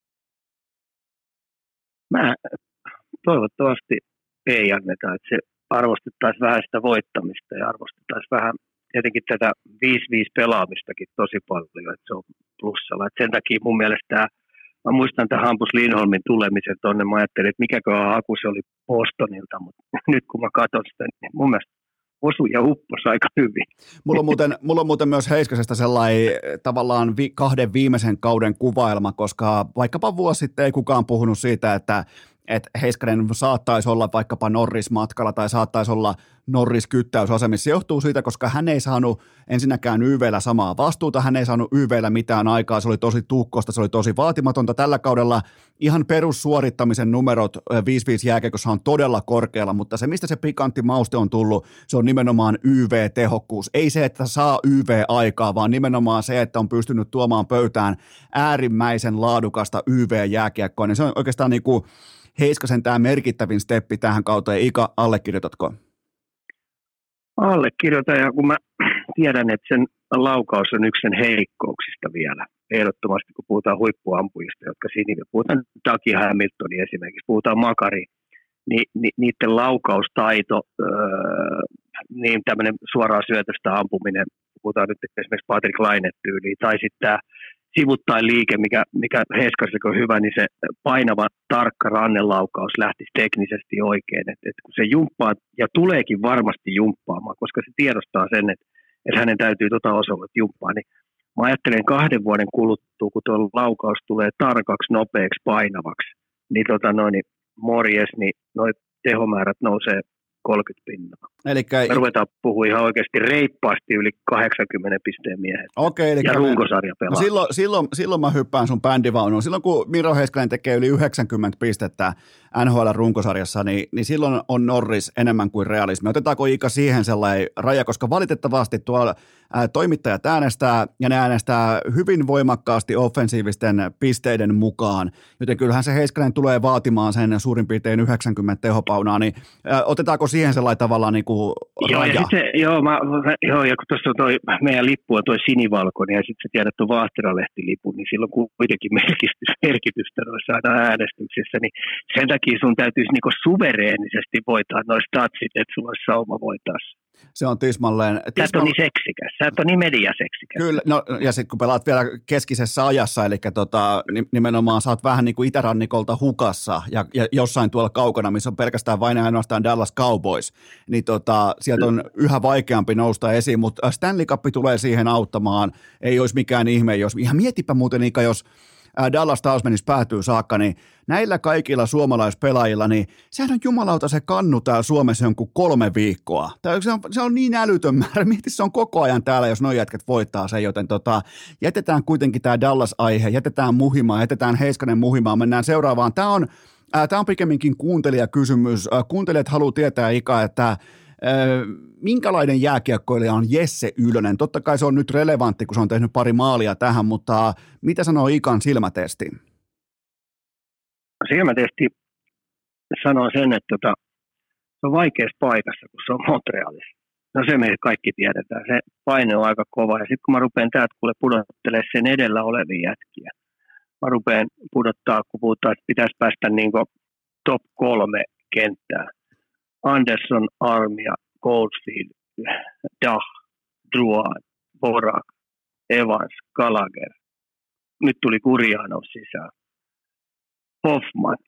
Mä toivottavasti ei anneta, että se arvostettaisiin vähän sitä voittamista ja arvostettaisiin vähän tietenkin tätä viisi viisi pelaamistakin tosi paljon, että se on plussalla. Et sen takia mun mielestä tämä, mä muistan tämän Hampus Lindholmin tulemisen tuonne, mä ajattelin, että mikäköhän haku se oli Bostonilta, mutta nyt kun mä katson sitä, niin mun mielestä osui ja upposi aika hyvin. Mulla on muuten, mulla on muuten myös Heiskasesta sellainen tavallaan vi, kahden viimeisen kauden kuvailma, koska vaikkapa vuosi sitten ei kukaan puhunut siitä, että että Heiskanen saattaisi olla vaikkapa Norris-matkalla tai saattaisi olla Norris-kyttäysasemissa. Se johtuu siitä, koska hän ei saanut ensinnäkään Y V:llä samaa vastuuta, hän ei saanut Y V:llä mitään aikaa, se oli tosi tuukkosta, se oli tosi vaatimatonta. Tällä kaudella ihan perussuorittamisen numerot viisi viisi jääkiekossa on todella korkealla, mutta se, mistä se pikantti mauste on tullut, se on nimenomaan Y V-tehokkuus. Ei se, että saa Y V-aikaa, vaan nimenomaan se, että on pystynyt tuomaan pöytään äärimmäisen laadukasta Y V-jääkiekkoa. Niin se on oikeastaan niin kuin Heiskasen tämä merkittävin steppi tähän kauteen. Ika, allekirjoitatko? Allekirjoitan, ja kun mä tiedän, että sen laukaus on yksi sen heikkouksista vielä. Ehdottomasti, kun puhutaan huippuampujista, jotka siinä, puhutaan Dougie Hamiltonin esimerkiksi, puhutaan Makari, niin, niin niiden laukaustaito, öö, niin tämmöinen suoraan syötöstä ampuminen, puhutaan nyt esimerkiksi Patrick Laine-tyyliin, tai sitten tämä sivuttain liike, mikä, mikä Heiskasella on hyvä, niin se painava, tarkka rannelaukaus lähtisi teknisesti oikein. Et, et kun se jumppaa, ja tuleekin varmasti jumppaamaan, koska se tiedostaa sen, että et hänen täytyy tota osaavut jumppaa, niin mä ajattelen kahden vuoden kuluttua, kun tuo laukaus tulee tarkaksi, nopeaksi, painavaksi, niin, tota noin, niin morjes, niin noi tehomäärät nousee kolmekymmentä pinnaa. Elikkä... Me ruvetaan puhua ihan oikeasti reippaasti yli kahdeksankymmentä pisteen miehet. Okei, eli ja runkosarja pelaa. No silloin, silloin, silloin mä hyppään sun bändivaunuun. Silloin kun Miro Heiskanen tekee yli yhdeksänkymmentä pistettä N H L-runkosarjassa, niin, niin silloin on Norris enemmän kuin realismi. Otetaanko Ika siihen sellainen raja, koska valitettavasti tuolla ää, toimittajat äänestää, ja ne äänestää hyvin voimakkaasti offensiivisten pisteiden mukaan, joten kyllähän se Heiskanen tulee vaatimaan sen suurin piirtein yhdeksänkymmentä tehopaunaa, niin ää, otetaanko siihen sellainen tavallaan niin kuin Joo, raja? ja, sitten, joo, mä, joo, ja kun tuossa on toi, meidän lippu on toi sinivalkoinen, ja sitten sä tiedät tuon Vaahteralehti-lipun, niin silloin kuitenkin merkitys, merkitystä noissa aina äänestyksissä, niin sen takia sun täytyisi niinku suvereenisesti voittaa noin statsit, että sulla olisi sauma voittaa. Se on tismalleen... Sä et tismal... ole niin seksikäs, sä et ole niin mediaseksikäs. Kyllä, no ja sitten kun pelaat vielä keskisessä ajassa, eli tota, nimenomaan sä oot vähän niin kuin itärannikolta hukassa ja, ja jossain tuolla kaukana, missä on pelkästään vain ja ainoastaan Dallas Cowboys, niin tota, sieltä on yhä vaikeampi nousta esiin, mutta Stanley Cup tulee siihen auttamaan, ei olisi mikään ihme, jos... Ihan mietipä muuten, Ika, jos Dallas taas menisi päätyy saakka, niin näillä kaikilla suomalaispelaajilla, niin sehän on jumalauta se kannu täällä Suomessa jonkun kolme viikkoa. Se on, se on niin älytön määrä. Mieti, se on koko ajan täällä, jos nuo jätket voittaa sen, joten tota, jätetään kuitenkin tämä Dallas-aihe, jätetään muhimaan, jätetään Heiskanen muhimaan, mennään seuraavaan. Tämä on, äh, tämä on pikemminkin kuuntelijakysymys. Äh, kuuntelijat haluaa tietää, Ika, että minkälainen jääkiekkoilija on Jesse Ylönen? Totta kai se on nyt relevantti, kun se on tehnyt pari maalia tähän, mutta mitä sanoo Ikan silmätesti? Silmätesti sanoo sen, että tota, se on vaikeassa paikassa, kun se on Montrealissa. No se me kaikki tiedetään. Se paine on aika kova. Ja sitten kun mä rupean täältä kuule pudottelemaan sen edellä olevia jätkiä, mä rupean pudottaa, kun puhutaan, että pitäisi päästä niin kuin top kolme kenttään. Anderson, Armia, Goldfield, Dah, Drouin, Borak, Evans, Gallagher. Nyt tuli Gurianov sisään. Hoffman,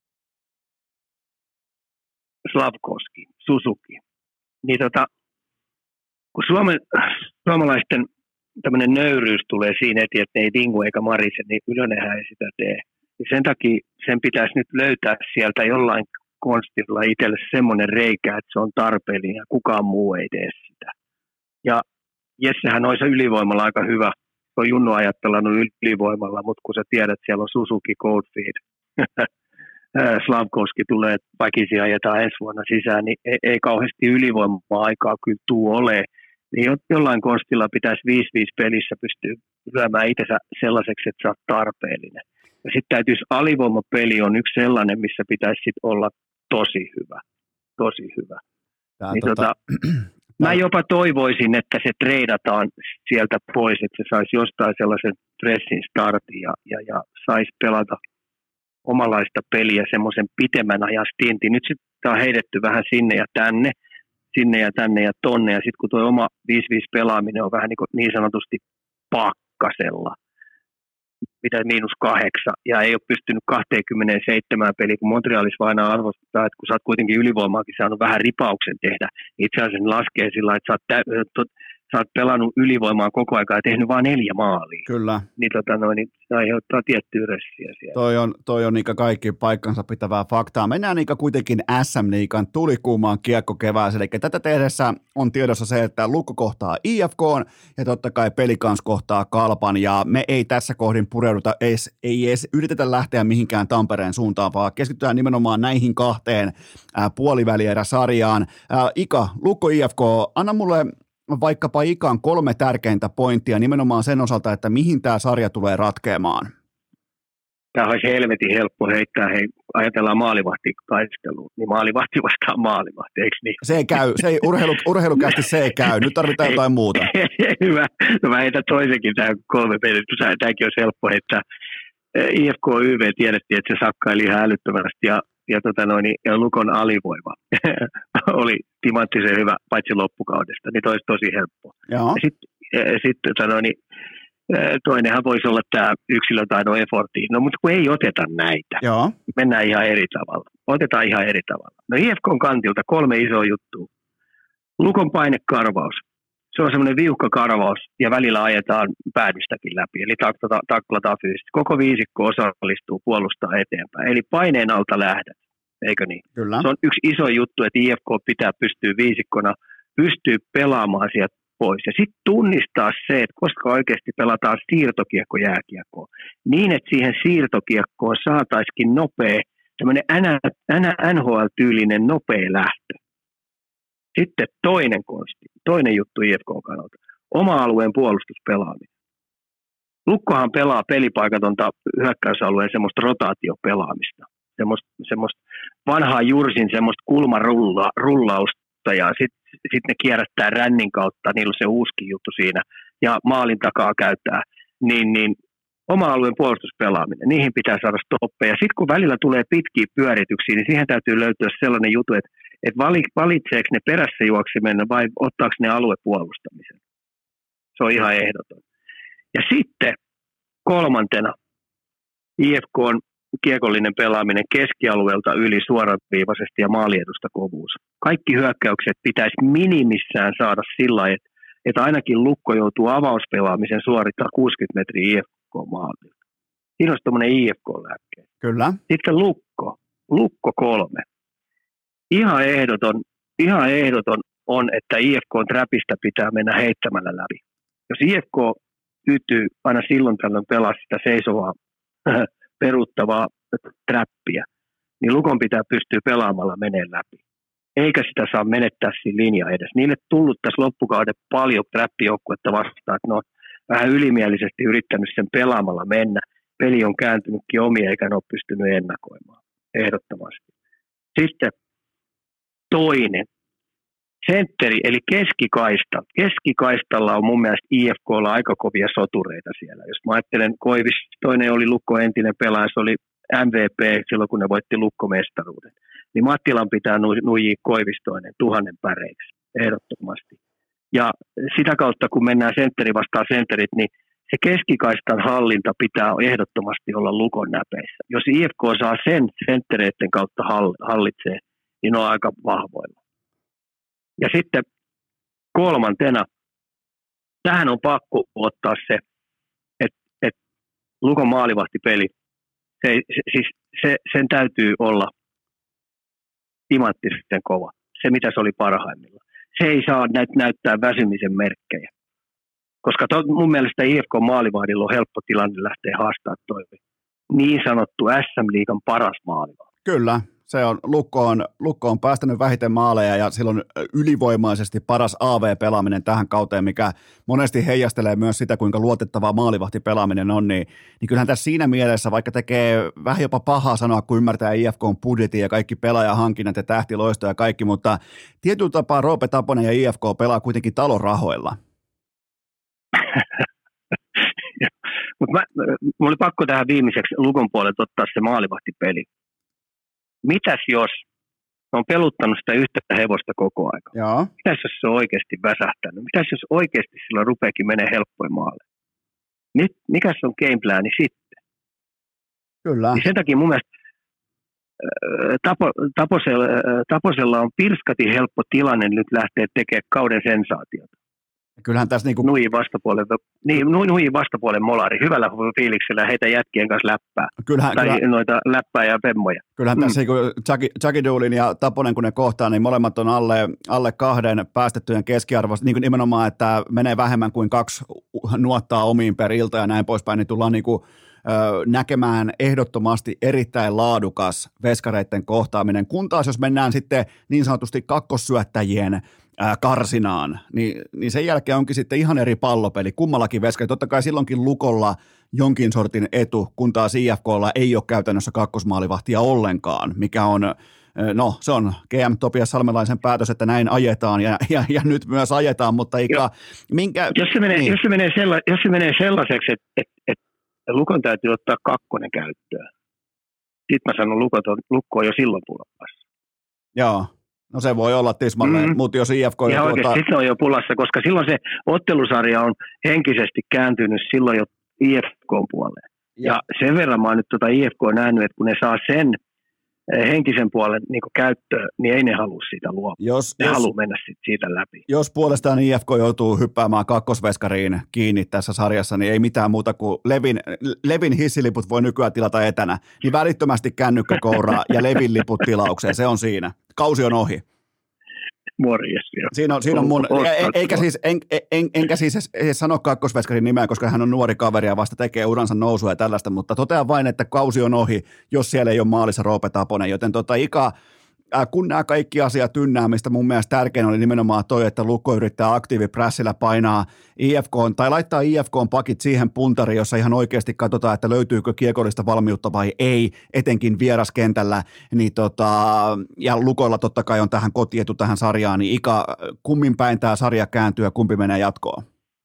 Slavkovski, Suzuki. Niin tota, kun Suomen, suomalaisten tämmöinen nöyryys tulee siinä eteen, että ne ei dingu eikä marise, niin Ylönenhän ei sitä tee. Ja sen takia sen pitäisi nyt löytää sieltä jollain konstilla itselle semmoinen reikä, että se on tarpeellinen ja kukaan muu ei tee sitä. Ja Jessehän olisi ylivoimalla aika hyvä. Se on Junnu ajattelanut ylivoimalla, mutta kun sä tiedät, että siellä on Suzuki, Goldfield, Slavkovski tulee väkisin ajetaan ensi vuonna sisään, niin ei, ei kauheasti ylivoima-aikaa kyllä tuu ole. Niin jollain konstilla pitäisi viisi viisi pelissä pystyä lyömään itsensä sellaiseksi, että sä oot tarpeellinen. Ja sitten täytyisi alivoimapeli on yksi sellainen, missä pitäisi sit olla tosi hyvä. Tosi hyvä. Niin tota, tota, mä jopa toivoisin, että se treidataan sieltä pois, että se saisi jostain sellaisen pressin startin ja, ja, ja saisi pelata omalaista peliä semmoisen pitemmän ajan stintin. Nyt sitten on heitetty vähän sinne ja tänne, sinne ja tänne ja tonne. Ja sitten kun tuo oma viisi viisi pelaaminen on vähän niin, kuin niin sanotusti pakkasella, mitä miinus kahdeksan, ja ei ole pystynyt kaksikymmentäseitsemän peliä, kun Montrealissa vain arvostaa, että kun sä oot kuitenkin ylivoimaakin saanut vähän ripauksen tehdä, niin itse asiassa laskee sillä lailla, että sä oot, tä- tot, sä oot pelannut ylivoimaa koko ajan ja tehnyt vain neljä maalia. Kyllä. Niin, tota noin, niin se aiheuttaa tiettyä ressiä siellä. Toi on, toi on niinkä kaikki paikkansa pitävää faktaa. Mennään niinkä kuitenkin S M-liigan tulikuumaan kiekkokevääseen. Eli tätä tehdessä on tiedossa se, että Lukko kohtaa I F K:n ja totta kai Pelikans kohtaa Kalpan. Ja me ei tässä kohdin pureuduta, edes, ei edes yritetä lähteä mihinkään Tampereen suuntaan, vaan keskitytään nimenomaan näihin kahteen ää, puolivälierä-sarjaan. Ää, Ika, Lukko I F K, anna mulle vaikkapa Ikan kolme tärkeintä pointtia nimenomaan sen osalta, että mihin tämä sarja tulee ratkeamaan. Tämä olisi helvetin helppo heittää, hei, ajatellaan maalivahtitaistelua, niin maalivahti vastaan maalivahti, eikö niin? Se ei käy, se ei, urheilu, urheilukästi se ei käy, nyt tarvitaan jotain muuta. Hyvä, no mä heitän toisenkin tähän kolme peliä, tämäkin olisi helppo heittää. I F K Y V tiedettiin, että se sakkaili ihan älyttömästi ja, ja, tota noin, ja Lukon alivoima oli timanttisen hyvä, paitsi loppukaudesta, niin toi olisi tosi helppo. Sitten sit, tota noin, toinenhan voisi olla tämä yksilötaidon effortti, no mutta kun ei oteta näitä, Joo. mennään ihan eri tavalla. Otetaan ihan eri tavalla. No I F K:n kantilta kolme isoa juttua. Lukon painekarvaus. Se on semmoinen viuhka karvaus ja välillä ajetaan päädystäkin läpi, eli taklataan fyysisesti. Koko viisikko osallistuu puolustaa eteenpäin, eli paineen alta lähdet, eikö niin? Kyllä. Se on yksi iso juttu, että I F K pitää pystyä viisikkona, pystyy pelaamaan sieltä pois. Ja sitten tunnistaa se, että koska oikeasti pelataan siirtokiekko jääkiekkoon, niin että siihen siirtokiekkoon saataisiin nopea, semmoinen N H L-tyylinen nopea lähtö. Sitten toinen konsti, toinen juttu I F K:n kannalta, oma alueen puolustuspelaaminen. Lukkohan pelaa pelipaikatonta hyökkäysalueen semmoista rotaatiopelaamista, semmoista, semmoista vanhaa Jursin semmoista kulmarullausta ja sitten sit ne kierrättää rännin kautta, niillä on se uusikin juttu siinä ja maalin takaa käyttää, niin, niin oma alueen puolustuspelaaminen, niihin pitää saada stoppeja. Sitten kun välillä tulee pitkiä pyörityksiä, niin siihen täytyy löytyä sellainen juttu, että että valitseeko ne perässä juoksimen vai ottaako ne aluepuolustamisen. Se on ihan ehdoton. Ja sitten kolmantena I F K on kiekollinen pelaaminen keskialueelta yli suoraviivaisesti ja maaliedusta kovuus. Kaikki hyökkäykset pitäisi minimissään saada sillä lailla, että, että ainakin Lukko joutuu avauspelaamisen suorittaa kuusikymmentä metriä I F K-maalilta. Siinä olisi tuommoinen I F K-lääkkeet. Kyllä. Sitten Lukko. Lukko kolme. Ihan ehdoton, ihan ehdoton on, että I F K-träpistä pitää mennä heittämällä läpi. Jos I F K tyytyy aina silloin tällöin pelaa sitä seisovaa peruuttavaa träppiä, niin Lukon pitää pystyä pelaamalla menee läpi. Eikä sitä saa menettää siinä linja edes. Niille tullut tässä loppukauden paljon träppijoukkuetta vastaan, että ne on vähän ylimielisesti yrittänyt sen pelaamalla mennä. Peli on kääntynytkin omia, eikä ne ole pystynyt ennakoimaan. Ehdottomasti. Sitten toinen. Sentteri, eli keskikaista. Keskikaistalla on mun mielestä I F K:lla aika kovia sotureita siellä. Jos mä ajattelen, Koivis, toinen oli Lukko entinen pelaaja, se oli M V P silloin, kun ne voitti Lukko-mestaruuden. Niin Mattilan pitää nuijia Koivis toinen tuhannen päreiksi, ehdottomasti. Ja sitä kautta, kun mennään sentteri vastaan sentterit, niin se keskikaistan hallinta pitää ehdottomasti olla Lukon näpeissä. Jos I F K saa sen senttereiden kautta hallitsee, niin on aika vahvoilla. Ja sitten kolmantena, tähän on pakko ottaa se, että, että Lukon maalivahtipeli, se, se, siis se, sen täytyy olla timanttisen kova. Se, mitä se oli parhaimmilla. Se ei saa näyttää väsymisen merkkejä. Koska to, mun mielestä I F K-maalivahdilla on helppo tilanne lähteä haastamaan toi niin sanottu S M-liigan paras maalivahti. Kyllä. Se on, Lukko on, Lukko on päästänyt vähiten maaleja ja silloin ylivoimaisesti paras A V-pelaaminen tähän kauteen, mikä monesti heijastelee myös sitä, kuinka luotettavaa maalivahtipelaaminen on, niin, niin kyllähän tässä siinä mielessä, vaikka tekee vähän jopa pahaa sanoa, kun ymmärtää I F K:n budjetin ja kaikki pelaajahankinnat ja tähtiloisto ja kaikki, mutta tietyllä tapaa Roope Taponen ja I F K pelaa kuitenkin talon rahoilla. Mutta mulla oli pakko tähän viimeiseksi Lukon puolelta ottaa se maalivahtipeli. Mitäs jos on peluttanut sitä yhtä hevosta koko aika? Joo. Mitäs jos se on oikeasti väsähtänyt? Mitäs jos oikeasti sillä rupeekin menee helppoja maalle? Nyt, mikäs on gameplani sitten? Kyllä. Niin sen takia mun mielestä Tapo, Taposella, Taposella on pirskati helppo tilanne nyt lähteä tekemään kauden sensaatiota. Kyllähän tässä niinku... Nuijin vastapuolen, niin, nuijin vastapuolen molari, hyvällä fiiliksellä heitä jätkien kanssa läppää. Kyllähän, tai kyllä, noita läppää ja femmoja. Kyllähän mm. tässä Jackie Doolin ja Taponen, kun ne kohtaa, niin molemmat on alle, alle kahden päästettyjen keskiarvosta, niin nimenomaan, että menee vähemmän kuin kaksi nuottaa omiin per ilta ja näin poispäin, niin tullaan niinku näkemään ehdottomasti erittäin laadukas veskareiden kohtaaminen, kun taas jos mennään sitten niin sanotusti kakkossyöttäjien ää, karsinaan, niin, niin sen jälkeen onkin sitten ihan eri pallopeli, kummallakin veskari, totta kai silloinkin Lukolla jonkin sortin etu, kun taas I F K:lla ei ole käytännössä kakkosmaalivahtia ollenkaan, mikä on, no se on G M Topias Salmelaisen päätös, että näin ajetaan ja, ja, ja nyt myös ajetaan, mutta Ika, minkä... Jos se menee, niin. jos se menee, sella, jos se menee sellaiseksi, että et, et Lukon täytyy ottaa kakkonen käyttöön. Sitten mä sanon, Lukko on, Lukko on jo silloin pulassa. Joo, no se voi olla tismalleen, mm. mutta jos I F K... Ihan oikeasti, tuota... sitten on jo pulassa, koska silloin se ottelusarja on henkisesti kääntynyt silloin jo I F K:n puoleen. Ja, ja sen verran mä oon nyt tuota I F K nähnyt, että kun ne saa sen henkisen puolen niin käyttöön, niin ei ne halua siitä luopua. Jos, ne jos, haluaa mennä sit siitä läpi. Jos puolestaan I F K joutuu hyppäämään kakkosveskariin kiinni tässä sarjassa, niin ei mitään muuta kuin Levin, Levin hissiliput voi nykyään tilata etänä, niin välittömästi kännykkä kouraa ja Levin liput tilaukseen, se on siinä. Kausi on ohi. Morjes. Siinä on, siinä on mun, eikä siis, en, en, enkä siis edes sano kakkosveskarin nimeä, koska hän on nuori kaveri ja vasta tekee uransa nousua ja tällaista, mutta totean vain, että kausi on ohi, jos siellä ei ole maalissa Roope Taponen, joten tota Ika, kun nämä kaikki asiat ynnää, mistä mun mielestä tärkein oli nimenomaan toi, että Lukko yrittää aktiiviprässillä painaa I F K, tai laittaa I F K:n pakit siihen puntariin, jossa ihan oikeasti katsotaan, että löytyykö kiekollista valmiutta vai ei, etenkin vieraskentällä, niin tota, ja Lukolla totta kai on tähän kotietu tähän sarjaan, niin Ika, kummin päin tämä sarja kääntyy ja kumpi menee jatkoon?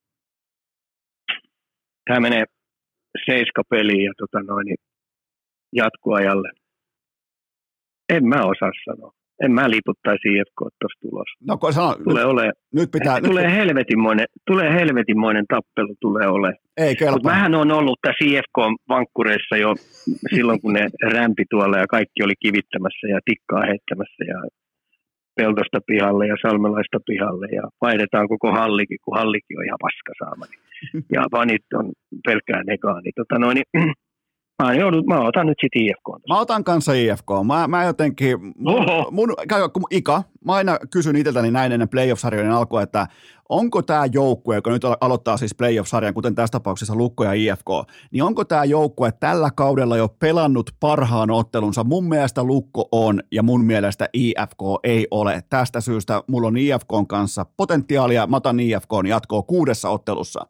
Tämä menee seiska peliin ja tota noin, jatkoajalle. En mä osaa sanoa. En mä liputtaisi I F K tuossa tulossa. No kun sano, tulee nyt, ole, nyt pitää... Tulee, nyt... helvetinmoinen, tulee helvetinmoinen tappelu, tulee ole. Ei kelpaa. Mutta mähän on ollut tässä I F K-vankkureissa jo silloin, kun ne rämpi tuolla ja kaikki oli kivittämässä ja tikkaa heittämässä ja Peltosta pihalle ja Salmelaista pihalle ja vaihdetaan koko hallikin, kun hallikin on ihan paskasaama. Ja vanit on pelkkää negaa. Niin tota noin, niin, Mä, joudun, mä otan nyt sitten I F K. Mä otan kanssa I F K. Mä, mä jotenkin, mun, mun, Ika, mä aina kysyn itseltäni näin ennen playoff-sarjojen alkua, että onko tämä joukkue, joka nyt aloittaa siis playoff-sarjan, kuten tässä tapauksessa Lukko ja I F K, niin onko tämä joukkue tällä kaudella jo pelannut parhaan ottelunsa? Mun mielestä Lukko on ja mun mielestä I F K ei ole. Tästä syystä mulla on I F K:n kanssa potentiaalia, mä otan I F K:n jatkoa kuudessa ottelussa.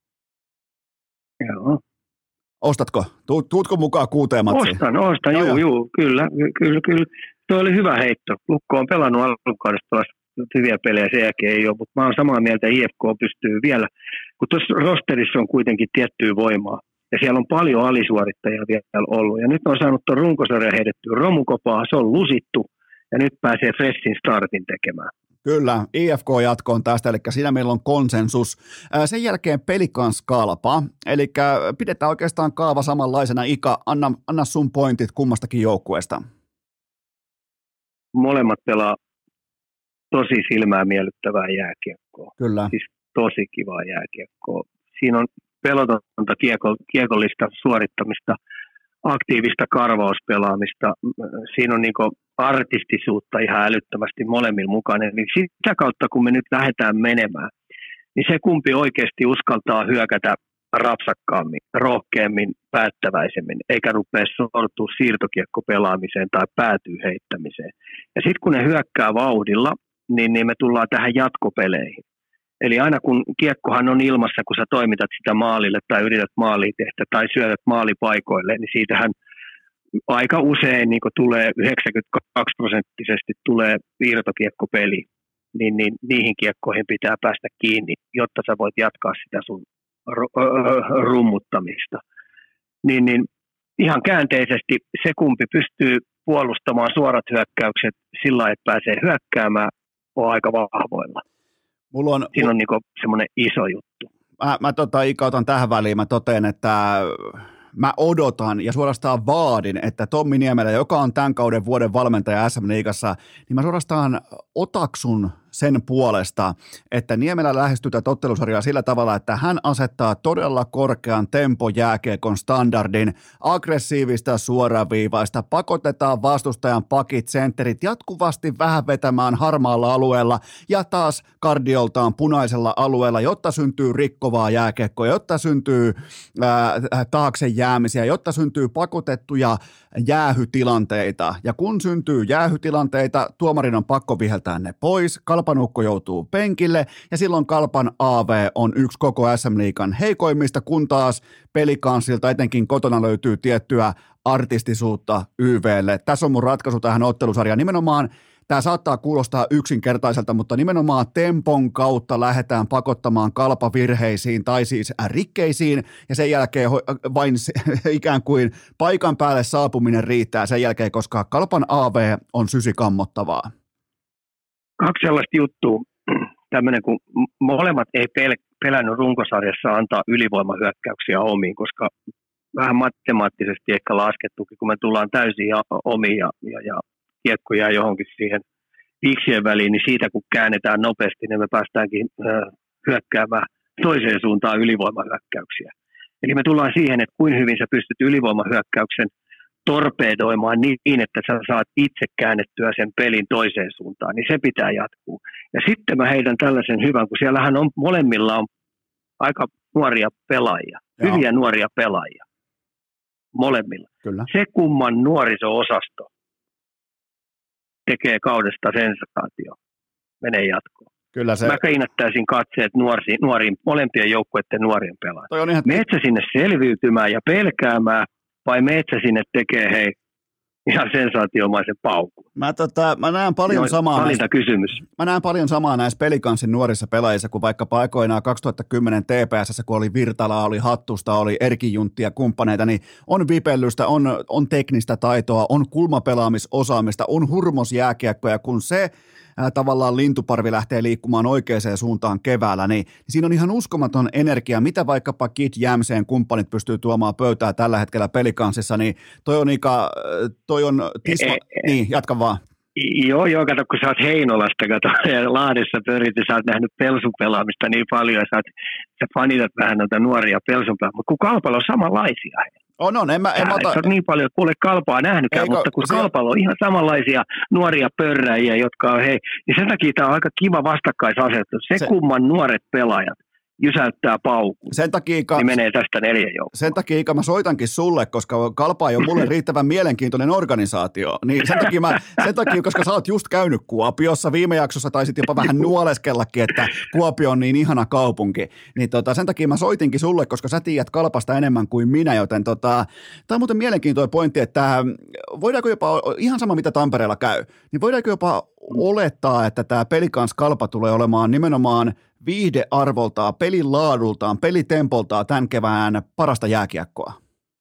Joo. Ostatko? Tuutko mukaan kuuteen matsiin? Ostan, ostan, juu, juu, kyllä, kyllä, kyllä. Tuo oli hyvä heitto. Lukko on pelannut alkukaudesta pelasta hyviä pelejä, sen jälkeen ei ole, mutta mä oon samaa mieltä, I F K pystyy vielä, kun tuossa rosterissa on kuitenkin tiettyä voimaa, ja siellä on paljon alisuorittajia vielä ollut, ja nyt on saanut tuon runkosarjan heitettyä romukopaa, se on lusittu, ja nyt pääsee freshin startin tekemään. Kyllä, I F K jatkoon tästä, eli siinä meillä on konsensus. Sen jälkeen pelikans kalpa, eli pidetään oikeastaan kaava samanlaisena. Ika, anna, anna sun pointit kummastakin joukkueesta. Molemmat pelaa tosi silmää miellyttävää jääkiekkoa. Kyllä. Siis tosi kivaa jääkiekkoa. Siinä on pelotonta kieko, kiekollista suorittamista, aktiivista karvauspelaamista. Siinä on niinku artistisuutta ihan älyttömästi molemmilla mukana. Niin sitä kautta, kun me nyt lähdetään menemään, niin se kumpi oikeasti uskaltaa hyökätä rapsakkaammin, rohkeammin, päättäväisemmin, eikä rupea sortua siirtokiekkopelaamiseen tai päätyy heittämiseen. Ja sitten kun ne hyökkää vauhdilla, niin, niin me tullaan tähän jatkopeleihin. Eli aina kun kiekkohan on ilmassa, kun sä toimitat sitä maalille tai yrität maalia tehdä tai syötät maalipaikoille, niin siitähän aika usein niin kun tulee yhdeksänkymmentäkaksi prosenttisesti tulee irtokiekkopeli, niin, niin niihin kiekkoihin pitää päästä kiinni, jotta sä voit jatkaa sitä sun rummuttamista. Niin, niin ihan käänteisesti se, kumpi pystyy puolustamaan suorat hyökkäykset sillä lailla, että pääsee hyökkäämään, on aika vahvoilla. Mulla on, Siinä on niinku semmoinen iso juttu. Mä, mä tota, Ika, otan tähän väliin, mä totean, että mä odotan ja suorastaan vaadin, että Tommi Niemelä, joka on tämän kauden vuoden valmentaja S M-liigassa, niin mä suorastaan otaksun sen puolesta, että Niemelä lähestyy tätä ottelusarjaa sillä tavalla, että hän asettaa todella korkean tempojääkiekon standardin, aggressiivista suoraviivaista, pakotetaan vastustajan pakit, sentterit jatkuvasti vähän vetämään harmaalla alueella ja taas kardioltaan punaisella alueella, jotta syntyy rikkovaa jääkiekkoa, jotta syntyy ää, taakse jäämisiä, jotta syntyy pakotettuja jäähytilanteita. Ja kun syntyy jäähytilanteita, tuomarin on pakko viheltää ne pois, Kalpanukko joutuu penkille ja silloin Kalpan A V on yksi koko S M-liigan heikoimmista, kun taas Pelikansilta etenkin kotona löytyy tiettyä artistisuutta Y V:lle. Tässä on mun ratkaisu tähän ottelusarjaan. Nimenomaan tämä saattaa kuulostaa yksinkertaiselta, mutta nimenomaan tempon kautta lähdetään pakottamaan Kalpa virheisiin tai siis rikkeisiin ja sen jälkeen vain ikään kuin paikan päälle saapuminen riittää sen jälkeen, koska Kalpan A V on sysikammottavaa. Kaksi sellaista juttua, tämmöinen kun molemmat ei pel- pelännyt runkosarjassa antaa ylivoimahyökkäyksiä omiin, koska vähän matemaattisesti ehkä laskettukin, kun me tullaan täysin ja, omiin ja, ja, ja kiekko jää johonkin siihen viiksien väliin, niin siitä kun käännetään nopeasti, niin me päästäänkin äh, hyökkäämään toiseen suuntaan ylivoimahyökkäyksiä. Eli me tullaan siihen, että kuinka hyvin sä pystyt ylivoimahyökkäyksen torpedoimaan niin, että sä saat itse käännettyä sen pelin toiseen suuntaan, niin se pitää jatkuu. Ja sitten mä heitän tällaisen hyvän, kun siellähän on molemmilla on aika nuoria pelaajia, Joo. hyviä nuoria pelaajia, molemmilla. Kyllä. Se kumman nuoriso-osasto tekee kaudesta sensaatio, menee jatkoon. Kyllä se... Mä kiinnittäisin katseet nuoriin, nuoriin, molempien joukkueiden nuorien pelaajia. Ihan... Meetsä sinne selviytymään ja pelkäämään, vai meetsä sinne tekee hei ihan sensaatiomaisen paukun. Mä, tota, mä näen paljon no, samaa näissä, kysymys. Mä näen paljon samaa näissä Pelikansin nuorissa pelaajissa, kuin vaikka aikoinaan kaksituhattakymmenen T P S:ssä, kun oli Virtalaa, oli Hattusta, oli Erkin Juntti ja kumppaneita, niin on vipellystä, on, on teknistä taitoa, on kulmapelaamisosaamista, on hurmosjääkiekkoja, kun se ää, tavallaan lintuparvi lähtee liikkumaan oikeaan suuntaan keväällä, niin, niin siinä on ihan uskomaton energia, mitä vaikkapa Kid Jämseen kumppanit pystyy tuomaan pöytää tällä hetkellä Pelikansissa, niin toi on Ika, toi on tisma, e, e, niin, jatka vaan. Joo, joo, kato, kun sä oot Heinolasta, kato, ja Lahdessa pörit, ja sä oot nähnyt pelsun pelaamista niin paljon, ja sä, oot, sä fanitat vähän noita nuoria pelsun pelaamista, mutta kun Kalpalla on samanlaisia. On, on, en mä, en sä, mä ota... sä oot niin paljon, kuule Kalpaa nähnytkään, Eikö, mutta kun se... Kalpalla on ihan samanlaisia nuoria pörräjiä, jotka on hei, niin sen takia tää on aika kiva vastakkaisasetus. Se, se kumman nuoret pelaajat jysäyttää paukun, sen takia, Ika, niin menee tästä neljän joukkoon. Sen takia, Ika, mä soitankin sulle, koska Kalpa ei ole mulle riittävän mielenkiintoinen organisaatio. Niin sen takia, mä, sen takia, koska sä oot just käynyt Kuopiossa, viime jaksossa taisit jopa vähän nuoleskellakin, että Kuopio on niin ihana kaupunki. Niin tota, sen takia mä soitinkin sulle, koska sä tiedät Kalpasta enemmän kuin minä, joten tota, tää on muuten mielenkiintoinen pointti, että voidaanko jopa, ihan sama mitä Tampereella käy, niin voidaanko jopa olettaa, että tämä Pelikans Kalpa tulee olemaan nimenomaan viihdearvoltaan, pelin laadultaan, pelitempoltaan tämän kevään parasta jääkiekkoa?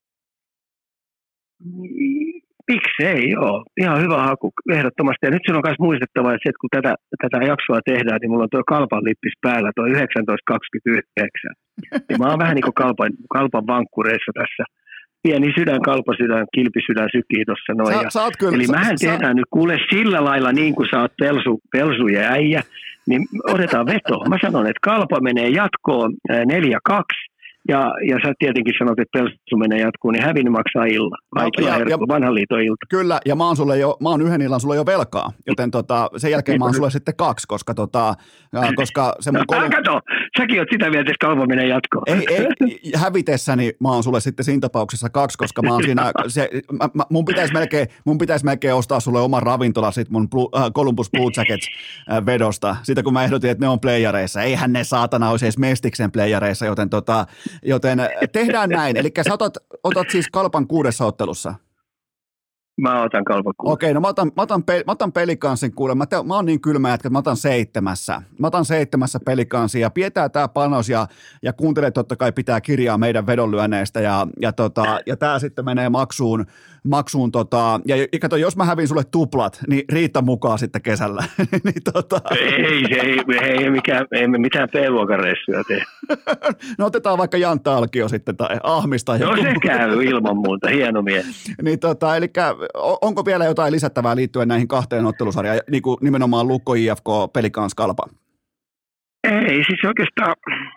Miksei, joo. Ihan hyvä haku, ehdottomasti. Ja nyt sinun on myös muistettava, että kun tätä, tätä jaksoa tehdään, niin mulla on tuo Kalpan lippis päällä, tuo yhdeksäntoista kaksikymmentäyhdeksän. Ja mä oon vähän niin kuin Kalpan, Kalpan vankkureissa tässä. Pieni sydän, kalpasydän, kilpisydän sykii tuossa noin. Sä, sä Eli mähän sä, tehdään sä... nyt kuule sillä lailla niin kuin sä oot pelsu, pelsu ja äijä, niin otetaan veto. Mä sanon, että Kalpa menee jatkoon neljä kaksi. Ja, ja sä tietenkin sanot, että Pelsu menee jatkuun, niin hävinnyt maksaa illan. Kaikilla herkku, vanhan liiton ilta. Kyllä, ja mä oon, sulle jo, mä oon yhden illan sulle jo velkaa, joten tota, sen jälkeen mä oon sulle sitten kaksi, koska, tota, koska se mun... No, kolme... kato, säkin oot sitä mieltä, että Kalpa menee jatkoon. Ei, ei, hävitessäni mä oon sulle sitten siinä tapauksessa kaksi, koska mä oon siinä, se, mä, mä, mun, pitäisi melkein, mun pitäisi melkein ostaa sulle oma ravintola sit mun Blue, äh, Columbus Blue Jackets äh, vedosta, sitä kun mä ehdotin, että ne on playareissa. Eihän ne saatana olisi edes Mestiksen playareissa, joten tota, Joten tehdään näin. Eli sä otat, otat siis Kalpan kuudessa ottelussa. Mä otan Kalpan kuudessa. Okei, no mä otan, mä otan, pe, mä otan Pelikansin kuulen. Mä, te, mä oon niin kylmä, että mä otan seitsemässä. Mä otan seitsemässä Pelikansin ja pidetään tää panos ja, ja kuuntelee totta kai pitää kirjaa meidän vedonlyönneistä ja, ja, tota, ja tää sitten menee maksuun maksuun tota, ja, ja kato, jos mä hävin sulle tuplat, niin Riitta mukaan sitten kesällä. niin, tota... Ei, se ei, ei, mikään, ei me mitään P-luokan reissuja tee. no otetaan vaikka Jantta Alkio sitten tai Ahmista. No se käy ilman muuta, hieno mies. niin tota, eli onko vielä jotain lisättävää liittyen näihin kahteen ottelusarjaan, niin kuin nimenomaan Lukko I F K, Pelikans Kalpa? Ei, siis oikeastaan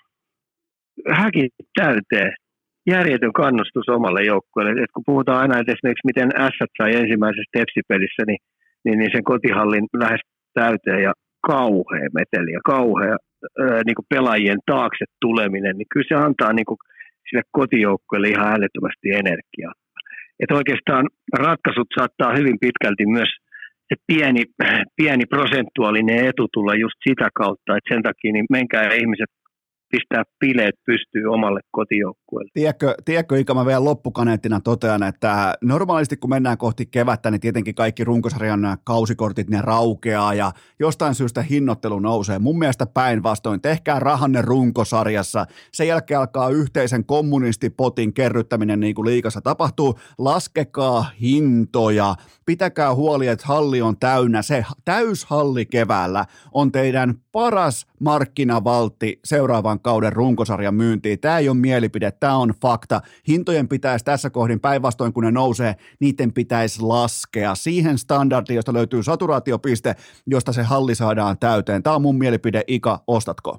häkin täyteen. Järjetön kannustus omalle joukkueelle. Et kun puhutaan aina, että esimerkiksi miten Ässät sai ensimmäisessä Tepsi-pelissä, niin, niin, niin sen kotihallin lähes täyteen ja kauhea meteli ja kauhea ää, niin kuin pelaajien taakse tuleminen, niin kyllä se antaa niin kuin sille kotijoukkueelle ihan älyttömästi energiaa. Et oikeastaan ratkaisut saattaa hyvin pitkälti myös se pieni, pieni prosentuaalinen etu tulla just sitä kautta, että sen takia niin menkää ihmiset pistää bileet pystyy omalle kotijoukkueelle. Tiedätkö, tiedätkö Ika, mä vielä loppukaneettina totean, että normaalisti kun mennään kohti kevättä, niin tietenkin kaikki runkosarjan kausikortit, ne raukeaa ja jostain syystä hinnoittelu nousee. Mun mielestä päinvastoin, tehkää rahanne runkosarjassa. Sen jälkeen alkaa yhteisen kommunistipotin kerryttäminen niin kuin liigassa tapahtuu. Laskekaa hintoja, pitäkää huoli, että halli on täynnä. Se täyshalli keväällä on teidän paras markkinavaltti seuraavan kauden runkosarjan myyntiin. Tämä ei ole mielipide, tämä on fakta. Hintojen pitäisi tässä kohdin päinvastoin, kun ne nousee, niiden pitäisi laskea siihen standardiin, josta löytyy saturaatiopiste, josta se halli saadaan täyteen. Tämä on mun mielipide. Ika, ostatko?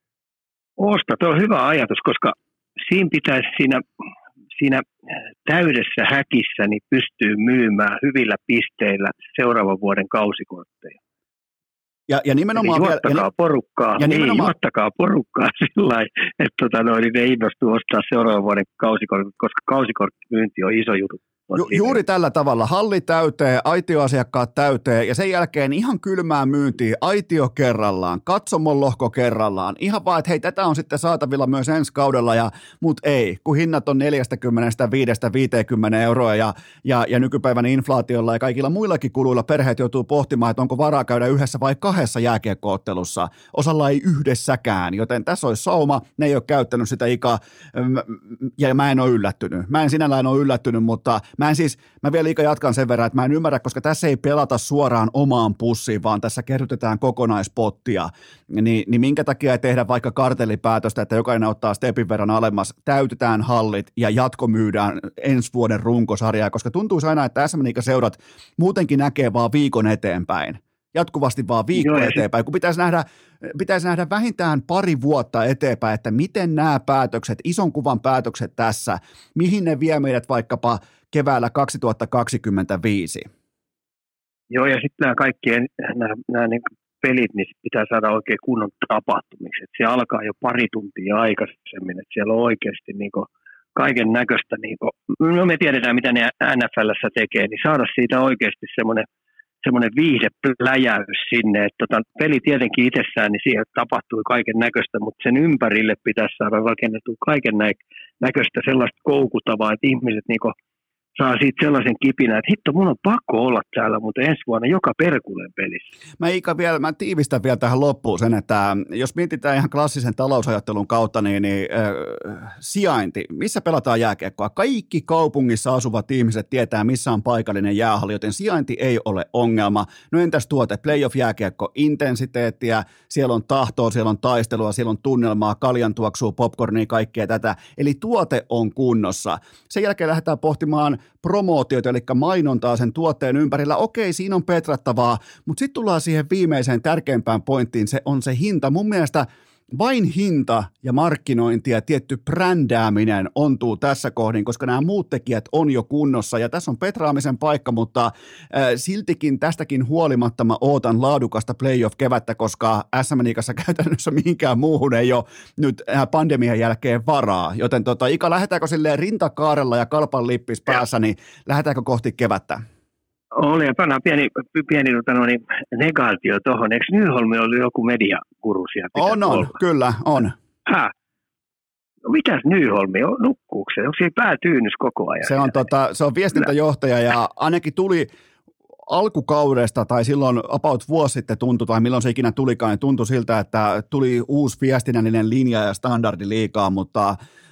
Osta, tuo on hyvä ajatus, koska siinä pitäisi siinä, siinä täydessä häkissä niin pystyy myymään hyvillä pisteillä seuraavan vuoden kausikortteja. Ja, ja nimenomaan Eli juottakaa vielä, porukkaa, ja niin, nimenomaan, juottakaa porukkaa sillä lailla, että tota, no, niin ne innostuu ostaa seuraavan vuoden kausikortit, koska kausikorttimyynti on iso juttu. Ju, juuri tällä tavalla. Halli täyteen, aitioasiakkaat täyteen ja sen jälkeen ihan kylmää myyntiin, aitio kerrallaan, katsomon lohko kerrallaan. Ihan vaan, että hei, tätä on sitten saatavilla myös ensi kaudella, ja, mut ei, kun hinnat on neljäkymmentäviisi viisikymmentä euroa ja, ja, ja nykypäivän inflaatiolla ja kaikilla muillakin kuluilla perheet joutuu pohtimaan, että onko varaa käydä yhdessä vai kahdessa jääkiekko-ottelussa. Osalla ei yhdessäkään, joten tässä olisi sauma, ne ei ole käyttänyt sitä Ikaa ja mä en ole yllättynyt. Mä en sinällään ole yllättynyt, mutta Mä en siis, mä vielä liikaa jatkan sen verran, että mä en ymmärrä, koska tässä ei pelata suoraan omaan pussiin, vaan tässä kerrytetään kokonaispottia, niin, niin minkä takia ei tehdä vaikka kartellipäätöstä, että jokainen ottaa stepin verran alemmas, täytetään hallit ja jatkomyydään ensi vuoden runkosarjaa, koska tuntuu aina, että S M Liiga-seurat muutenkin näkee vaan viikon eteenpäin. Jatkuvasti vaan viikko Joo, eteenpäin, kun pitäisi nähdä, pitäisi nähdä vähintään pari vuotta eteenpäin, että miten nämä päätökset, ison kuvan päätökset tässä, mihin ne vie meidät vaikkapa keväällä kaksituhattakaksikymmentäviisi. Joo, ja sitten nämä kaikki nämä, nämä niin pelit, niin pitää saada oikein kunnon tapahtumiksi. Et se alkaa jo pari tuntia aikaisemmin, että siellä on oikeasti niin kaiken näköistä, niin kuin, no me tiedetään mitä ne N F L:ssä tekee, niin saada siitä oikeasti semmoinen semmoinen viihdepläjäys sinne, että tota, peli tietenkin itsessään, niin siihen tapahtui kaiken näköistä, mutta sen ympärille pitäisi saada rakennettua kaiken näköistä sellaista koukutavaa, että ihmiset niinku saa siitä sellaisen kipinän, että hitto, mun on pakko olla täällä, mutta ensi vuonna joka perkuleen pelissä. Mä Ika vielä, mä tiivistän vielä tähän loppuun sen, että jos mietitään ihan klassisen talousajattelun kautta, niin, niin äh, sijainti, missä pelataan jääkiekkoa? Kaikki kaupungissa asuvat ihmiset tietää, missä on paikallinen jäähalli, joten sijainti ei ole ongelma. No entäs tuote, playoff-jääkiekko, intensiteettiä, siellä on tahtoa, siellä on taistelua, siellä on tunnelmaa, kaljan tuoksuu, popcornia, kaikkea tätä, eli tuote on kunnossa. Sen jälkeen lähdetään pohtimaan promootioita, eli mainontaa sen tuotteen ympärillä. Okei, siinä on petrattavaa, mutta sitten tullaan siihen viimeiseen tärkeimpään pointtiin, se on se hinta. Mun mielestä vain hinta ja markkinointi ja tietty brändääminen ontuu tässä kohdin, koska nämä muut tekijät on jo kunnossa ja tässä on petraamisen paikka, mutta äh, siltikin tästäkin huolimatta mä ootan laadukasta playoff-kevättä, koska S M Liigassa käytännössä mihinkään muuhun ei ole nyt pandemian jälkeen varaa, joten tota, Ika, lähdetäänkö silleen rintakaarella ja kalpan lippis päässä, niin lähdetäänkö kohti kevättä? Oli, ja pannaan pieni, pieni no, niin, negaatio tuohon. Eikö Nyholmi ollut joku mediakuru sieltä? On, on, kyllä, on. Häh? No, mitäs Nyholmi on? Nukkuuko se? Onko se päätyynys koko ajan? Se on, tota, se on viestintäjohtaja ja ainakin tuli alkukaudesta tai silloin about vuosi sitten tuntui, tai milloin se ikinä tulikaan, niin tuntui siltä, että tuli uusi viestinnällinen linja ja standardi liikaa, mutta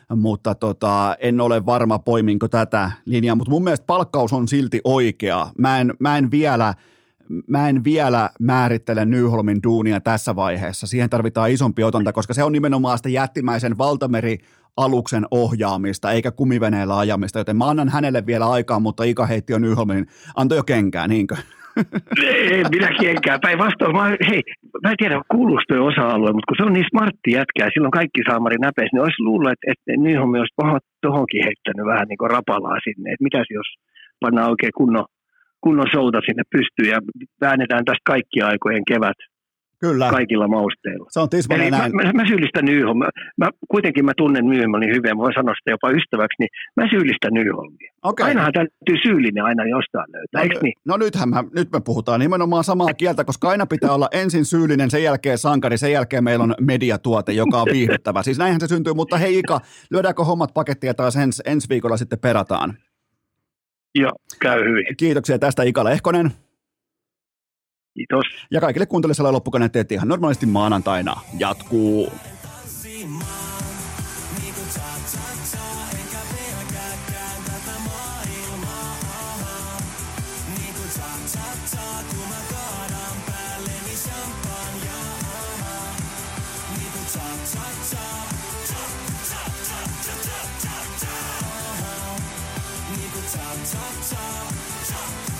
mutta tota, en ole varma poiminko tätä linjaa, mutta mun mielestä palkkaus on silti oikea. Mä en, mä en vielä... Mä en vielä määrittele Nyholmin duunia tässä vaiheessa. Siihen tarvitaan isompi otanta, koska se on nimenomaan sitä jättimäisen valtamerialuksen ohjaamista, eikä kumiveneellä ajamista, joten mä annan hänelle vielä aikaa, mutta Ika heitti jo Nyholmin, antoi jo kenkää, niinkö? Ei, minä kenkää. Päinvastoin, mä, hei, mä en tiedä, kuuluuko toi osa-alue, mutta kun se on niin smartti jätkää, silloin kaikki saamari näpeisi, niin olisi luullut, että, että Nyholmi olisi paha tohonkin heittänyt vähän niin kuin rapalaa sinne, että mitäs jos pannaan oikein kunnon kunnon showta sinne pystyy ja väännetään tästä kaikkien aikojen kevät. Kyllä. Kaikilla mausteilla. Se on tismalleen näin. Mä, mä, mä syyllistän Nyholmia. Mä, kuitenkin mä tunnen Nyholmin hyvin, mä voin sanoa sitä jopa ystäväksi, niin mä syyllistän Nyholmia. Okay. Ainahan täytyy syyllinen aina jostain löytää, no, eikö niin? No nythän mä, nyt me puhutaan nimenomaan samaa kieltä, koska aina pitää olla ensin syyllinen, sen jälkeen sankari, sen jälkeen meillä on mediatuote, joka on viihdyttävä. Siis näinhän se syntyy, mutta hei Ika, lyödäänkö hommat pakettia taas ens, ensi viikolla sitten perataan? Joo, käy hyvin. Kiitoksia tästä Ika Lehkonen. Kiitos. Ja kaikille kuuntelijoille loppukaneet teet ihan normaalisti maanantaina jatkuu. Chop, chop, chop.